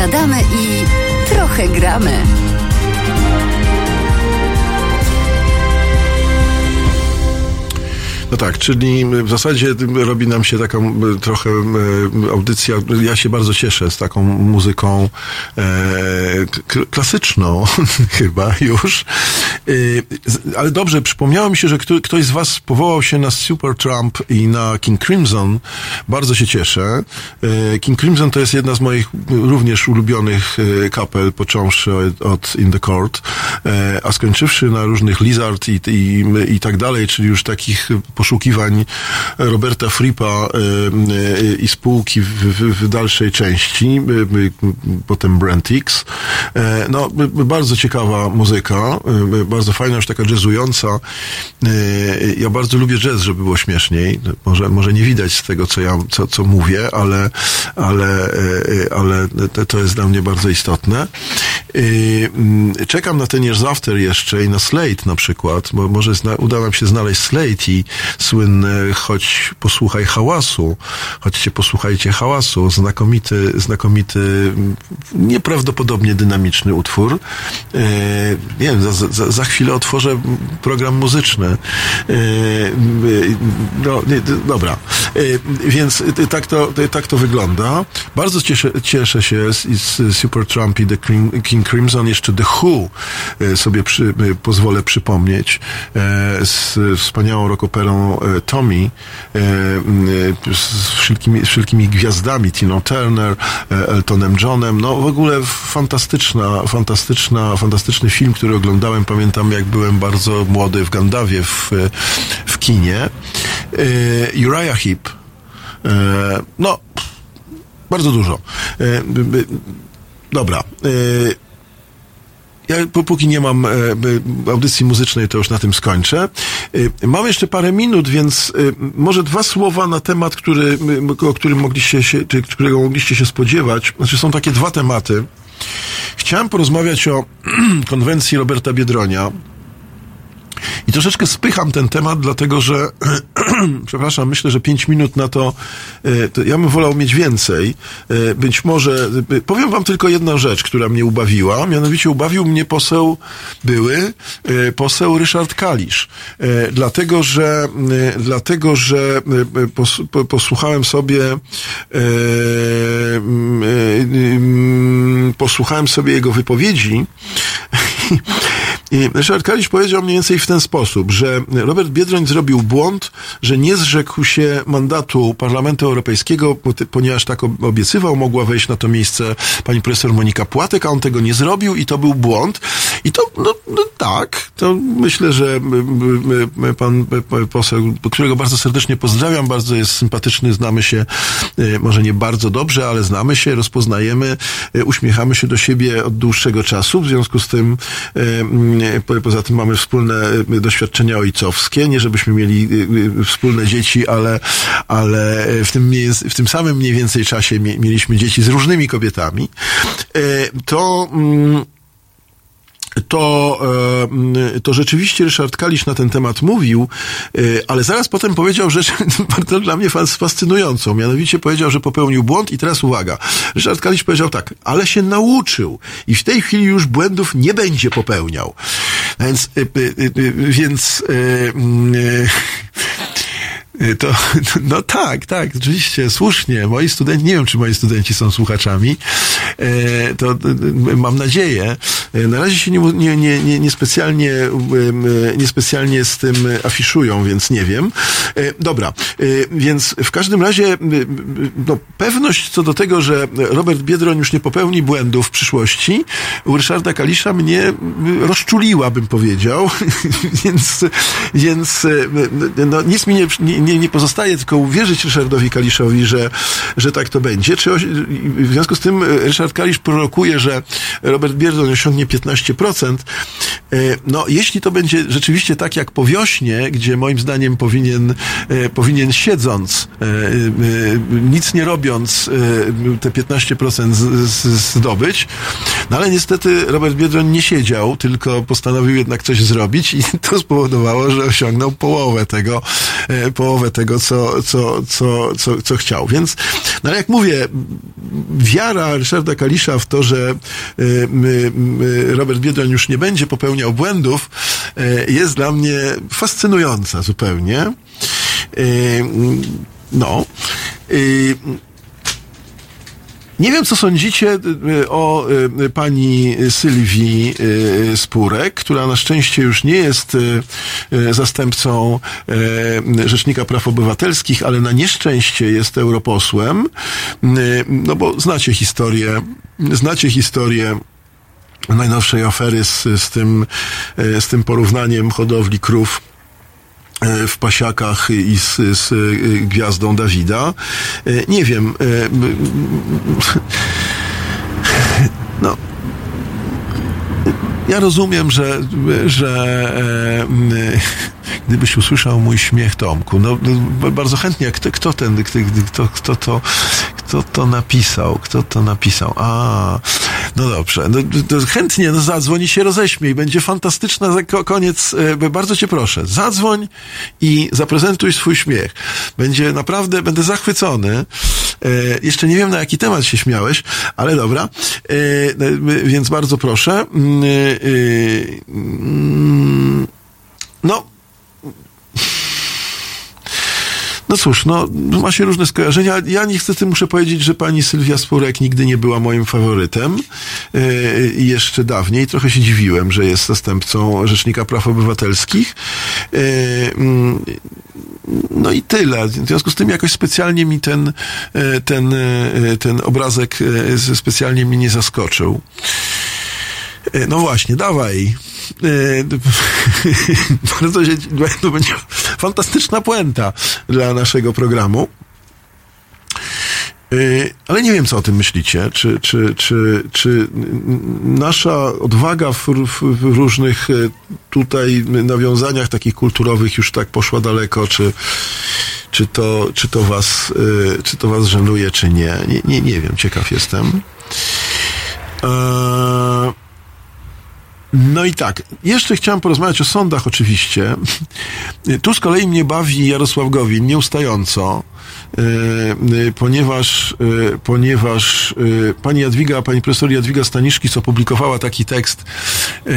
Opowiadamy i trochę gramy. No tak, czyli w zasadzie robi nam się taką trochę audycja, ja się bardzo cieszę z taką muzyką e, klasyczną chyba już, e, ale dobrze, przypomniało mi się, że kto, ktoś z was powołał się na Supertramp i na King Crimson, bardzo się cieszę. E, King Crimson to jest jedna z moich również ulubionych kapel, począwszy od, od In the Court, e, a skończywszy na różnych Lizard i, i, i tak dalej, czyli już takich poszukiwań Roberta Frippa y, y, i spółki w, w, w dalszej części, y, y, potem Brand X. Y, no, y, bardzo ciekawa muzyka, y, bardzo fajna, już taka jazzująca. Y, ja bardzo lubię jazz, żeby było śmieszniej. Może, może nie widać z tego, co ja, co, co mówię, ale, ale, y, ale to, to jest dla mnie bardzo istotne. Y, y, czekam na ten Years After jeszcze i na Slate na przykład, bo może zna, uda nam się znaleźć Slate i słynny Choć posłuchaj hałasu, chodźcie posłuchajcie hałasu, znakomity, znakomity, nieprawdopodobnie dynamiczny utwór. E, nie wiem, za, za, za chwilę otworzę program muzyczny. E, no, nie, dobra. E, więc tak to, tak to wygląda. Bardzo cieszę, cieszę się z, z Supertramp i The King Crimson. Jeszcze The Who sobie przy, pozwolę przypomnieć e, z wspaniałą rockoperą Tommy z wszelkimi, z wszelkimi gwiazdami, Tiną Turner, Eltonem Johnem, no w ogóle fantastyczna, fantastyczna, fantastyczny film, który oglądałem, pamiętam jak byłem bardzo młody w Gandawie w, w kinie. Uriah Heep, no bardzo dużo. Dobra. Ja póki nie mam e, audycji muzycznej, to już na tym skończę. E, mam jeszcze parę minut, więc e, może dwa słowa na temat, który, o którym mogliście się, czy którego mogliście się spodziewać. Znaczy są takie dwa tematy. Chciałem porozmawiać o konwencji Roberta Biedronia. I troszeczkę spycham ten temat, dlatego że, przepraszam, myślę, że pięć minut na to, to ja bym wolał mieć więcej. Być może, powiem wam tylko jedną rzecz, która mnie ubawiła, mianowicie ubawił mnie poseł, były poseł Ryszard Kalisz. Dlatego, że, dlatego, że pos, posłuchałem sobie, posłuchałem sobie jego wypowiedzi. I Ryszard Kalisz powiedział mniej więcej w ten sposób, że Robert Biedroń zrobił błąd, że nie zrzekł się mandatu Parlamentu Europejskiego, ponieważ tak obiecywał, mogła wejść na to miejsce pani profesor Monika Płatek, a on tego nie zrobił i to był błąd. I to, no, no tak, to myślę, że pan poseł, którego bardzo serdecznie pozdrawiam, bardzo jest sympatyczny, znamy się, może nie bardzo dobrze, ale znamy się, rozpoznajemy, uśmiechamy się do siebie od dłuższego czasu, w związku z tym poza tym mamy wspólne doświadczenia ojcowskie, nie żebyśmy mieli wspólne dzieci, ale, ale w tym, w tym samym mniej więcej czasie mieliśmy dzieci z różnymi kobietami. To To, to rzeczywiście Ryszard Kalisz na ten temat mówił, ale zaraz potem powiedział rzecz bardzo dla mnie fascynującą. Mianowicie powiedział, że popełnił błąd i teraz uwaga. Ryszard Kalisz powiedział tak, ale się nauczył i w tej chwili już błędów nie będzie popełniał. Więc, więc To, no tak, tak, oczywiście, słusznie. Moi studenci, nie wiem, czy moi studenci są słuchaczami, e, to e, mam nadzieję. E, na razie się nie, nie, nie, nie, specjalnie, e, nie specjalnie z tym afiszują, więc nie wiem. E, dobra, e, więc w każdym razie e, no, pewność co do tego, że Robert Biedroń już nie popełni błędów w przyszłości, u Ryszarda Kalisza mnie rozczuliła, bym powiedział. więc, więc no, nic mi nie, nie Nie, nie pozostaje tylko uwierzyć Ryszardowi Kaliszowi, że, że tak to będzie. Czy osi- w związku z tym Ryszard Kalisz prorokuje, że Robert Biedroń osiągnie piętnaście procent. No, jeśli to będzie rzeczywiście tak jak po wiośnie, gdzie moim zdaniem powinien, powinien siedząc, nic nie robiąc, te piętnaście procent z, z, zdobyć, No ale niestety Robert Biedroń nie siedział, tylko postanowił jednak coś zrobić i to spowodowało, że osiągnął połowę tego, połowę tego, co, co, co, co, co chciał. Więc, no ale jak mówię, wiara Ryszarda Kalisza w to, że Robert Biedroń już nie będzie popełniał błędów, jest dla mnie fascynująca zupełnie. No. Nie wiem, co sądzicie o pani Sylwii Spurek, która na szczęście już nie jest zastępcą Rzecznika Praw Obywatelskich, ale na nieszczęście jest europosłem. No bo znacie historię, znacie historię najnowszej afery z, z tym, z tym porównaniem hodowli krów w pasiakach i z, z gwiazdą Dawida. Nie wiem. No. Ja rozumiem, że, że e, gdybyś usłyszał mój śmiech, Tomku, no bardzo chętnie, kto, kto ten, kto, kto, kto, to, kto to napisał, kto to napisał, a, no dobrze, no, to chętnie, no zadzwoń i się roześmiej, będzie fantastyczna, koniec, e, bardzo cię proszę, zadzwoń i zaprezentuj swój śmiech, będzie naprawdę, będę zachwycony, e, jeszcze nie wiem, na jaki temat się śmiałeś, ale dobra, e, więc bardzo proszę, e, no, no cóż, no, ma się różne skojarzenia. Ja niestety muszę powiedzieć, że pani Sylwia Spurek nigdy nie była moim faworytem. I jeszcze dawniej trochę się dziwiłem, że jest zastępcą Rzecznika Praw Obywatelskich. No i tyle. W związku z tym jakoś specjalnie mi ten, ten, ten obrazek specjalnie mi nie zaskoczył. No właśnie, dawaj. Bardzo się, to będzie fantastyczna puenta dla naszego programu. Ale nie wiem, co o tym myślicie. Czy, czy, czy, czy nasza odwaga w, w różnych tutaj nawiązaniach takich kulturowych już tak poszła daleko, czy, czy, to, czy, to was, czy to was żenuje, czy nie. Nie, nie, nie wiem, ciekaw jestem. Eee... No i tak, jeszcze chciałem porozmawiać o sądach oczywiście. Tu z kolei mnie bawi Jarosław Gowin nieustająco, yy, ponieważ, yy, ponieważ yy, pani Jadwiga, pani profesor Jadwiga Staniszkis opublikowała taki tekst yy,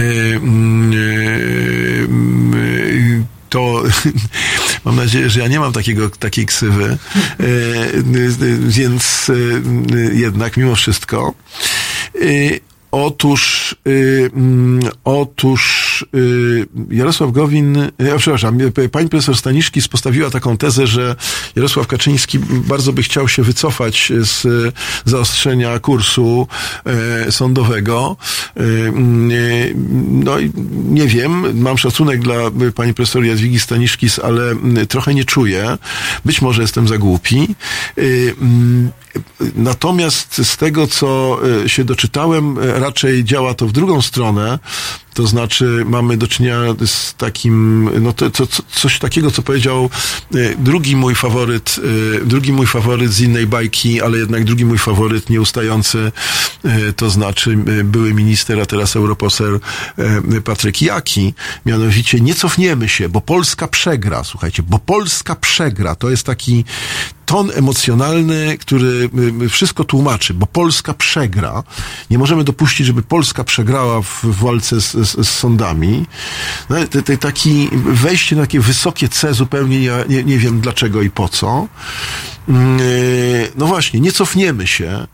yy, yy, to mam nadzieję, że ja nie mam takiego, takiej ksywy, yy, więc yy, jednak mimo wszystko yy, Otóż, y, y, otóż y, Jarosław Gowin, y, przepraszam, pani profesor Staniszkis postawiła taką tezę, że Jarosław Kaczyński bardzo by chciał się wycofać z zaostrzenia kursu y, sądowego. Y, y, no i nie wiem, mam szacunek dla pani profesor Jadwigi Staniszkis, ale trochę nie czuję. Być może jestem za głupi. Y, y, Natomiast z tego, co się doczytałem, raczej działa to w drugą stronę. To znaczy mamy do czynienia z takim, no to, to, coś takiego, co powiedział drugi mój faworyt, drugi mój faworyt z innej bajki, ale jednak drugi mój faworyt nieustający, to znaczy były minister, a teraz europoseł Patryk Jaki. Mianowicie nie cofniemy się, bo Polska przegra. Słuchajcie, bo Polska przegra. To jest taki ton emocjonalny, który wszystko tłumaczy, bo Polska przegra. Nie możemy dopuścić, żeby Polska przegrała w walce z, z, z sądami. No, te, te, taki wejście na takie wysokie C zupełnie ja nie, nie wiem dlaczego i po co. No właśnie, nie cofniemy się.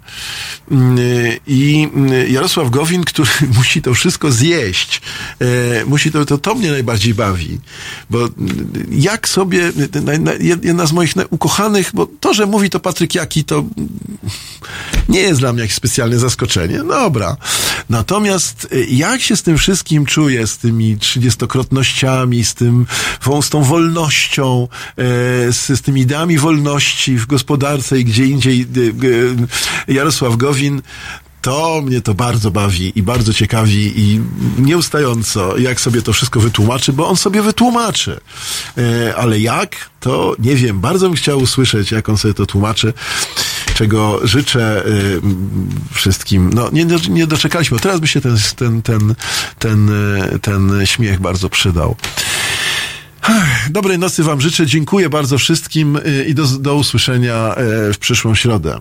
I Jarosław Gowin, który musi to wszystko zjeść, musi to, to, to mnie najbardziej bawi. Bo jak sobie, jedna z moich ukochanych, bo to, że mówi to Patryk Jaki, to nie jest dla mnie jakieś specjalne zaskoczenie. Dobra. Natomiast jak się z tym wszystkim czuję, z tymi trzydziestokrotnościami, z tym, z tą wolnością, z, z tymi ideami wolności w gospodarce i gdzie indziej Jarosław Gowin, to mnie to bardzo bawi i bardzo ciekawi i nieustająco, jak sobie to wszystko wytłumaczy, bo on sobie wytłumaczy. Ale jak? To nie wiem. Bardzo bym chciał usłyszeć, jak on sobie to tłumaczy. czego życzę y, wszystkim. No, nie, nie doczekaliśmy. Teraz by się ten, ten, ten, ten, ten śmiech bardzo przydał. Dobrej nocy wam życzę. Dziękuję bardzo wszystkim i do, do usłyszenia w przyszłą środę.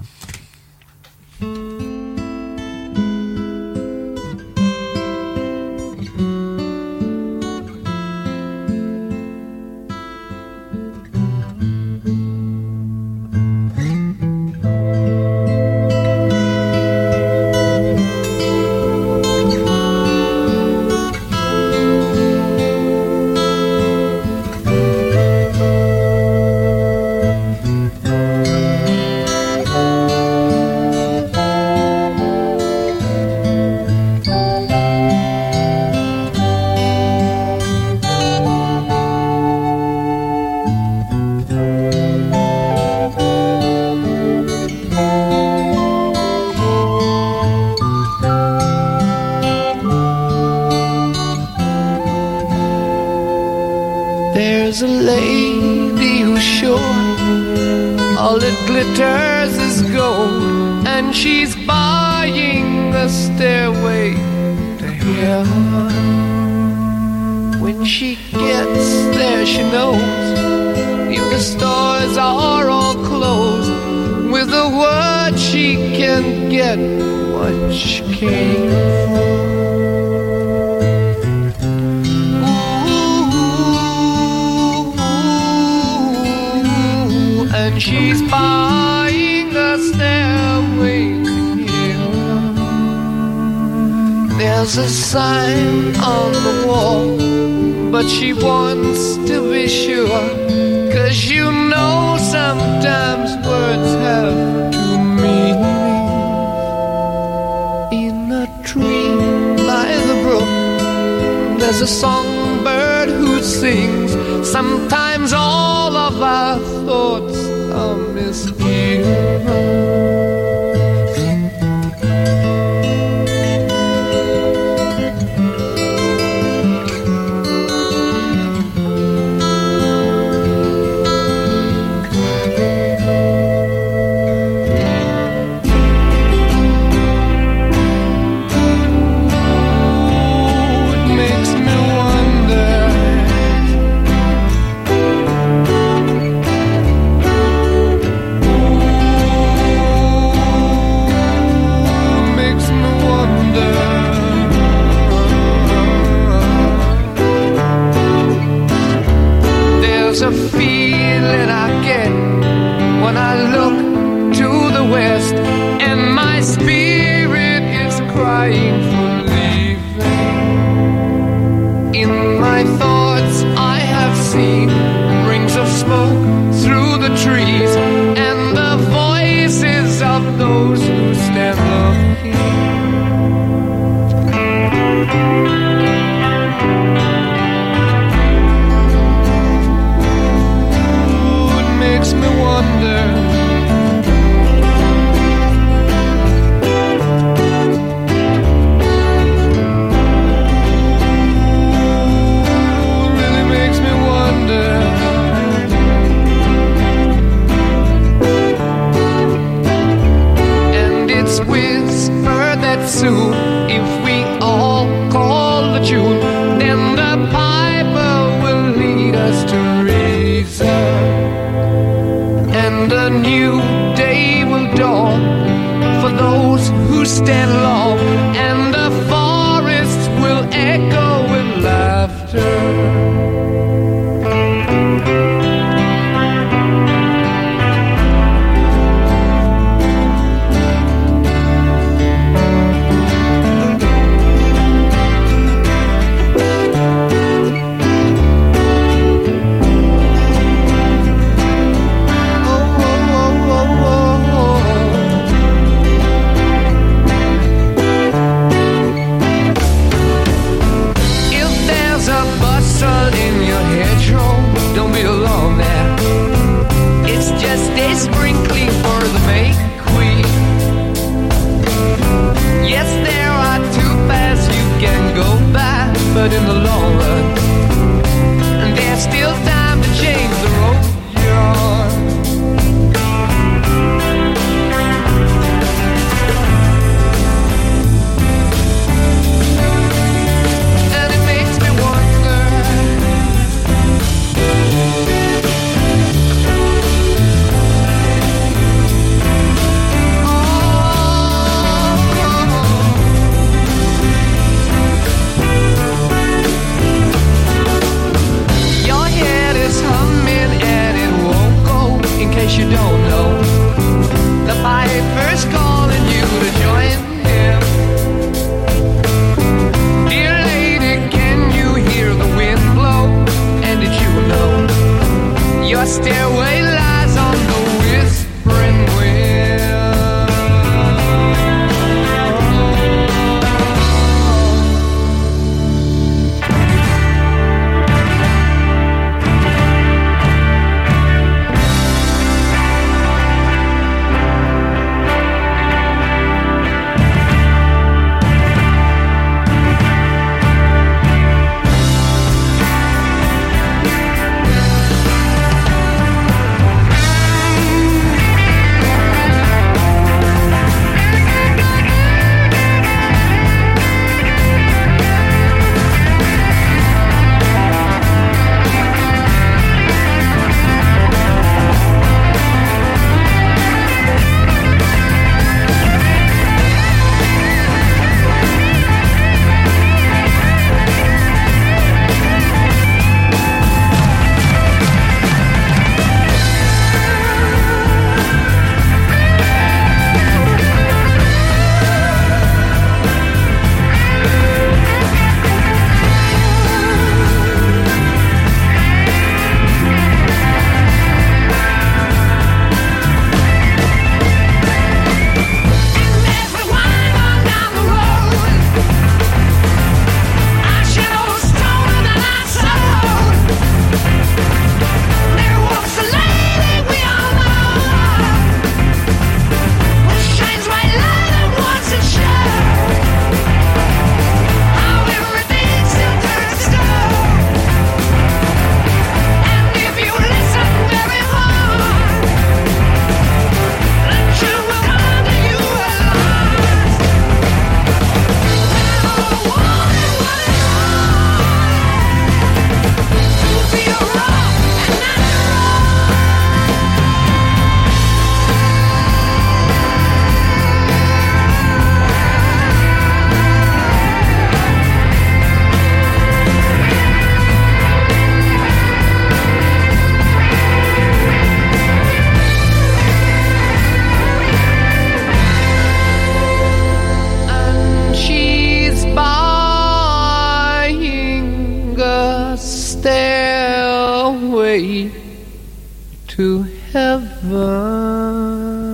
to heaven.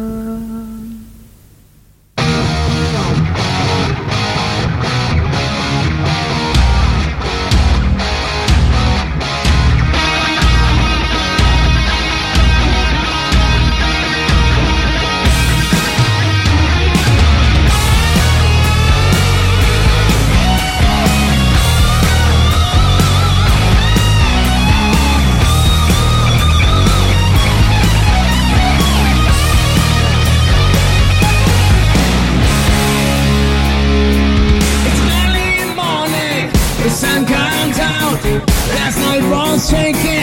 Shaking